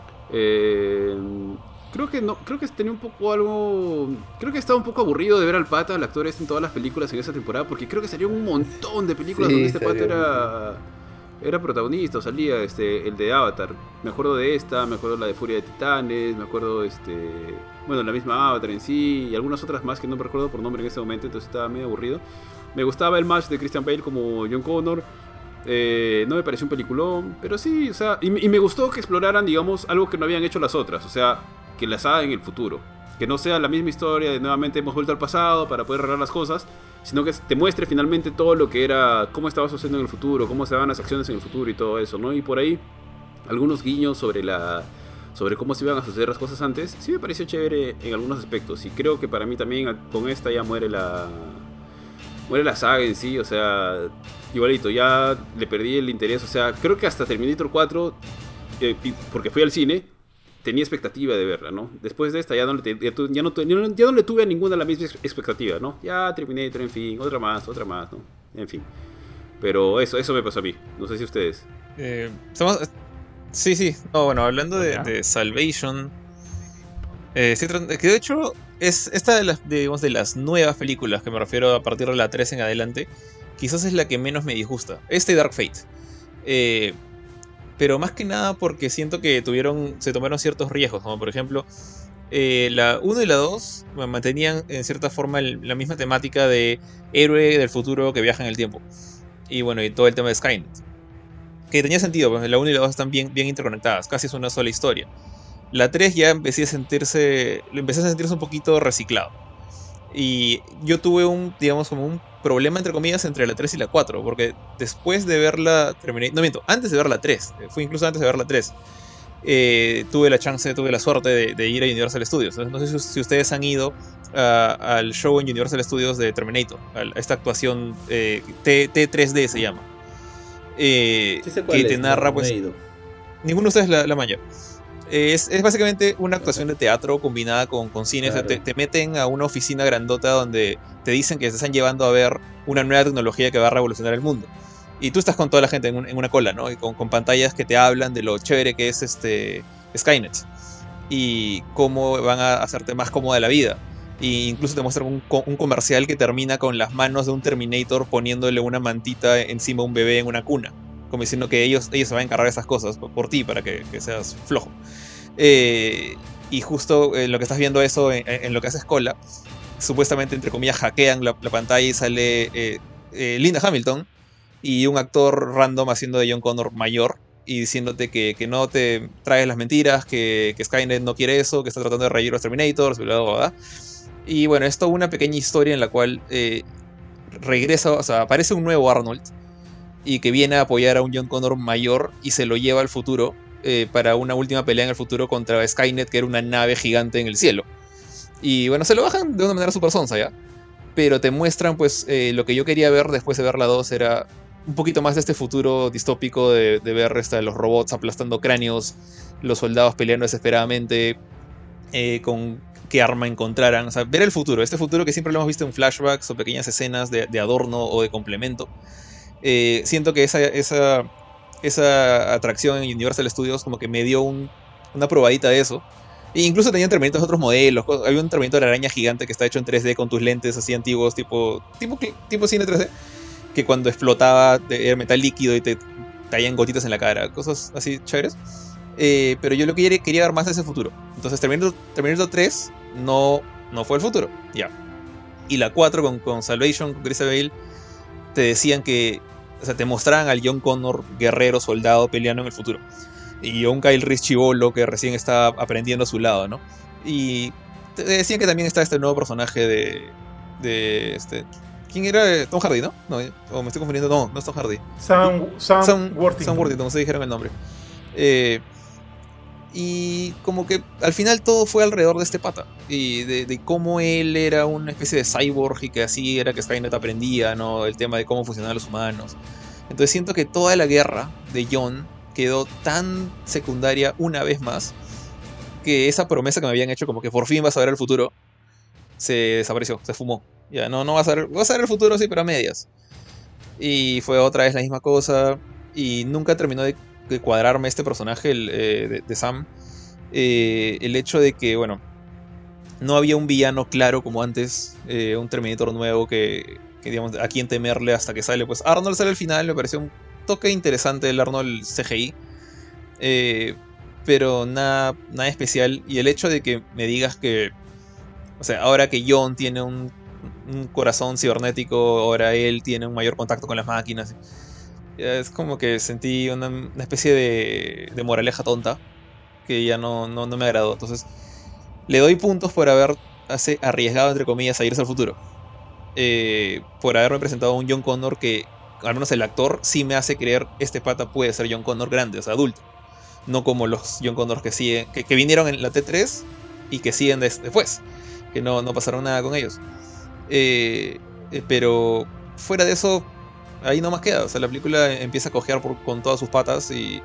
Eh, creo que no, creo que tenía un poco algo. Creo que estaba un poco aburrido de ver al pata, al actor este en todas las películas en esa temporada, porque creo que salieron un montón de películas Sí, donde este pata salió. era, era protagonista, o salía este, el de Avatar. Me acuerdo de esta, me acuerdo la de Furia de Titanes, me acuerdo este. Bueno, la misma Avatar en sí, y algunas otras más que no me recuerdo por nombre en ese momento, entonces estaba medio aburrido. Me gustaba el match de Christian Bale como John Connor. Eh, no me pareció un peliculón, pero sí, o sea, y, y me gustó que exploraran, digamos, algo que no habían hecho las otras, o sea, que las hagan en el futuro, que no sea la misma historia de nuevamente hemos vuelto al pasado para poder arreglar las cosas, sino que te muestre finalmente todo lo que era, cómo estaba sucediendo en el futuro, cómo se daban las acciones en el futuro y todo eso, ¿no? Y por ahí, algunos guiños sobre la sobre cómo se iban a suceder las cosas antes, sí me pareció chévere en algunos aspectos, y creo que para mí también con esta ya muere la muere la saga en sí, o sea, igualito, ya le perdí el interés, o sea, creo que hasta Terminator cuatro, eh, porque fui al cine, tenía expectativa de verla, ¿no? Después de esta ya no le, ya tu, ya no, ya no, ya no le tuve a ninguna la misma expectativa, ¿no? Ya Terminator, en fin, otra más, otra más, ¿no? En fin. Pero eso, eso me pasó a mí, no sé si ustedes. Eh, estamos, sí, sí, no, bueno, hablando de, de Salvation, eh, sí, que de hecho es esta de las, de, digamos, de las nuevas películas que me refiero a partir de la tres en adelante, quizás es la que menos me disgusta. Este y Dark Fate. Eh, pero más que nada porque siento que tuvieron, se tomaron ciertos riesgos, como por ejemplo, eh, la uno y la dos mantenían en cierta forma el, la misma temática de héroe del futuro que viaja en el tiempo. Y bueno, y todo el tema de Skynet. Que tenía sentido, pues la uno y la dos están bien, bien interconectadas, casi es una sola historia. La tres ya empecé a sentirse, empecé a sentirse un poquito reciclado. Y yo tuve un, digamos, como un problema, entre comillas, entre la tres y la cuatro. Porque después de verla, terminé, no miento, antes de ver la tres, fue incluso antes de ver la tres, eh, tuve la chance, tuve la suerte de, de ir a Universal Studios. No sé si, si ustedes han ido uh, al show en Universal Studios de Terminator, a esta actuación eh, T, T tres D se llama. Eh, Sí sé cuál que es, te narra, no, pues, no he ido. ninguno de ustedes la, la manja. Es, es básicamente una actuación de teatro combinada con, con cine. Claro. O sea, te, te meten a una oficina grandota donde te dicen que te están llevando a ver una nueva tecnología que va a revolucionar el mundo. Y tú estás con toda la gente en, un, en una cola, ¿no? Y con, con pantallas que te hablan de lo chévere que es este Skynet. Y cómo van a hacerte más cómoda la vida. E incluso te muestran un, un comercial que termina con las manos de un Terminator poniéndole una mantita encima a un bebé en una cuna. Como diciendo que ellos, ellos se van a encargar de esas cosas por, por ti, para que, que seas flojo. Eh, y justo eh, lo que estás viendo eso en, en lo que haces cola, supuestamente, entre comillas, hackean la, la pantalla y sale eh, eh, Linda Hamilton y un actor random haciendo de John Connor mayor y diciéndote que, que no te traes las mentiras, que, que Skynet no quiere eso, que está tratando de reír a los Terminators, bla, bla, bla. Y bueno, es toda una pequeña historia en la cual eh, regresa, o sea, aparece un nuevo Arnold y que viene a apoyar a un John Connor mayor y se lo lleva al futuro eh, para una última pelea en el futuro contra Skynet, que era una nave gigante en el cielo. Y bueno, se lo bajan de una manera súper sonsa, ¿ya? Pero te muestran, pues, eh, lo que yo quería ver después de ver la dos era un poquito más de este futuro distópico de, de ver hasta los robots aplastando cráneos, los soldados peleando desesperadamente, eh, con qué arma encontraran. O sea, ver el futuro, este futuro que siempre lo hemos visto en flashbacks o pequeñas escenas de, de adorno o de complemento. Eh, siento que esa, esa, esa atracción en Universal Studios como que me dio un, una probadita de eso. E incluso tenían Terminators de otros modelos. Había un Terminator de araña gigante que está hecho en tres D con tus lentes así antiguos, tipo, tipo, tipo cine tres D, que cuando explotaba era metal líquido y te caían gotitas en la cara. Cosas así chéveres. Eh, pero yo lo que quería, quería ver más de ese futuro. Entonces Terminator, Terminator tres no, no fue el futuro. Ya. Y la cuatro con, con Salvation, con Christian Bale, te decían que... O sea, te mostraban al John Connor guerrero, soldado, peleando en el futuro. Y un Kyle Reese chibolo que recién está aprendiendo a su lado, ¿no? Y te decían que también está este nuevo personaje de... de este, ¿quién era? Tom Hardy, ¿no? No, o me estoy confundiendo. No, no es Tom Hardy. Sam, Sam, Sam Worthington. Sam Worthington, no se dijeron el nombre. Eh, y como que al final todo fue alrededor de este pata. Y de, de cómo él era una especie de cyborg y que así era que Skynet aprendía, ¿no? El tema de cómo funcionaban los humanos. Entonces siento que toda la guerra de John quedó tan secundaria una vez más que esa promesa que me habían hecho como que por fin vas a ver el futuro se desapareció, se fumó. Ya no, no vas a ver, vas a ver el futuro sí, pero a medias. Y fue otra vez la misma cosa y nunca terminó de, de cuadrarme este personaje el, eh, de, de Sam. Eh, el hecho de que, bueno, no había un villano claro como antes, eh, un Terminator nuevo que, que digamos, a quien temerle hasta que sale. Pues Arnold sale al final, me pareció un toque interesante el Arnold C G I, eh, pero nada, nada especial. Y el hecho de que me digas que, o sea, ahora que John tiene un, un corazón cibernético, ahora él tiene un mayor contacto con las máquinas, es como que sentí una, una especie de, de moraleja tonta que ya no, no, no me agradó. Entonces le doy puntos por haber hace, arriesgado, entre comillas, a irse al futuro, eh, por haberme presentado a un John Connor que, al menos el actor, sí me hace creer este pata puede ser John Connor grande, o sea, adulto. No como los John Connor que siguen, que, que vinieron en la T tres y que siguen des, después, que no, no pasaron nada con ellos. Eh, eh, pero fuera de eso, ahí no más queda. O sea, la película empieza a cojear por, con todas sus patas y,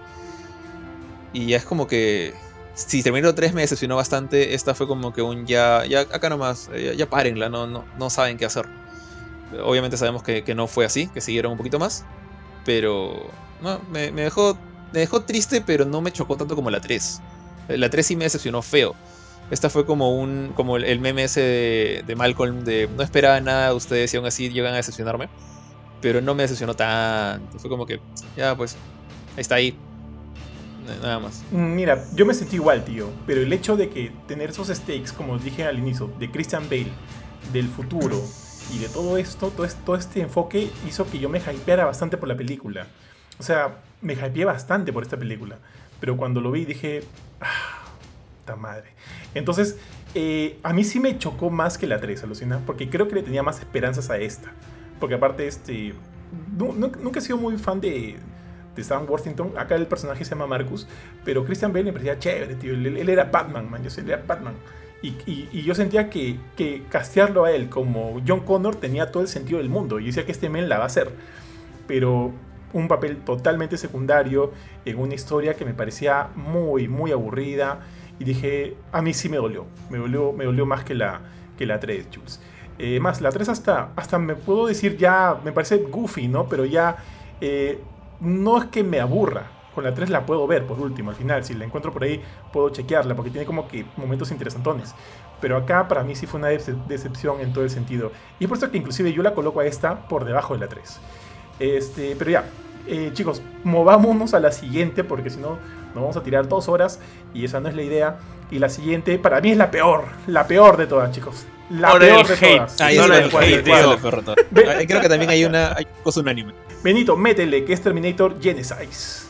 y ya es como que... Si Terminator tres me decepcionó bastante, esta fue como que un ya, ya acá nomás, ya, ya párenla, no, no, no saben qué hacer. Obviamente sabemos que, que no fue así, que siguieron un poquito más. Pero no, me, me, dejó, me dejó triste, pero no me chocó tanto como la tres. La tres sí me decepcionó feo. Esta fue como un como el, el meme ese de, de Malcolm de no esperaba nada de ustedes y aún así llegan a decepcionarme. Pero no me decepcionó tanto. Fue como que, ya pues, ahí está ahí. Nada más. Mira, yo me sentí igual, tío. Pero el hecho de que tener esos stakes, como dije al inicio, de Christian Bale, del futuro y de todo esto, todo, esto, todo este enfoque hizo que yo me hypeara bastante por la película. O sea, me hypeé bastante por esta película. Pero cuando lo vi dije, ah, puta madre. Entonces, eh, a mí sí me chocó más que la tres, alucina, porque creo que le tenía más esperanzas a esta. Porque aparte, este, no, no, nunca he sido muy fan de, de Sam Worthington. Acá el personaje se llama Marcus, pero Christian Bale me parecía chévere, tío. Él, él era Batman, man. Yo sé, él era Batman. Y, y, y yo sentía que, que castearlo a él como John Connor tenía todo el sentido del mundo. Y decía que este men la va a hacer. Pero un papel totalmente secundario en una historia que me parecía muy, muy aburrida. Y dije, a mí sí me dolió. Me dolió, me dolió más que la, que la tres, Jules. Eh, más, la tres hasta, hasta me puedo decir ya, me parece goofy, ¿no? Pero ya eh, no es que me aburra. Con la tres la puedo ver, por último, al final. Si la encuentro por ahí, puedo chequearla, porque tiene como que momentos interesantones. Pero acá, para mí, sí fue una decep- decepción en todo el sentido. Y es por eso que inclusive yo la coloco a esta por debajo de la tres. Este, pero ya, eh, chicos, movámonos a la siguiente, porque si no, nos vamos a tirar dos horas, y esa no es la idea. Y la siguiente, para mí, es la peor. La peor de todas, chicos. La Ahora peor el de hate. todas. Ahí No, sí no, me el cuadra, hate, me cuadra, tío. perro, todo. Ve- Ahí creo que también hay una hay cosa unánime. Benito, métele, que es Terminator Genesis.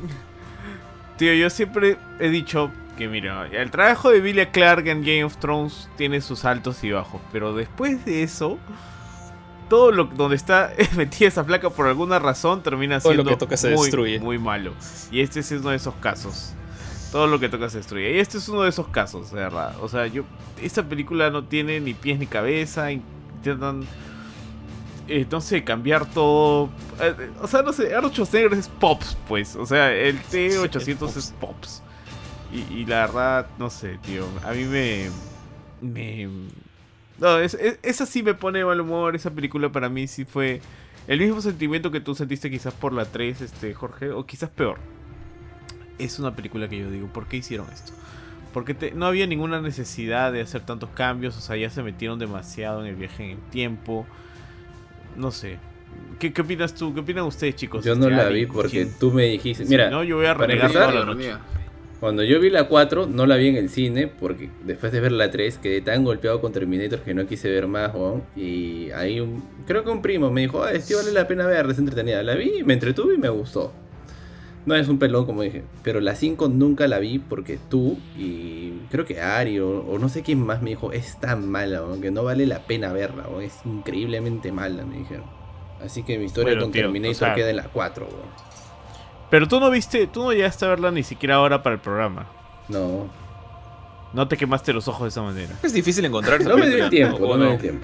Tío, yo siempre he dicho que, mira, el trabajo de Emilia Clarke en Game of Thrones tiene sus altos y bajos, pero después de eso, todo lo donde está metida esa flaca por alguna razón termina Todo siendo lo que toca se muy, destruye. muy malo. Y este es uno de esos casos. Todo lo que toca se destruye. Y este es uno de esos casos, de verdad. O sea, yo esta película no tiene ni pies ni cabeza. Intentan, eh, no sé, cambiar todo. Eh, o sea, no sé, Arnold Schwarzenegger es Pops, pues. O sea, el T ochocientos es Pops. Y, y la verdad, no sé, tío. A mí me... me no, es, es, esa sí me pone de mal humor. Esa película para mí sí fue el mismo sentimiento que tú sentiste quizás por la tres, este, Jorge. O quizás peor. Es una película que yo digo, ¿por qué hicieron esto? Porque te, no había ninguna necesidad de hacer tantos cambios. O sea, ya se metieron demasiado en el viaje en el tiempo. No sé. ¿Qué, qué opinas tú? ¿Qué opinan ustedes, chicos? Yo no Este, la Ari, vi porque ¿quién? tú me dijiste. Mira, Si no, yo voy a para renegar empezar, toda la noche. cuando yo vi la cuatro, no la vi en el cine, porque después de ver la tres quedé tan golpeado con Terminator que no quise ver más, weón. Y ahí un, creo que un primo me dijo, ay, sí vale la pena verla, es entretenida. La vi, me entretuve y me gustó. No es un pelón, como dije, pero la cinco nunca la vi porque tú y creo que Ari o, o no sé quién más me dijo, es tan mala, weón, que no vale la pena verla, weón, es increíblemente mala, me dijeron. Así que mi historia Bueno, con tío, Terminator o sea, queda en la cuatro, weón. Pero tú no viste, tú no llegaste a verla ni siquiera ahora para el programa. No, No te quemaste los ojos de esa manera. Es difícil encontrar esa no me dio película, el tiempo, ¿o no me dio el tiempo.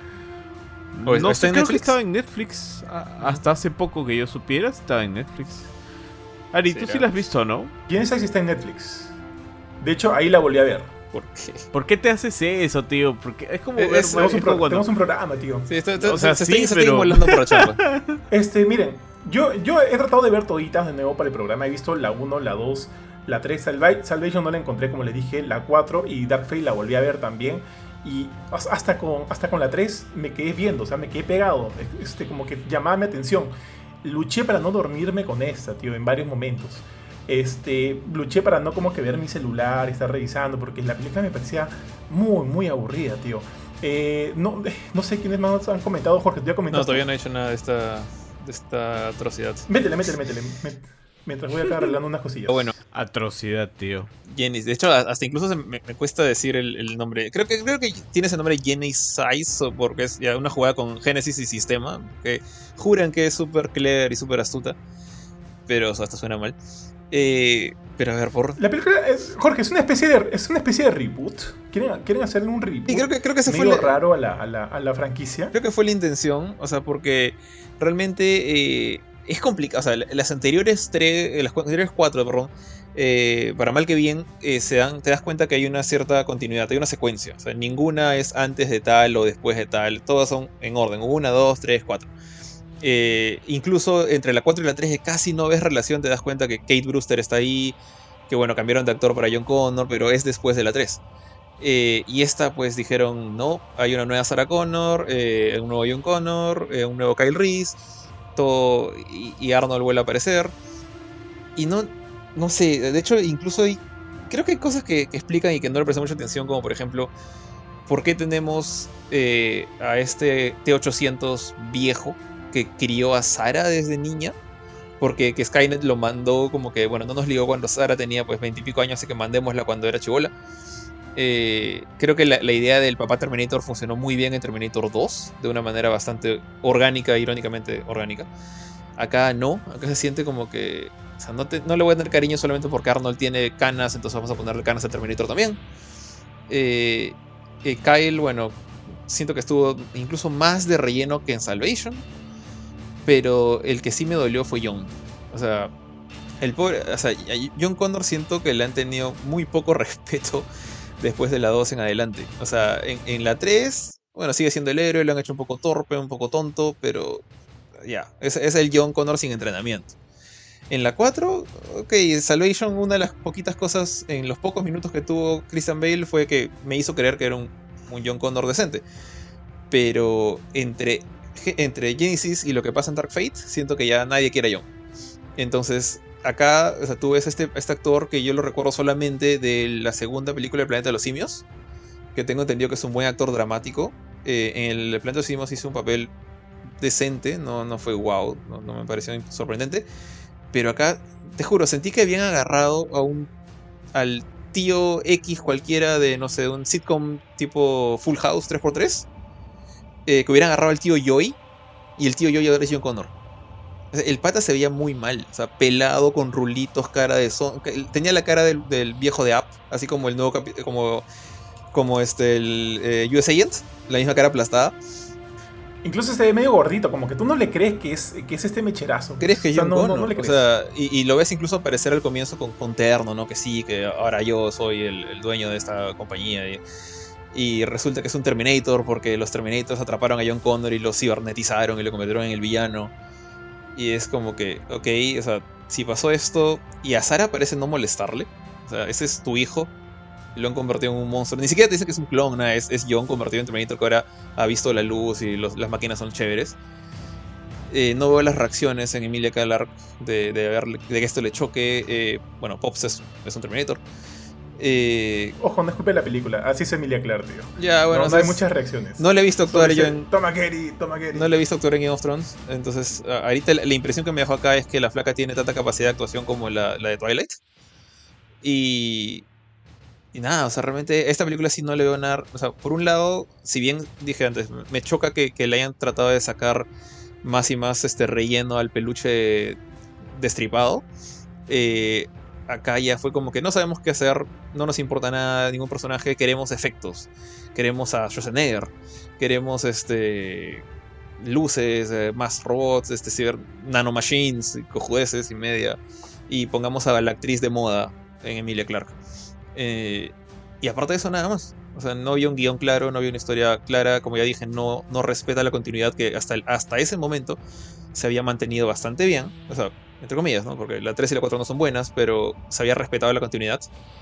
¿O No está sé, en creo que Netflix? estaba en Netflix. a- Hasta hace poco que yo supiera, estaba en Netflix. Ari, tú ¿Será? sí la has visto, ¿no? ¿Quién sabe si está en Netflix? De hecho, ahí la volví a ver. ¿Por qué? ¿Por qué te haces eso, tío? Porque es como Eh, ver... es- Tenemos un, es pro- como cuando- tenemos un programa, tío. Sí, esto, esto- O sea, se, sí, se está, se pero- está inmolando por la charla. Este, miren, yo, yo he tratado de ver toditas de nuevo para el programa. He visto la uno, la dos, la tres. Salva- Salvation no la encontré, como les dije. La cuatro y Dark Fate la volví a ver también. Y has- hasta con, hasta con la tres me quedé viendo, o sea, me quedé pegado. Este, como que llamaba mi atención. Luché para no dormirme con esta, tío, en varios momentos. Este, luché para no como que ver mi celular, estar revisando, porque la película me parecía muy, muy aburrida, tío. Eh, no, no sé quiénes más han comentado, Jorge, tú ya No, comentaste. todavía no he hecho nada de esta, de esta atrocidad. Métele, métele, métele. Mét- Mientras voy acá arreglando unas cosillas. Pero bueno, Atrocidad, tío. Genesis. De hecho, hasta incluso se me, me cuesta decir el, el nombre. Creo que, creo que tiene ese nombre Genesis, o porque es ya una jugada con Genesis y sistema. Que juran que es súper clever y súper astuta. Pero o sea, hasta suena mal. Eh, pero a ver, por. La película, es, Jorge, es una especie de, es una especie de reboot. ¿Quieren, quieren hacerle un reboot? Y creo que, creo que ese fue medio la, raro a la, a, la, a la franquicia. creo que fue la intención. O sea, porque realmente eh, es complicado. O sea, las anteriores tres. Las anteriores cuatro, perdón. Eh, para mal que bien, eh, se dan, te das cuenta que hay una cierta continuidad, hay una secuencia. O sea, ninguna es antes de tal o después de tal. Todas son en orden. Una, dos, tres, cuatro. Eh, incluso entre la cuatro y la tres casi no ves relación, te das cuenta que Kate Brewster está ahí, que bueno, cambiaron de actor para John Connor, pero es después de la tres. Eh, y esta pues dijeron, no, hay una nueva Sarah Connor, eh, un nuevo John Connor, eh, un nuevo Kyle Reese, todo, y, y Arnold vuelve a aparecer. Y no, no sé, de hecho incluso hay, creo que hay cosas que, que explican y que no le prestan mucha atención, como por ejemplo, ¿por qué tenemos eh, a este T ochocientos viejo que crió a Sarah desde niña? Porque que Skynet lo mandó como que, bueno, no nos ligó cuando Sarah tenía pues veintipico años, así que mandémosla cuando era chibola. Eh, creo que la, la idea del papá Terminator funcionó muy bien en Terminator dos, de una manera bastante orgánica, irónicamente orgánica. Acá no, acá se siente como que, o sea, no, te, no le voy a tener cariño solamente porque Arnold tiene canas, entonces vamos a ponerle canas a Terminator también. Eh, eh, Kyle, bueno, siento que estuvo incluso más de relleno que en Salvation. Pero el que sí me dolió fue John. O sea, el pobre, o sea, a John Connor siento que le han tenido muy poco respeto después de la dos en adelante. O sea, en, en la tres, bueno, sigue siendo el héroe, lo han hecho un poco torpe, un poco tonto, pero ya, es, es el John Connor sin entrenamiento. En la cuatro, ok, Salvation, una de las poquitas cosas en los pocos minutos que tuvo Christian Bale fue que me hizo creer que era un, un John Connor decente. Pero entre... entre Genesis y lo que pasa en Dark Fate, siento que ya nadie quiere a John. Entonces, acá, o sea, tú ves este, este actor que yo lo recuerdo solamente de la segunda película, El Planeta de los Simios, que tengo entendido que es un buen actor dramático. Eh, en El Planeta de los Simios hizo un papel decente, no, no fue wow, no, no me pareció sorprendente. Pero acá, te juro, sentí que habían agarrado a un al tío X cualquiera de, no sé, un sitcom tipo Full House tres por tres. eh, que hubieran agarrado al tío Joy y el tío Joy ahora es John Connor. O sea, el pata se veía muy mal, o sea, pelado, con rulitos, cara de son... Tenía la cara del, del viejo de Up, así como el nuevo capi... como, como este, el eh, U S Agent, la misma cara aplastada. Incluso se ve medio gordito, como que tú no le crees que es, que es este mecherazo. ¿Crees que es o sea, John no, Connor? no, no le crees. O sea, y, y lo ves incluso aparecer al comienzo con, con terno, ¿no? Que sí, que ahora yo soy el, el dueño de esta compañía. Y, y resulta que es un Terminator porque los Terminators atraparon a John Connor y lo cibernetizaron y lo convirtieron en el villano. Y es como que, ok, o sea, si pasó esto y a Sarah parece no molestarle, o sea, ese es tu hijo, y lo han convertido en un monstruo. Ni siquiera te dicen que es un clon, nada, es, es John convertido en Terminator que ahora ha visto la luz y los, las máquinas son chéveres. Eh, no veo las reacciones en Emilia Clarke de, de, ver, de que esto le choque. Eh, bueno, Pops es, es un Terminator. Eh, Ojo, no es culpa de la película, así es Emilia Clarke, tío. Ya, bueno, no, no hay muchas reacciones. No le he visto actuar yo en... Toma Gary, toma Gary. No le he visto actuar en Game of Thrones. Entonces, ahorita la, la impresión que me dejó acá es que la flaca tiene tanta capacidad de actuación como la, la de Twilight. Y... Y nada, o sea, realmente esta película sí no le veo nada... O sea, por un lado, si bien dije antes, me choca que, que le hayan tratado de sacar más y más este relleno al peluche destripado. Eh... Acá ya fue como que no sabemos qué hacer, no nos importa nada, ningún personaje, queremos efectos, queremos a Schwarzenegger, queremos este luces, eh, más robots, este ciber, nanomachines, cojudeces y media, y pongamos a la actriz de moda en Emilia Clarke. Eh, y aparte de eso nada más, o sea, no había un guión claro, no había una historia clara, como ya dije, no, no respeta la continuidad que hasta, el, hasta ese momento se había mantenido bastante bien, o sea, entre comillas, ¿no? Porque la tres y la cuatro no son buenas, pero se había respetado la continuidad.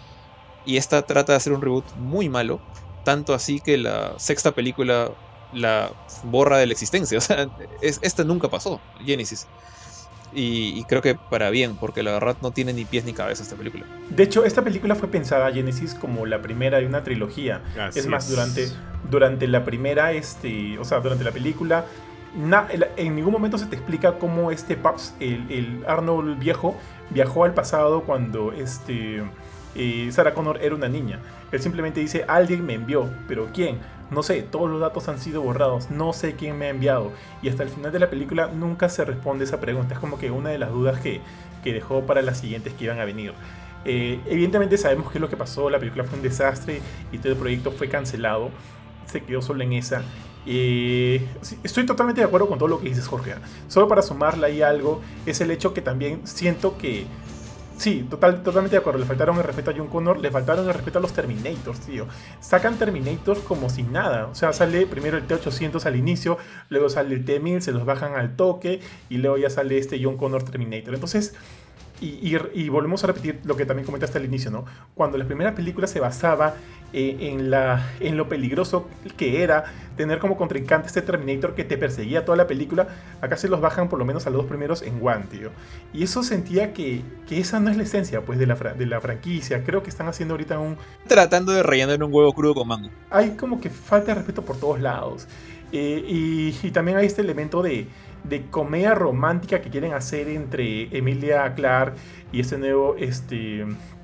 Y esta trata de hacer un reboot muy malo, tanto así que la sexta película la borra de la existencia. O sea, es, esta nunca pasó, Genesis. Y, y creo que para bien, porque la verdad no tiene ni pies ni cabeza esta película. De hecho, esta película fue pensada, Genesis, como la primera de una trilogía. Así es más, es. durante, durante la primera, este, o sea, durante la película... Na, en ningún momento se te explica cómo este Paps, el, el Arnold viejo, viajó al pasado cuando este, eh, Sarah Connor era una niña. Él simplemente dice, alguien me envió, pero ¿quién? No sé, todos los datos han sido borrados, no sé quién me ha enviado. Y hasta el final de la película nunca se responde esa pregunta. Es como que una de las dudas que, que dejó para las siguientes que iban a venir. Eh, evidentemente sabemos qué es lo que pasó, la película fue un desastre y todo el proyecto fue cancelado. Se quedó solo en esa. Eh, estoy totalmente de acuerdo con todo lo que dices, Jorge. Solo para sumarle ahí algo, es el hecho que también siento que... Sí, total, totalmente de acuerdo. Le faltaron el respeto a John Connor, le faltaron el respeto a los Terminators, tío. Sacan Terminators como si nada. O sea, sale primero el T ochocientos al inicio, luego sale el T mil, se los bajan al toque, y luego ya sale este John Connor Terminator. Entonces... Y, y, y volvemos a repetir lo que también comentaste al inicio, ¿no? Cuando la primera película se basaba eh, en, la, en lo peligroso que era tener como contrincante este Terminator que te perseguía toda la película, acá se los bajan por lo menos a los dos primeros en One, tío. Y eso sentía que, que esa no es la esencia, pues, de la, de la franquicia. Creo que están haciendo ahorita un... Tratando de rellenar un huevo crudo con mango. Hay como que falta de respeto por todos lados. Eh, y, y también hay este elemento de... de comedia romántica que quieren hacer entre Emilia Clarke y este nuevo este,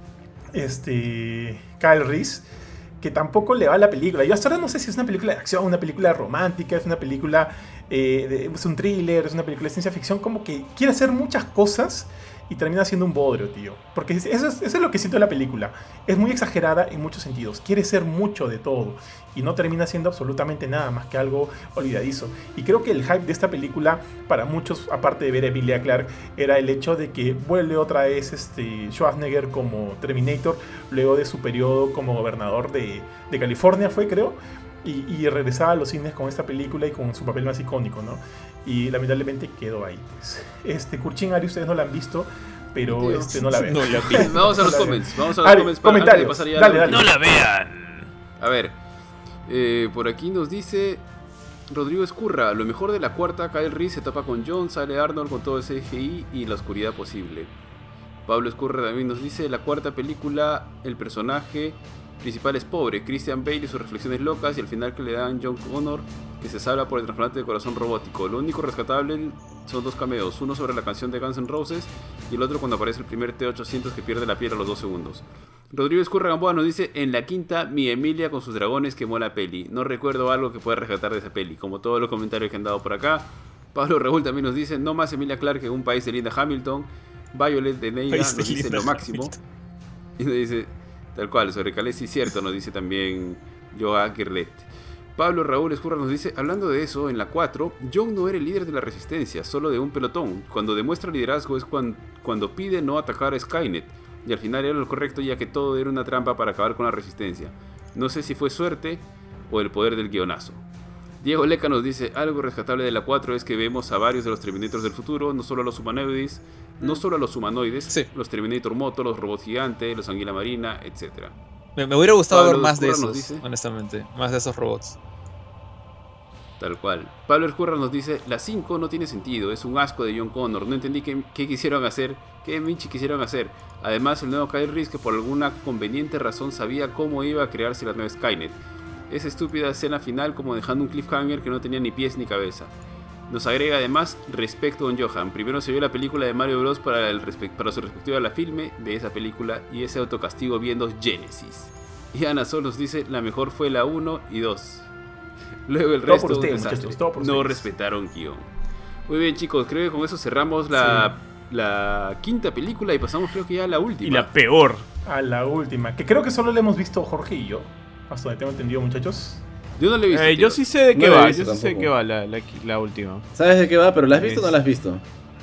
este Kyle Reese, que tampoco le va a la película. Yo hasta ahora no sé si es una película de acción, una película romántica, es una película eh, de, es un thriller, es una película de ciencia ficción, como que quiere hacer muchas cosas y termina siendo un bodrio, tío. Porque eso es, eso es lo que siento de la película. Es muy exagerada en muchos sentidos. Quiere ser mucho de todo. Y no termina siendo absolutamente nada más que algo olvidadizo. Y creo que el hype de esta película, para muchos, aparte de ver a Emilia Clarke, era el hecho de que vuelve otra vez este Schwarzenegger como Terminator, luego de su periodo como gobernador de, de California, fue, creo. Y, y regresaba a los cines con esta película y con su papel más icónico, ¿no? Y lamentablemente quedó ahí, pues. Este, Kurchin, Ari, ustedes no la han visto, pero Dios. este, no la vean. No la vi. Vamos a No los la comments. vean. Vamos a los Ari, comments para comentarios. antes de pasar ya a Dale, la dale. última. ¡No la vean! A ver, eh, por aquí nos dice Rodrigo Escurra, lo mejor de la cuarta, Kyle Reese se topa con John, sale Arnold con todo el C G I y la oscuridad posible. Pablo Escurra también nos dice, la cuarta película, el personaje principal es pobre, Christian Bale y sus reflexiones locas, y al final que le dan John Connor, que se salva por el trasplante de corazón robótico. Lo único rescatable son dos cameos, uno sobre la canción de Guns N' Roses y el otro cuando aparece el primer T ochocientos que pierde la piel a los dos segundos. Rodrigo Escurra Gamboa nos dice: en la quinta, mi Emilia con sus dragones quemó la peli. No recuerdo algo que pueda rescatar de esa peli, como todos los comentarios que han dado por acá. Pablo Raúl también nos dice: no más Emilia Clarke en un país de Linda Hamilton. Violet de Neiva nos dice Linda lo máximo. Hamilton. Y nos dice, tal cual, sobre Khaleesi, cierto, nos dice también Joa Girlet. Pablo Raúl Escurra nos dice: hablando de eso, en la cuatro, Jon no era el líder de la resistencia, solo de un pelotón. Cuando demuestra liderazgo es cuando, cuando pide no atacar a Skynet. Y al final era lo correcto, ya que todo era una trampa para acabar con la resistencia. No sé si fue suerte o el poder del guionazo. Diego Leca nos dice: algo rescatable de la cuatro es que vemos a varios de los Terminators del futuro, no solo a los humanoides, no solo a los humanoides, sí. los Terminator Moto, los robots gigantes, los Anguila Marina, etcétera. Me, me hubiera gustado Pablo ver más de esos, dice, honestamente, más de esos robots. Tal cual. Pablo Escurra nos dice: la cinco no tiene sentido, es un asco de John Connor, no entendí qué, qué quisieron hacer, qué Minchi quisieron hacer. Además, el nuevo Kyle Reese, que por alguna conveniente razón sabía cómo iba a crearse la nueva Skynet. Esa estúpida escena final como dejando un cliffhanger que no tenía ni pies ni cabeza. Nos agrega además respecto a Don Johan. Primero se vio la película de Mario Bros. Para, el respe- para su respectiva a la filme de esa película y ese autocastigo viendo Genesis. Y Ana Sol nos dice: la mejor fue la uno y dos. Luego el resto todo por un ustedes, desastre. todo por No ustedes. respetaron guión. Muy bien, chicos, creo que con eso cerramos la, sí. la quinta película y pasamos creo que ya a la última. Y la peor. A la última, que creo que solo la hemos visto Jorge y yo. Hasta donde tengo entendido, muchachos. Yo no la he visto. Eh, yo sí sé de qué no va, visto yo sí sé de tampoco. qué va la, la, la última. ¿Sabes de qué va? ¿Pero la has visto Es... o no la has visto?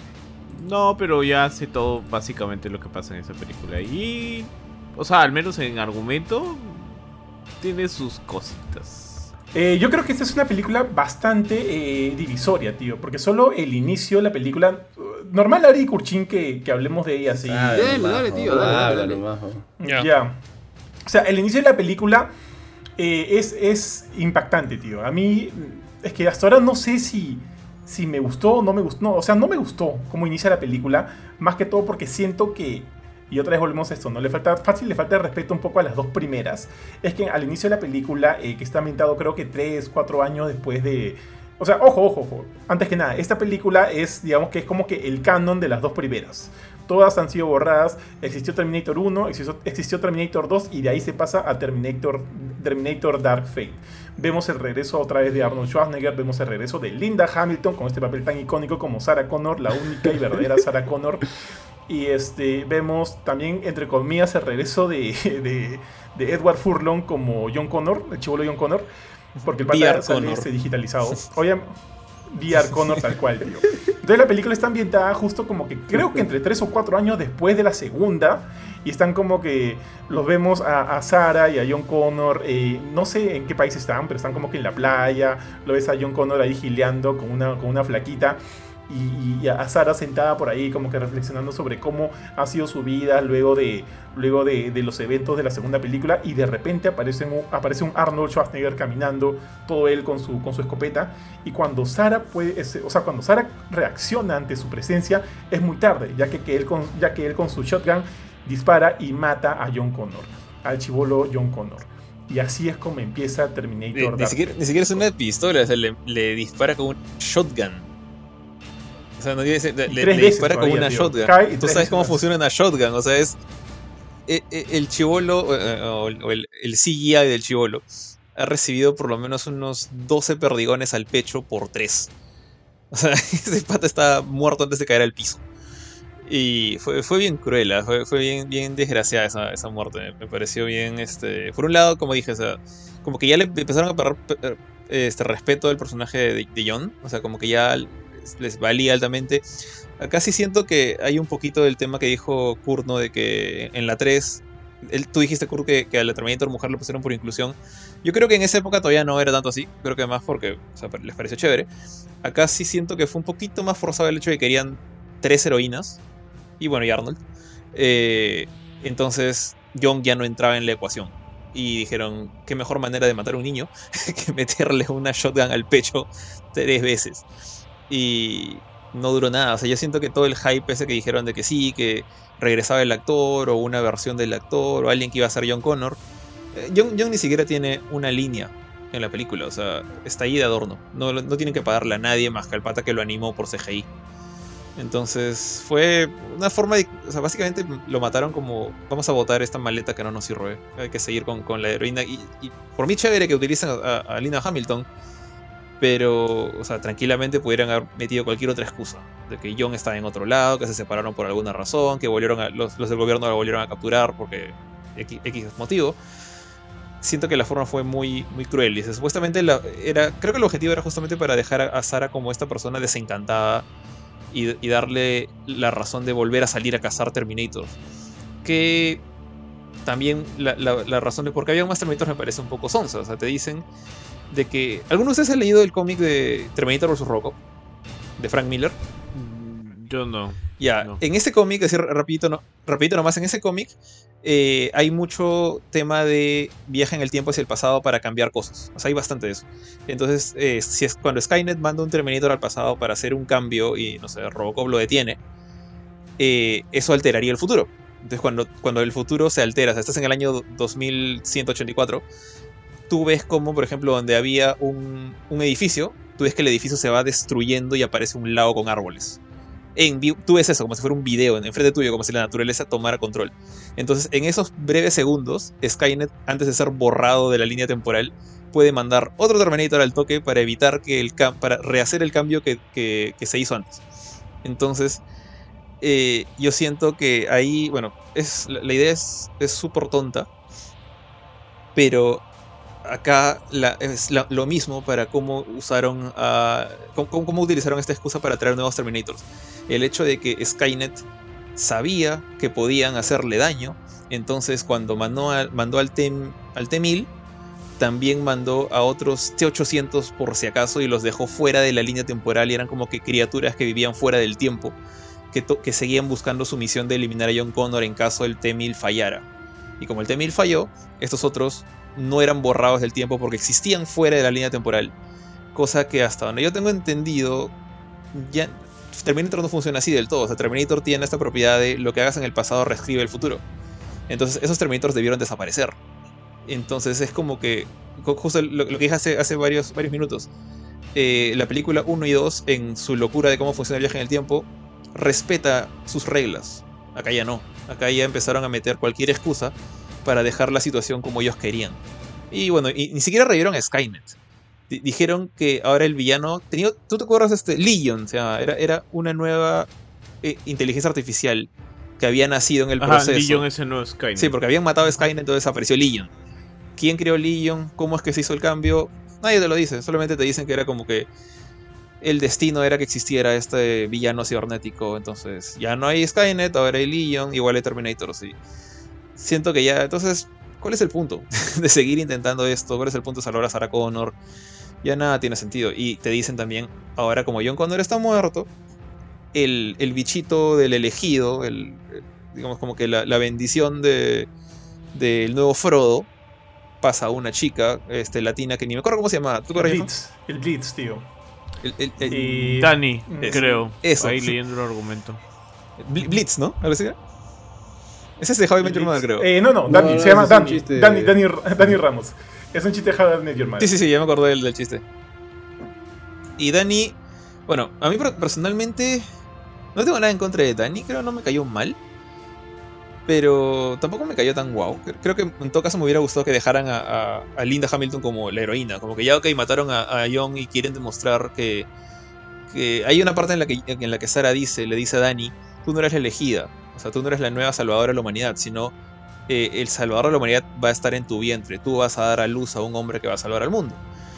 No, pero ya sé todo básicamente lo que pasa en esa película. Y, o sea, al menos en argumento, tiene sus cositas. Eh, yo creo que esta es una película bastante eh, divisoria, tío. Porque solo el inicio de la película... Normal, Ari y Kurchin, que, que hablemos de ella así. Ah, Dale, majo, dale, tío, dale, dale, háblalo, dale. majo. Ya. Yeah. O sea, el inicio de la película eh, es, es impactante, tío. A mí, es que hasta ahora no sé si, si me gustó o no me gustó. No, o sea, no me gustó cómo inicia la película. Más que todo porque siento que, y otra vez volvemos a esto, ¿no? Le falta, fácil le falta el respeto un poco a las dos primeras. Es que al inicio de la película, eh, que está ambientado creo que tres, cuatro años después de... O sea, ojo, ojo, ojo. Antes que nada, esta película es, digamos que es como que el canon de las dos primeras. Todas han sido borradas. Existió Terminator uno, existió, existió Terminator dos y de ahí se pasa a Terminator, Terminator Dark Fate. Vemos el regreso otra vez de Arnold Schwarzenegger, vemos el regreso de Linda Hamilton con este papel tan icónico como Sarah Connor, la única y verdadera Sarah Connor. Y este, vemos también, entre comillas, el regreso de, de, de Edward Furlong como John Connor, el chibolo John Connor, porque el pata sale este digitalizado. Oye, V R Connor tal cual, tío. Entonces la película está ambientada justo como que creo que entre tres o cuatro años después de la segunda. Y están como que los vemos a, a Sarah y a John Connor. Eh, no sé en qué país están, pero están como que en la playa. Lo ves a John Connor ahí gileando con una, con una flaquita. Y, y a Sarah sentada por ahí como que reflexionando sobre cómo ha sido su vida luego de, luego de, de los eventos de la segunda película. Y de repente aparece un, aparece un Arnold Schwarzenegger caminando, todo él con su, con su escopeta. Y cuando Sarah puede, o sea, cuando Sarah reacciona ante su presencia es muy tarde, ya que, que él con, ya que él con su shotgun dispara y mata a John Connor, al chibolo John Connor. Y así es como empieza Terminator. Ni, ni, siquiera, ni siquiera es una pistola, o sea, le, le dispara con un shotgun. O sea, no dice, le, le dispara con una tío. shotgun. Cae Tú sabes cómo más. funciona una shotgun. O sea, es el, el chibolo o el, el C G I del chibolo ha recibido por lo menos unos doce perdigones al pecho por tres. O sea, ese pata está muerto antes de caer al piso. Y fue, fue bien cruel, fue, fue bien, bien desgraciada esa, esa muerte. Me pareció bien, este... Por un lado, como dije, o sea, como que ya le empezaron a perder este respeto al personaje de, de John. O sea, como que ya les valía altamente. Acá sí siento que hay un poquito del tema que dijo Kurt, ¿no? De que en la tres... Él, tú dijiste, Kurt, que, que a la Terminator mujer lo pusieron por inclusión. Yo creo que en esa época todavía no era tanto así. Creo que más porque, o sea, les pareció chévere. Acá sí siento que fue un poquito más forzado el hecho de que querían tres heroínas. Y bueno, y Arnold. Eh, entonces John ya no entraba en la ecuación. Y dijeron, qué mejor manera de matar a un niño que meterle una shotgun al pecho tres veces. Y no duró nada. O sea, yo siento que todo el hype ese que dijeron de que sí, que regresaba el actor, o una versión del actor, o alguien que iba a ser John Connor, Eh, John, John ni siquiera tiene una línea en la película, o sea, está ahí de adorno. No, no tienen que pagarle a nadie más que al pata que lo animó por C G I. Entonces fue una forma de... O sea, básicamente lo mataron como... Vamos a botar esta maleta que no nos sirve. Hay que seguir con, con la heroína. Y, y por mí chévere que utilicen a, a Linda Hamilton. Pero, o sea, tranquilamente pudieran haber metido cualquier otra excusa. De que John estaba en otro lado, que se separaron por alguna razón, que volvieron a, los, los del gobierno lo volvieron a capturar porque X, X motivo. Siento que la forma fue muy, muy cruel. Y supuestamente la, era, creo que el objetivo era justamente para dejar a, a Sarah como esta persona desencantada. Y, y darle la razón de volver a salir a cazar Terminators. Que también la, la, la razón de por qué había más Terminators me parece un poco sonsa. O sea, te dicen de que... ¿Algunos de ustedes han leído el cómic de Terminator versus. Robocop? De Frank Miller. Yo no. Ya, no. En ese cómic, decir rapidito, no, rapidito nomás, en ese cómic eh, hay mucho tema de viaje en el tiempo hacia el pasado para cambiar cosas. O sea, hay bastante de eso. Entonces, eh, si es cuando Skynet manda un Terminator al pasado para hacer un cambio y, no sé, Robocop lo detiene, eh, eso alteraría el futuro. Entonces, cuando, cuando el futuro se altera, o sea, estás en el año dos mil ciento ochenta y cuatro, tú ves como, por ejemplo, donde había un, un edificio, tú ves que el edificio se va destruyendo y aparece un lago con árboles. En, tú ves eso como si fuera un video en frente tuyo, como si la naturaleza tomara control. Entonces, en esos breves segundos, Skynet, antes de ser borrado de la línea temporal, puede mandar otro Terminator al toque para evitar que el para rehacer el cambio que, que, que se hizo antes. Entonces, eh, yo siento que ahí, bueno, es, la, la idea es súper tonta, pero acá la, es la, lo mismo para cómo usaron a, cómo, cómo utilizaron esta excusa para traer nuevos Terminators. El hecho de que Skynet sabía que podían hacerle daño, entonces cuando mandó, a, mandó al T mil, también mandó a otros T ochocientos por si acaso y los dejó fuera de la línea temporal y eran como que criaturas que vivían fuera del tiempo, que, que seguían buscando su misión de eliminar a John Connor en caso el T mil fallara. Y como el T mil falló, estos otros no eran borrados del tiempo porque existían fuera de la línea temporal. Cosa que hasta donde yo tengo entendido, ya Terminator no funciona así del todo. O sea, Terminator tiene esta propiedad de lo que hagas en el pasado reescribe el futuro. Entonces esos Terminators debieron desaparecer. Entonces es como que, justo lo, lo que dije hace, hace varios, varios minutos, eh, la película uno y dos, en su locura de cómo funciona el viaje en el tiempo, respeta sus reglas. Acá ya no. Acá ya empezaron a meter cualquier excusa para dejar la situación como ellos querían. Y bueno, y ni siquiera revivieron a Skynet. D dijeron que ahora el villano tenía, ¿tú te acuerdas de este Legion? O sea, era, era una nueva eh, inteligencia artificial que había nacido en el Ajá, proceso. Legion es el nuevo Skynet. Sí, porque habían matado a Skynet, entonces apareció Legion. ¿Quién creó Legion? ¿Cómo es que se hizo el cambio? Nadie te lo dice, solamente te dicen que era como que el destino era que existiera este villano cibernético. Entonces ya no hay Skynet, ahora hay Legion, igual hay Terminator, sí. Siento que ya, entonces, ¿cuál es el punto de seguir intentando esto? ¿Cuál es el punto de salvar a Sarah Connor? Ya nada tiene sentido. Y te dicen también, ahora como John Connor está muerto, el, el bichito del elegido, el, el, digamos como que la, la bendición de del nuevo Frodo, pasa a una chica este, latina que ni me acuerdo cómo se llama. ¿Tú el Blitz, el Blitz, tío. El, el, el, y Dani, eso, creo. Eso. Ahí leyendo el argumento. Blitz, ¿no? ¿Algo así? Ese es de How I Met Your Mother, creo. Eh, no, no, Dani, no, se llama Dani, Dani, Dani, Dani, Dani Ramos. Es un chiste de How I Met Your Mother. Sí, sí, sí, ya me acordé del, del chiste. Y Dani, bueno, a mí personalmente no tengo nada en contra de Dani, creo que no me cayó mal. Pero tampoco me cayó tan guau. Creo que en todo caso me hubiera gustado que dejaran a, a, a Linda Hamilton como la heroína. Como que ya ok, mataron a, a John y quieren demostrar que, que... Hay una parte en la que, en la que Sarah dice, le dice a Dani, tú no eres la elegida. O sea, tú no eres la nueva salvadora de la humanidad, sino eh, el salvador de la humanidad va a estar en tu vientre. Tú vas a dar a luz a un hombre que va a salvar al mundo.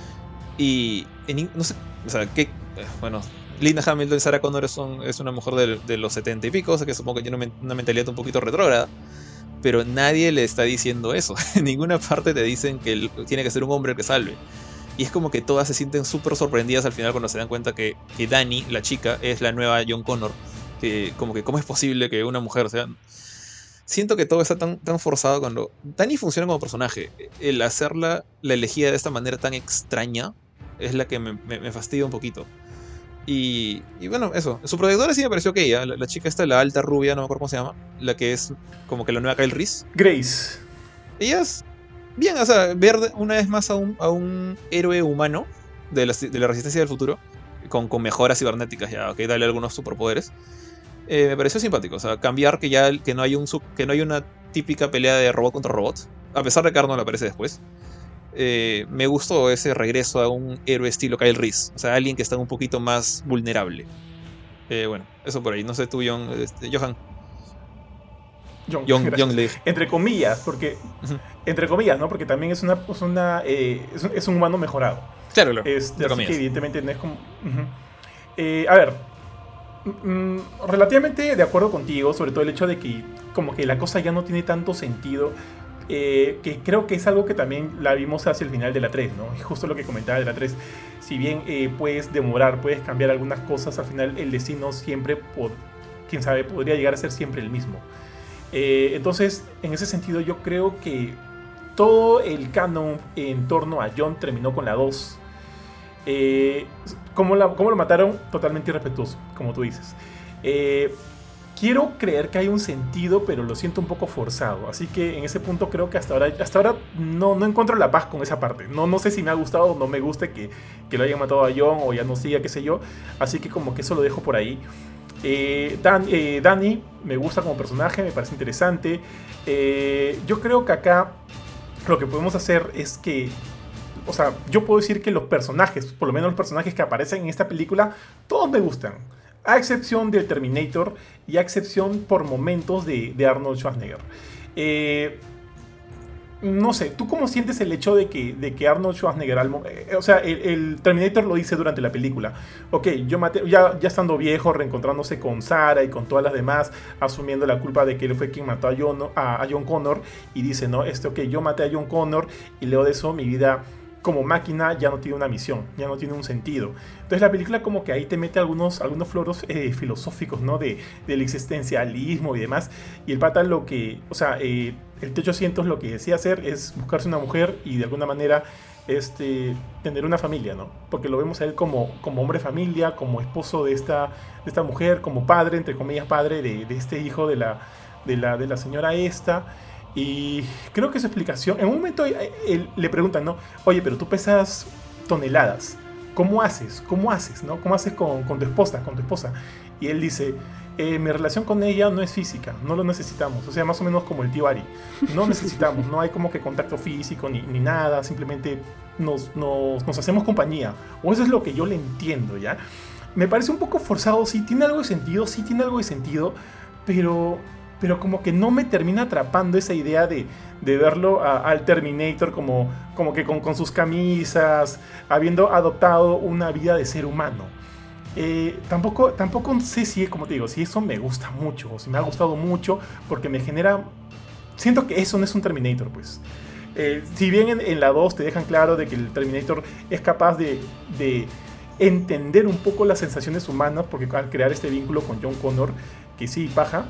Y en, no sé, o sea, que... Bueno... Linda Hamilton y Sarah Connor son, es una mujer de, de los setenta y pico, o sea que supongo que tiene una, una mentalidad un poquito retrógrada, pero nadie le está diciendo eso. En ninguna parte te dicen que el, tiene que ser un hombre el que salve. Y es como que todas se sienten súper sorprendidas al final cuando se dan cuenta que, que Dani, la chica, es la nueva John Connor. Que como que cómo es posible que una mujer, o sea... Siento que todo está tan, tan forzado cuando... Dani funciona como personaje. El hacerla la elegida de esta manera tan extraña es la que me, me, me fastidia un poquito. Y, y bueno, eso. Su protectora sí me pareció que ella, la, la chica esta, la alta rubia, no me acuerdo cómo se llama, la que es como que la nueva Kyle Reese. Grace. Ella es... bien, o sea, ver una vez más a un, a un héroe humano de la, de la Resistencia del Futuro, con, con mejoras cibernéticas, ya, ok, dale algunos superpoderes. Eh, me pareció simpático, o sea, cambiar que ya que no hay un que no hay una típica pelea de robot contra robot, a pesar de que Arnold aparece después. Eh, me gustó ese regreso a un héroe estilo Kyle Reese, o sea, alguien que está un poquito más vulnerable. Eh, bueno, eso por ahí, no sé tú, John, este, Johan. John, John, John le dije. Entre comillas, porque Uh-huh. entre comillas, ¿no? Porque también es una, es una eh, es, un, es un humano mejorado. Claro, claro. Este, entre así comillas. que evidentemente no es como. Uh-huh. eh, a ver, mm, relativamente de acuerdo contigo, sobre todo el hecho de que como que la cosa ya no tiene tanto sentido. Eh, que creo que es algo que también la vimos hacia el final de la tres, ¿no? Es justo lo que comentaba de la tres. Si bien eh, puedes demorar, puedes cambiar algunas cosas, al final el destino siempre, por, quién sabe, podría llegar a ser siempre el mismo. Eh, entonces, en ese sentido, yo creo que todo el canon en torno a John terminó con la dos. Eh, ¿cómo, la, ¿Cómo lo mataron? Totalmente irrespetuoso, como tú dices. Eh, quiero creer que hay un sentido, pero lo siento un poco forzado. Así que en ese punto creo que hasta ahora, hasta ahora no, no encuentro la paz con esa parte. No, no sé si me ha gustado o no me guste que, que lo hayan matado a John o ya no siga, qué sé yo. Así que como que eso lo dejo por ahí. Eh, Dan, eh, Dani me gusta como personaje, me parece interesante. Eh, yo creo que acá lo que podemos hacer es que, o sea, yo puedo decir que los personajes, por lo menos los personajes que aparecen en esta película, todos me gustan. A excepción del Terminator y a excepción por momentos de, de Arnold Schwarzenegger. Eh, no sé, ¿tú cómo sientes el hecho de que, de que Arnold Schwarzenegger, al, eh, o sea, el, el Terminator lo dice durante la película? Ok, yo maté, ya, ya estando viejo, reencontrándose con Sarah y con todas las demás, asumiendo la culpa de que él fue quien mató a John, a, a John Connor, y dice, no, este, ok, yo maté a John Connor y luego de eso mi vida como máquina ya no tiene una misión, ya no tiene un sentido. Entonces la película como que ahí te mete algunos, algunos floros eh, filosóficos, ¿no? De, del existencialismo y demás. Y el pata lo que, o sea, eh, el T ochocientos lo que decía hacer es buscarse una mujer y de alguna manera este, tener una familia, ¿no? Porque lo vemos a él como, como hombre familia, como esposo de esta, de esta mujer, como padre, entre comillas, padre de, de este hijo de la, de la, de la señora esta. Y creo que su explicación, en un momento él, le preguntan, ¿no? Oye, pero tú pesas toneladas, ¿cómo haces? ¿Cómo haces? ¿No? ¿Cómo haces con, con tu esposa? Con tu esposa? Y él dice, eh, mi relación con ella no es física, no lo necesitamos. O sea, más o menos como el tío Ari. No necesitamos, no hay como que contacto físico ni, ni nada, simplemente nos, nos, nos hacemos compañía. O eso es lo que yo le entiendo, ¿ya? Me parece un poco forzado, sí, tiene algo de sentido, sí tiene algo de sentido, pero... pero como que no me termina atrapando esa idea de, de verlo a, al Terminator como, como que con, con sus camisas, habiendo adoptado una vida de ser humano. Eh, tampoco, tampoco sé si, como te digo, si eso me gusta mucho, o si me ha gustado mucho, porque me genera... Siento que eso no es un Terminator, pues. Eh, si bien en, en la dos te dejan claro de que el Terminator es capaz de... de entender un poco las sensaciones humanas, porque al crear este vínculo con John Connor, que sí, paja,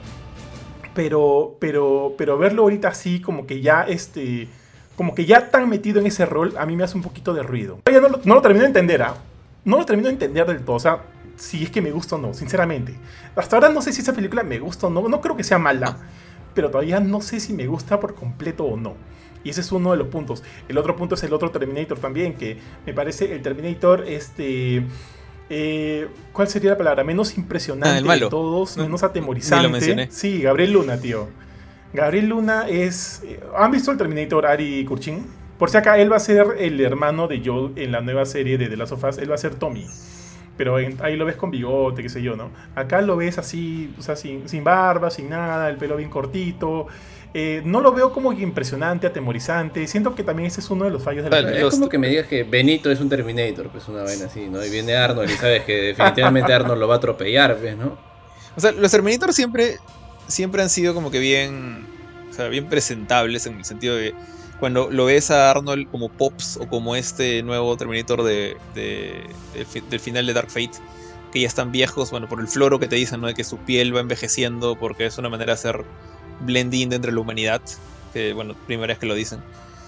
Pero, pero, pero verlo ahorita así, como que ya este, como que ya tan metido en ese rol, a mí me hace un poquito de ruido. Ya no lo, no lo termino de entender, ¿ah? No lo termino de entender del todo, o sea, si es que me gusta o no, sinceramente. Hasta ahora no sé si esa película me gusta o no, no creo que sea mala, pero todavía no sé si me gusta por completo o no. Y ese es uno de los puntos. El otro punto es el otro Terminator también, que me parece el Terminator, este... Eh, ¿cuál sería la palabra? Menos impresionante ah, de todos, no, menos atemorizante. Lo mencioné. Sí, Gabriel Luna, tío. Gabriel Luna es... ¿Han visto el Terminator Ari Kurchin? Por si acá, él va a ser el hermano de Joel en la nueva serie de The Last of Us. Él va a ser Tommy. Pero en, ahí lo ves con bigote, qué sé yo, ¿no? Acá lo ves así, o sea, sin, sin barba, sin nada, el pelo bien cortito. Eh, no lo veo como impresionante, atemorizante. Siento que también ese es uno de los fallos de la película. Es como que me digas que Benito es un Terminator, pues una vaina así, ¿no? Y viene Arnold y sabes que definitivamente Arnold lo va a atropellar, pues, ¿no? O sea, los Terminator siempre, siempre han sido como que bien, o sea, bien presentables en el sentido de cuando lo ves a Arnold como Pops o como este nuevo Terminator de, de, de, del final de Dark Fate, que ya están viejos, bueno, por el floro que te dicen, ¿no? De que su piel va envejeciendo porque es una manera de hacer blending dentro de la humanidad, que bueno, primera vez que lo dicen.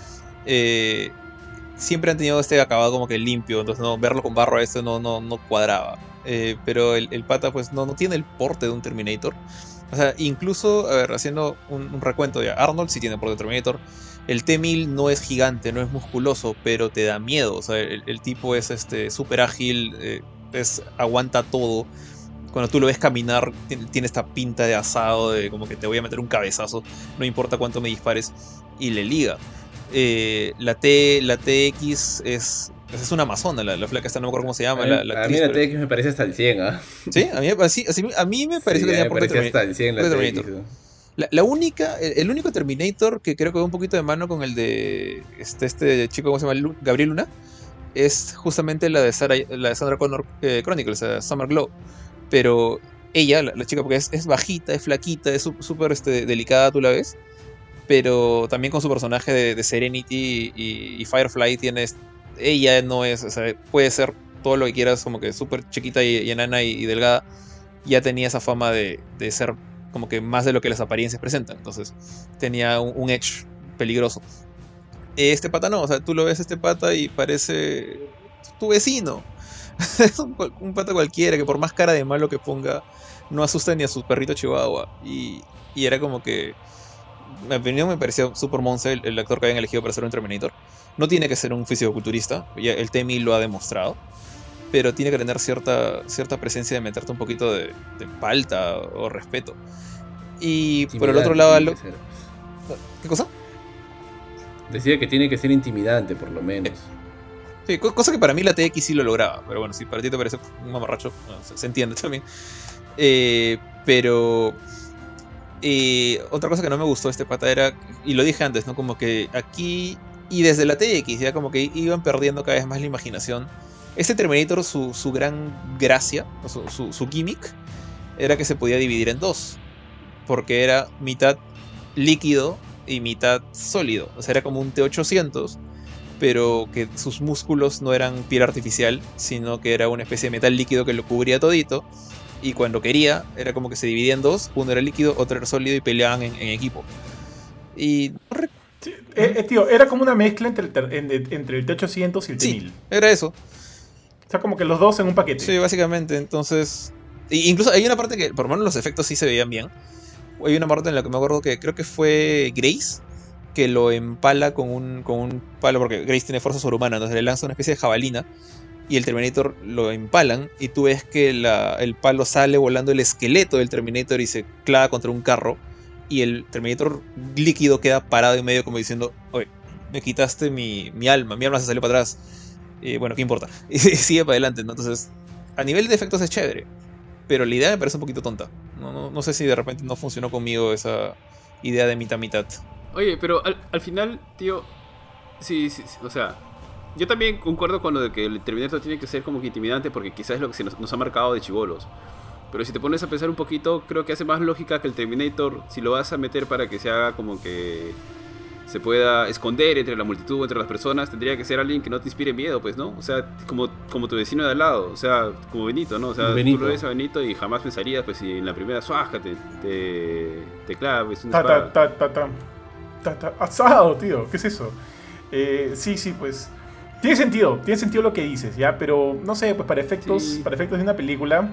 Eh, siempre han tenido este acabado como que limpio, entonces no, verlo con barro a este no, no, no cuadraba. Eh, pero el, el pata pues no, no tiene el porte de un Terminator. O sea, incluso, a ver, haciendo un, un recuento ya, Arnold sí tiene porte de Terminator, El T mil no es gigante, no es musculoso, pero te da miedo. O sea, el, el tipo es este súper ágil, eh, es, aguanta todo. Cuando tú lo ves caminar, tiene esta pinta de asado, de como que te voy a meter un cabezazo, no importa cuánto me dispares, y le liga. Eh, la, T, la T X es, es una amazona, la, la flaca esta, no me acuerdo cómo se llama. A, la, la a actriz, mí la pero... T X me parece hasta el cien, ¿ah? ¿eh? Sí, a mí, así, así, a mí me parece sí, que tenía me por parece hasta el cien la T X. La, la única, el, el único Terminator que creo que va un poquito de mano con el de este, este chico, ¿cómo se llama? Lu, Gabriel Luna, es justamente la de, Sarah, la de Sandra Connor eh, Chronicles, uh, Summer Glow. Pero ella, la, la chica, porque es, es bajita, es flaquita, es súper este, delicada, tú la ves. Pero también con su personaje de, de Serenity y, y Firefly tienes... Ella no es, o sea, puede ser todo lo que quieras, como que súper chiquita y, y enana y, y delgada. Ya tenía esa fama de, de ser como que más de lo que las apariencias presentan. Entonces tenía un, un edge peligroso. Este pata no, o sea, tú lo ves este pata y parece tu vecino. Es un, un pata cualquiera que por más cara de malo que ponga, no asusta ni a su perrito chihuahua. Y, y era como que... En mi opinión me parecía super monce el, el actor que habían elegido para ser un Terminator. No tiene que ser un fisicoculturista, ya el T mil lo ha demostrado. Pero tiene que tener cierta, cierta presencia de meterte un poquito de, de palta o respeto. Y intimidante, por el otro lado... Lo... ¿Qué cosa? Decía que tiene que ser intimidante, por lo menos. Sí, cosa que para mí la T X sí lo lograba. Pero bueno, si para ti te parece un mamarracho, bueno, se, se entiende también. Eh, pero... Eh, otra cosa que no me gustó de este pata era... Y lo dije antes, ¿no? Como que aquí... Y desde la T X ya como que iban perdiendo cada vez más la imaginación. Este Terminator, su, su gran gracia, su, su, su gimmick, era que se podía dividir en dos. Porque era mitad líquido y mitad sólido. O sea, era como un T ochocientos, pero que sus músculos no eran piel artificial, sino que era una especie de metal líquido que lo cubría todito. Y cuando quería, era como que se dividía en dos. Uno era líquido, otro era sólido y peleaban en, en equipo. Y... Sí, eh, eh, tío, era como una mezcla entre el, entre el T ochocientos y el T mil. Sí, era eso. O sea, como que los dos en un paquete. Sí, básicamente, entonces... Incluso hay una parte que, por lo menos los efectos sí se veían bien. Hay una parte en la que me acuerdo que creo que fue Grace, que lo empala con un, con un palo, porque Grace tiene fuerza sobrehumana, entonces le lanza una especie de jabalina, y el Terminator lo empalan, y tú ves que la, el palo sale volando el esqueleto del Terminator y se clava contra un carro, y el Terminator líquido queda parado en medio como diciendo, oye, me quitaste mi, mi alma, mi alma se salió para atrás. Y bueno, ¿qué importa? Y sigue para adelante, ¿no? Entonces, a nivel de efectos es chévere, pero la idea me parece un poquito tonta. No, no, no sé si de repente no funcionó conmigo esa idea de mitad-mitad. Oye, pero al, al final, tío, sí, sí, sí, o sea, yo también concuerdo con lo de que el Terminator tiene que ser como que intimidante porque quizás es lo que se nos, nos ha marcado de chibolos. Pero si te pones a pensar un poquito, creo que hace más lógica que el Terminator, si lo vas a meter para que se haga como que se pueda esconder entre la multitud, entre las personas, tendría que ser alguien que no te inspire miedo, pues, ¿no? O sea, como, como tu vecino de al lado, o sea, como Benito, ¿no? O sea, Benito. Tú lo ves a Benito y jamás pensarías, pues, si en la primera suaja te, te, te claves una Ta, espada. ta, ta, ta, ta, ta, ta. Asado, tío, ¿qué es eso? Eh, sí, sí, pues... Tiene sentido, tiene sentido lo que dices, ¿ya? Pero, no sé, pues para efectos, Sí. para efectos de una película...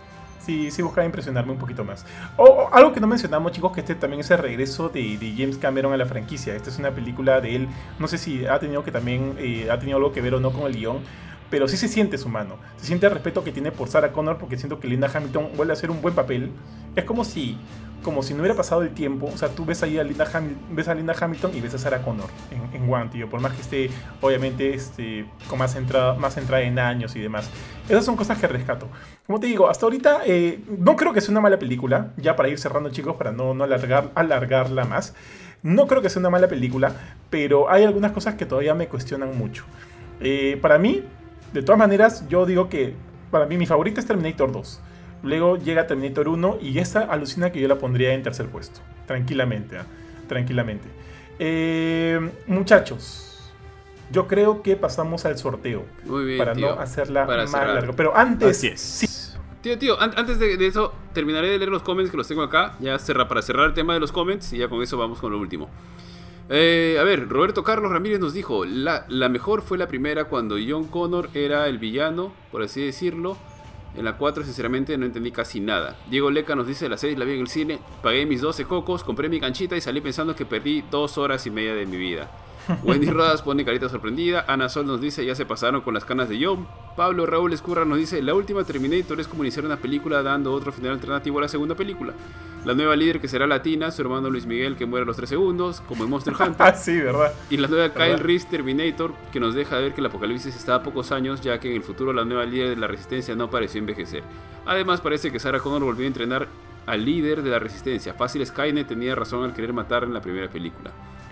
Sí, sí buscaba impresionarme un poquito más. O, o algo que no mencionamos, chicos, que este también es el regreso de, de James Cameron a la franquicia. Esta es una película de él. No sé si ha tenido que también eh, ha tenido algo que ver o no con el guión, pero sí se siente su mano. Se siente el respeto que tiene por Sarah Connor, porque siento que Linda Hamilton vuelve a hacer un buen papel. Es como si, como si no hubiera pasado el tiempo. O sea, tú ves ahí a Linda, Hamil ves a Linda Hamilton y ves a Sarah Connor en, en One, tío. Por más que esté, obviamente, este, con más entrada, más entrada en años y demás. Esas son cosas que rescato. Como te digo, hasta ahorita eh, no creo que sea una mala película. Ya para ir cerrando, chicos, para no, no alargar, alargarla más. No creo que sea una mala película, pero hay algunas cosas que todavía me cuestionan mucho. Eh, para mí, de todas maneras, yo digo que para mí mi favorita es Terminator dos. Luego llega Terminator uno y esta alucina que yo la pondría en tercer puesto. Tranquilamente, ¿eh? Tranquilamente. Eh, muchachos. Yo creo que pasamos al sorteo. Muy bien, para tío, no hacerla para más cerrar. larga. Pero antes, Así es. sí. Tío, tío, an antes de, de eso, terminaré de leer los comments que los tengo acá. Ya cerra para cerrar el tema de los comments y ya con eso vamos con lo último. Eh, a ver, Roberto Carlos Ramírez nos dijo, la, la mejor fue la primera cuando John Connor era el villano, por así decirlo. En la cuatro sinceramente no entendí casi nada. Diego Leca nos dice, la seis la vi en el cine, pagué mis doce cocos, compré mi canchita y salí pensando que perdí dos horas y media de mi vida. Wendy Rodas pone carita sorprendida. Ana Sol nos dice, ya se pasaron con las canas de John. Pablo Raúl Escurra nos dice, la última Terminator es como iniciar una película dando otro final alternativo a la segunda película. La nueva líder que será latina, su hermano Luis Miguel que muere a los tres segundos, como en Monster Hunter. Ah, sí, ¿verdad? Y la nueva Kyle ¿verdad? Reese Terminator, que nos deja ver que el apocalipsis está a pocos años, ya que en el futuro la nueva líder de la resistencia no pareció envejecer. Además parece que Sarah Connor volvió a entrenar al líder de la resistencia. Fácil, Skynet tenía razón al querer matar en la primera película.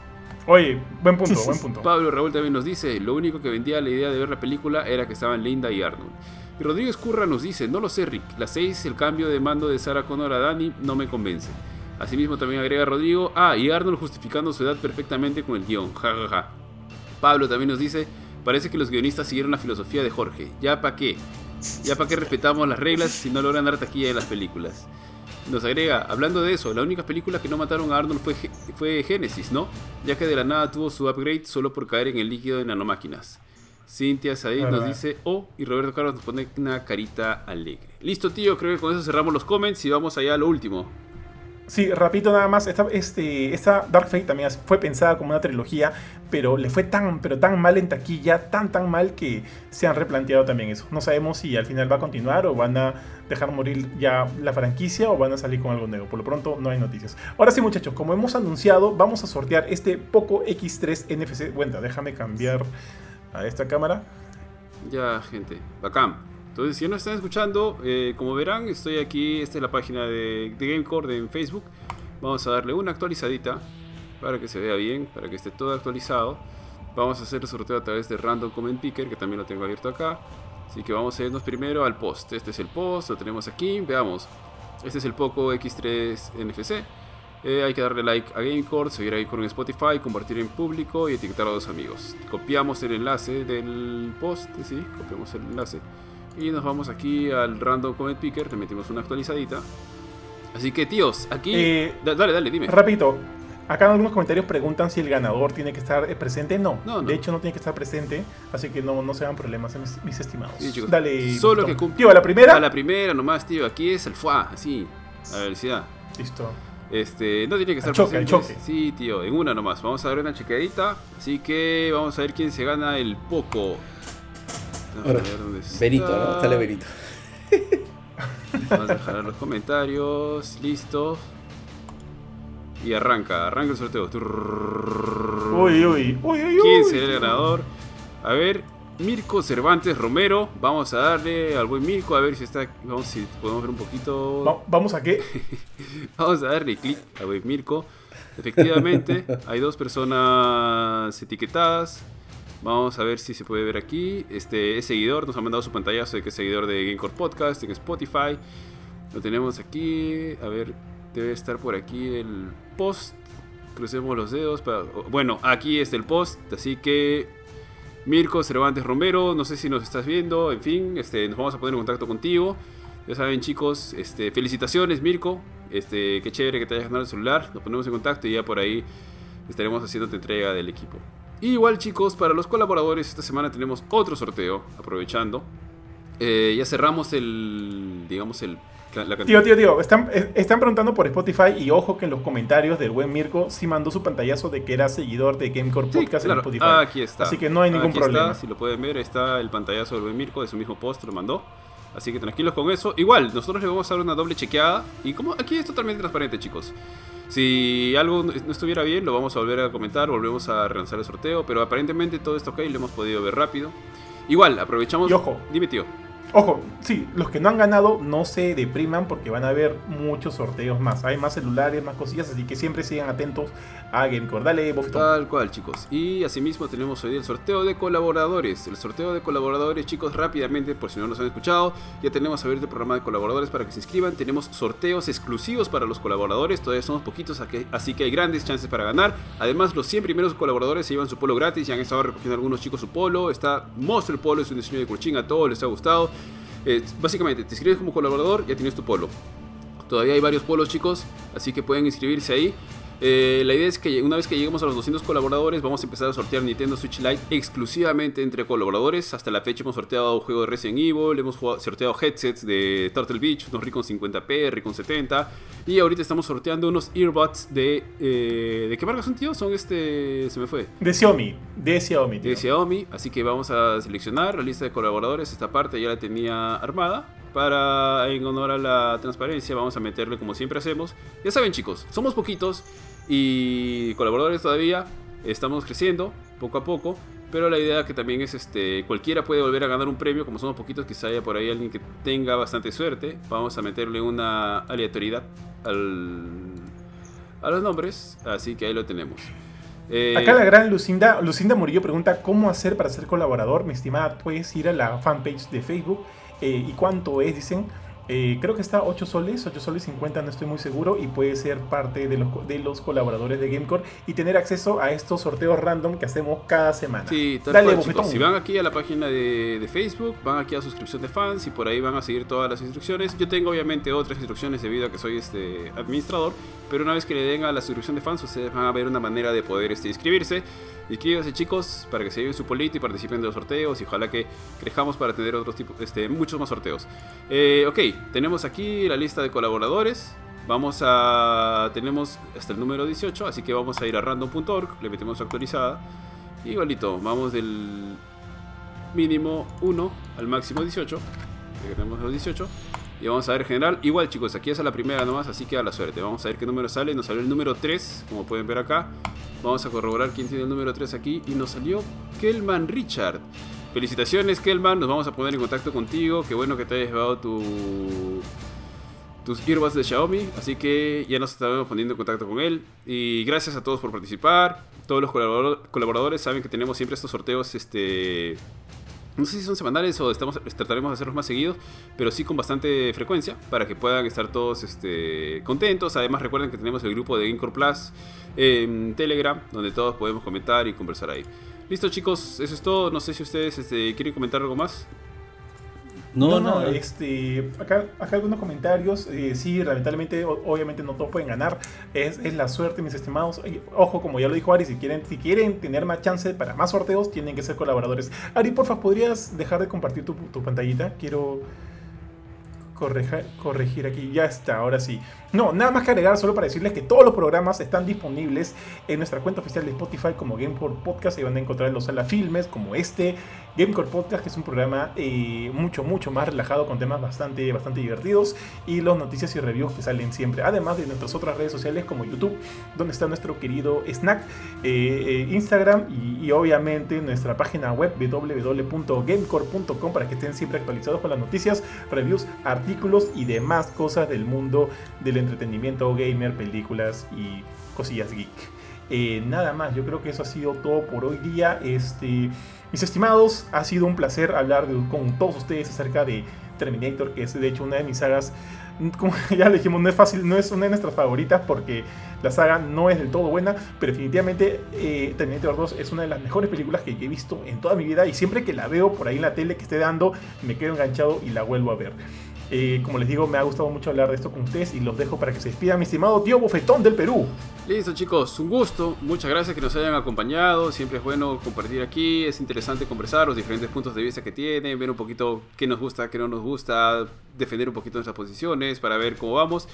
Oye, buen punto, buen punto. Pablo Raúl también nos dice, lo único que vendía la idea de ver la película era que estaban Linda y Arnold. Y Rodrigo Escurra nos dice, no lo sé Rick, la seis, el cambio de mando de Sarah Connor a Dani no me convence. Asimismo también agrega Rodrigo, ah, y Arnold justificando su edad perfectamente con el guión, jajaja. Ja, ja. Pablo también nos dice, parece que los guionistas siguieron la filosofía de Jorge, ya pa' qué, ya pa' qué respetamos las reglas si no logran dar taquilla en las películas. Nos agrega, hablando de eso, la única película que no mataron a Arnold fue, fue Génesis, ¿no? Ya que de la nada tuvo su upgrade solo por caer en el líquido de nanomáquinas. Cintia Said nos dice, oh, y Roberto Carlos nos pone una carita alegre. Listo, tío, creo que con eso cerramos los comments y vamos allá a lo último. Sí, rapidito nada más, esta, este, esta Dark Fate también fue pensada como una trilogía, pero le fue tan, pero tan mal en taquilla, tan tan mal que se han replanteado también eso. No sabemos si al final va a continuar o van a dejar morir ya la franquicia o van a salir con algo nuevo. Por lo pronto no hay noticias. Ahora sí, muchachos, como hemos anunciado, vamos a sortear este Poco X tres N F C. Bueno, déjame cambiar a esta cámara. Ya, gente, bacán. Entonces, si no están escuchando, eh, como verán, estoy aquí, esta es la página de, de Gamecore en Facebook. Vamos a darle una actualizadita para que se vea bien, para que esté todo actualizado. Vamos a hacer el sorteo a través de Random Comment Picker, que también lo tengo abierto acá. Así que vamos a irnos primero al post. Este es el post, lo tenemos aquí, veamos. Este es el Poco X tres N F C. Eh, hay que darle like a Gamecore, seguir ahí con Spotify, compartir en público y etiquetar a dos amigos. Copiamos el enlace del post, sí, copiamos el enlace. Y nos vamos aquí al Random Comment Picker, le metimos una actualizadita. Así que, tíos, aquí... Eh, dale, dale, dime. Rapidito, acá en algunos comentarios preguntan si el ganador tiene que estar presente. No, no, no. De hecho no tiene que estar presente, así que no, no se hagan problemas, mis, mis estimados. Sí, chicos. Dale, solo Tom. que cum- Tío, a la primera. A la primera nomás, tío, aquí es el fuá, así, a la velocidad. Listo. Este, no tiene que estar Al choque, al presentes. choque. Sí, tío, en una nomás. Vamos a dar una chequeadita. Así que vamos a ver quién se gana el Poco. Vamos Ahora, a ver dónde está. Benito, ¿no? Sale Benito. Vamos a dejar los comentarios. Listo. Y arranca, arranca el sorteo. Uy, uy, uy, uy, ¿Quién uy. será el ganador? A ver, Mirko Cervantes Romero. Vamos a darle al buen Mirko a ver si está. Vamos si podemos ver un poquito. Va- ¿Vamos a qué? Vamos a darle clic a buen Mirko. Efectivamente, hay dos personas etiquetadas. Vamos a ver si se puede ver aquí. Este es seguidor, nos ha mandado su pantallazo de que es seguidor de Gamecore Podcast en Spotify. Lo tenemos aquí. A ver, debe estar por aquí el post. Crucemos los dedos. Para... Bueno, aquí está el post. Así que, Mirko Cervantes Romero, no sé si nos estás viendo. En fin, este, nos vamos a poner en contacto contigo. Ya saben, chicos, este, felicitaciones, Mirko. Este, qué chévere que te hayas ganado el celular. Nos ponemos en contacto y ya por ahí estaremos haciéndote entrega del equipo. Y igual, chicos, para los colaboradores, esta semana tenemos otro sorteo, aprovechando. Eh, ya cerramos el, digamos, el, la, la Tío, tío, tío, están, eh, están preguntando por Spotify y ojo que en los comentarios del buen Mirko sí mandó su pantallazo de que era seguidor de Gamecore Sí, Podcast claro. en Spotify. Ah, aquí está. Así que no hay ningún Aquí problema. Está, si lo pueden ver, está el pantallazo del buen Mirko de su mismo post, lo mandó. Así que tranquilos con eso. Igual, nosotros le vamos a dar una doble chequeada. Y como aquí es totalmente transparente, chicos. Si algo no estuviera bien, lo vamos a volver a comentar. Volvemos a relanzar el sorteo. Pero aparentemente todo esto ok, lo hemos podido ver rápido. Igual, aprovechamos. Y ojo. Dime, tío. Ojo, sí, los que no han ganado no se depriman porque van a haber muchos sorteos más. Hay más celulares, más cosillas, así que siempre sigan atentos a Gamecore. Dale, Bofito. Tal cual, chicos. Y asimismo tenemos hoy día el sorteo de colaboradores. El sorteo de colaboradores, chicos, rápidamente, por si no los han escuchado, ya tenemos abierto el programa de colaboradores para que se inscriban. Tenemos sorteos exclusivos para los colaboradores. Todavía somos poquitos, así que hay grandes chances para ganar. Además, los cien primeros colaboradores se llevan su polo gratis. Ya han estado recogiendo algunos chicos su polo. Está Monster Polo, es un diseño de Kurchin, a todos les ha gustado. Eh, básicamente, te inscribes como colaborador, ya tienes tu polo. Todavía hay varios polos, chicos, así que pueden inscribirse ahí. Eh, la idea es que una vez que lleguemos a los doscientos colaboradores vamos a empezar a sortear Nintendo Switch Lite exclusivamente entre colaboradores. Hasta la fecha hemos sorteado un juego de Resident Evil, hemos jugado, sorteado headsets de Turtle Beach, unos Recon cincuenta P, Recon setenta, y ahorita estamos sorteando unos earbuds de... Eh, ¿de qué marca son, tío? Son este... se me fue. De Xiaomi, de Xiaomi, tío. De Xiaomi, así que vamos a seleccionar la lista de colaboradores. Esta parte ya la tenía armada. Para, en honor a la transparencia, vamos a meterle como siempre hacemos. Ya saben, chicos, somos poquitos y colaboradores todavía, estamos creciendo poco a poco, pero la idea que también es este cualquiera puede volver a ganar un premio. Como somos poquitos, quizá haya por ahí alguien que tenga bastante suerte. Vamos a meterle una aleatoriedad al, a los nombres, así que ahí lo tenemos. Eh, Acá la gran Lucinda, Lucinda Murillo pregunta cómo hacer para ser colaborador. Mi estimada, puedes ir a la fanpage de Facebook. Eh, ¿Y cuánto es? Dicen. Eh, creo que está ocho soles, ocho soles cincuenta, no estoy muy seguro. Y puede ser parte de los, de los colaboradores de Gamecore y tener acceso a estos sorteos random que hacemos cada semana. Sí, tal Dale, cual, bofetón. chicos. Si van aquí a la página de, de Facebook, van aquí a suscripción de fans y por ahí van a seguir todas las instrucciones. Yo tengo obviamente otras instrucciones debido a que soy este administrador, pero una vez que le den a la suscripción de fans, ustedes van a ver una manera de poder este, inscribirse. Inscríbanse, chicos, para que se lleven su polito y participen de los sorteos, y ojalá que crezcamos para tener otros tipos, este, muchos más sorteos. Eh, ok, tenemos aquí la lista de colaboradores. Vamos a... tenemos hasta el número dieciocho, así que vamos a ir a random punto org, le metemos actualizada. Y igualito, vamos del mínimo uno al máximo dieciocho. Aquí tenemos los dieciocho. Y vamos a ver general. Igual, chicos, aquí es a la primera nomás, así que a la suerte. Vamos a ver qué número sale. Nos salió el número tres, como pueden ver acá. Vamos a corroborar quién tiene el número tres aquí. Y nos salió Kelman Richard. Felicitaciones, Kelman. Nos vamos a poner en contacto contigo. Qué bueno que te hayas llevado tu... tus earbuds de Xiaomi. Así que ya nos estaremos poniendo en contacto con él. Y gracias a todos por participar. Todos los colaboradores saben que tenemos siempre estos sorteos, este... no sé si son semanales o estamos, trataremos de hacerlos más seguidos, pero sí con bastante frecuencia para que puedan estar todos este, contentos. Además, recuerden que tenemos el grupo de Gamecore Plus en Telegram, donde todos podemos comentar y conversar ahí. Listo, chicos, eso es todo. No sé si ustedes este, quieren comentar algo más. No, No, no, no, este, acá, acá algunos comentarios. Eh, sí, lamentablemente, o- obviamente no todos pueden ganar. Es, es la suerte, mis estimados. Y, ojo, como ya lo dijo Ari, si quieren, si quieren tener más chance para más sorteos, tienen que ser colaboradores. Ari, porfa, ¿podrías dejar de compartir tu, tu pantallita? Quiero correja- corregir aquí. Ya está, ahora sí. No, nada más que agregar, solo para decirles que todos los programas están disponibles en nuestra cuenta oficial de Spotify como Gamecore Podcast. Ahí van a encontrar los filmes como este, Gamecore Podcast, que es un programa eh, mucho, mucho más relajado con temas bastante, bastante divertidos, y las noticias y reviews que salen siempre. Además de nuestras otras redes sociales como YouTube, donde está nuestro querido Snack, eh, eh, Instagram y, y obviamente nuestra página web w w w punto gamecore punto com para que estén siempre actualizados con las noticias, reviews, artículos y demás cosas del mundo del entretenimiento gamer, películas y cosillas geek. Eh, nada más, yo creo que eso ha sido todo por hoy día. Este, mis estimados, ha sido un placer hablar de, con todos ustedes acerca de Terminator, que es de hecho una de mis sagas. Como ya le dijimos, no es fácil, no es una de nuestras favoritas porque la saga no es del todo buena, pero definitivamente eh, Terminator dos es una de las mejores películas que he visto en toda mi vida, y siempre que la veo por ahí en la tele que esté dando, me quedo enganchado y la vuelvo a ver. Eh, como les digo, me ha gustado mucho hablar de esto con ustedes y los dejo para que se despida mi estimado tío Bofetón del Perú. Listo, chicos, un gusto. Muchas gracias que nos hayan acompañado. Siempre es bueno compartir aquí. Es interesante conversar los diferentes puntos de vista que tienen, ver un poquito qué nos gusta, qué no nos gusta, defender un poquito nuestras posiciones para ver cómo vamos.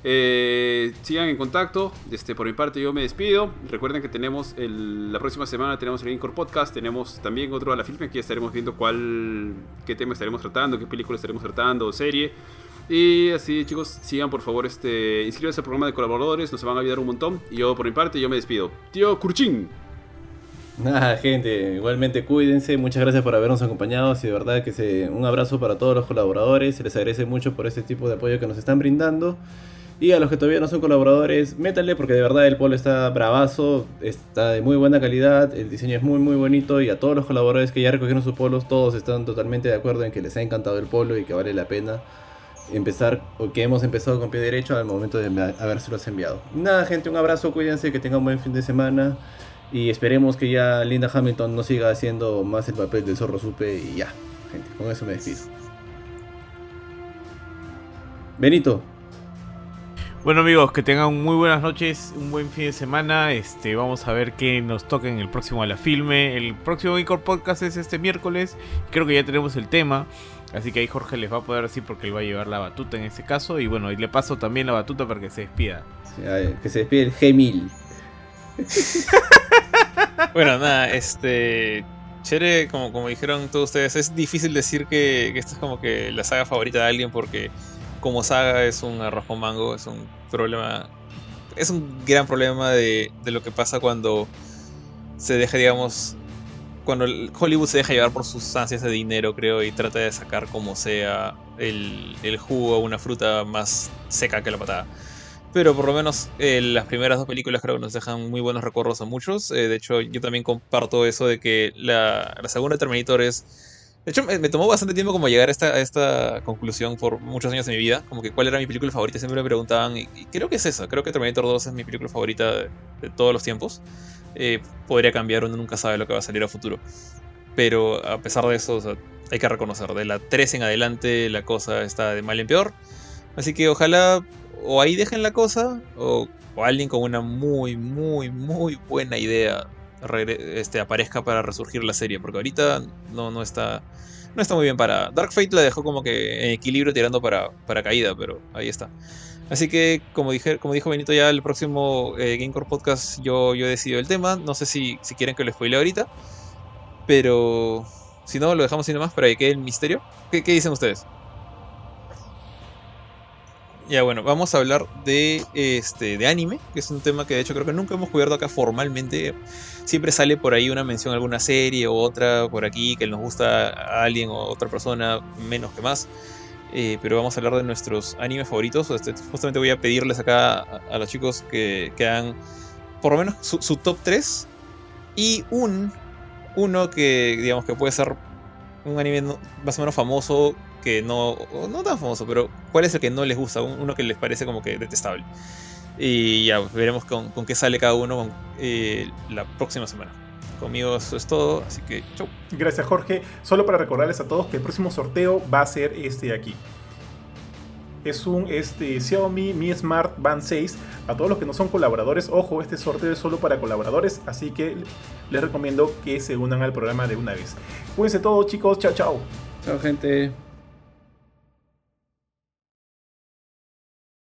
Eh, sigan en contacto. Este, por mi parte, yo me despido. Recuerden que tenemos el, la próxima semana tenemos el Gamecore Podcast. Tenemos también otro a la filme, que ya estaremos viendo cuál, qué tema estaremos tratando, qué película estaremos tratando o serie. Y así, chicos, sigan por favor, este, inscríbanse al programa de colaboradores, nos van a ayudar un montón. Y yo por mi parte, yo me despido. Tío Kurchin. Nada, gente, igualmente cuídense, muchas gracias por habernos acompañado, y de verdad que se, un abrazo para todos los colaboradores, se les agradece mucho por este tipo de apoyo que nos están brindando. Y a los que todavía no son colaboradores, métanle, porque de verdad el polo está bravazo, está de muy buena calidad, el diseño es muy muy bonito, y a todos los colaboradores que ya recogieron sus polos, todos están totalmente de acuerdo en que les ha encantado el polo y que vale la pena empezar, o que hemos empezado con pie derecho al momento de habérselos enviado. Nada, gente, un abrazo, cuídense, que tengan un buen fin de semana, y esperemos que ya Linda Hamilton no siga haciendo más el papel del zorro supe, y ya, gente, con eso me despido. Benito. Bueno amigos, que tengan muy buenas noches, un buen fin de semana. Este, vamos a ver qué nos toca en el próximo A la Filme. El próximo Incor Podcast es este miércoles. Creo que ya tenemos el tema. Así que ahí Jorge les va a poder decir porque él va a llevar la batuta en ese caso. Y bueno, y le paso también la batuta para que se despida. Sí, a ver, que se despide el G mil. Bueno, nada, este... Chévere, como, como dijeron todos ustedes, es difícil decir que, que esta es como que la saga favorita de alguien porque como saga es un arroz con mango, es un problema, es un gran problema de, de lo que pasa cuando se deja, digamos, cuando Hollywood se deja llevar por sus ansias de dinero, creo, y trata de sacar como sea el, el jugo a una fruta más seca que la patada. Pero por lo menos eh, las primeras dos películas creo que nos dejan muy buenos recuerdos a muchos. Eh, de hecho, yo también comparto eso de que la, la segunda Terminator es... De hecho, me, me tomó bastante tiempo como llegar a esta, a esta conclusión por muchos años de mi vida. Como que cuál era mi película favorita, siempre me preguntaban. Y, y creo que es esa. Creo que Terminator dos es mi película favorita de, de todos los tiempos. Eh, podría cambiar, uno nunca sabe lo que va a salir a futuro. Pero a pesar de eso, o sea, hay que reconocer. De la tres en adelante la cosa está de mal en peor. Así que ojalá... o ahí dejen la cosa, o, o alguien con una muy, muy, muy buena idea este, aparezca para resurgir la serie, porque ahorita no, no está no está muy bien para... Dark Fate la dejó como que en equilibrio tirando para, para caída, pero ahí está. Así que, como dije, como dijo Benito, ya el próximo eh, Gamecore Podcast yo, yo he decidido el tema, no sé si, si quieren que lo spoile ahorita, pero si no, lo dejamos sin más para que quede el misterio. ¿Qué, qué dicen ustedes? Ya bueno, vamos a hablar de este de anime, que es un tema que de hecho creo que nunca hemos cubierto acá formalmente. Siempre sale por ahí una mención a alguna serie o otra por aquí que nos gusta a alguien o a otra persona, menos que más. Eh, pero vamos a hablar de nuestros animes favoritos. Este, justamente voy a pedirles acá a, a los chicos que, que hagan por lo menos su, su top tres y un uno que digamos que puede ser un anime no, más o menos famoso, que no, no tan famoso, pero ¿cuál es el que no les gusta? Uno que les parece como que detestable. Y ya veremos con, con qué sale cada uno con, eh, la próxima semana. Conmigo eso es todo, así que chau. Gracias Jorge. Solo para recordarles a todos que el próximo sorteo va a ser este de aquí. Es un este, Xiaomi Mi Smart Band seis. A todos los que no son colaboradores, ojo, este sorteo es solo para colaboradores, así que les recomiendo que se unan al programa de una vez. Cuídense todos chicos, chao chao. Chao gente.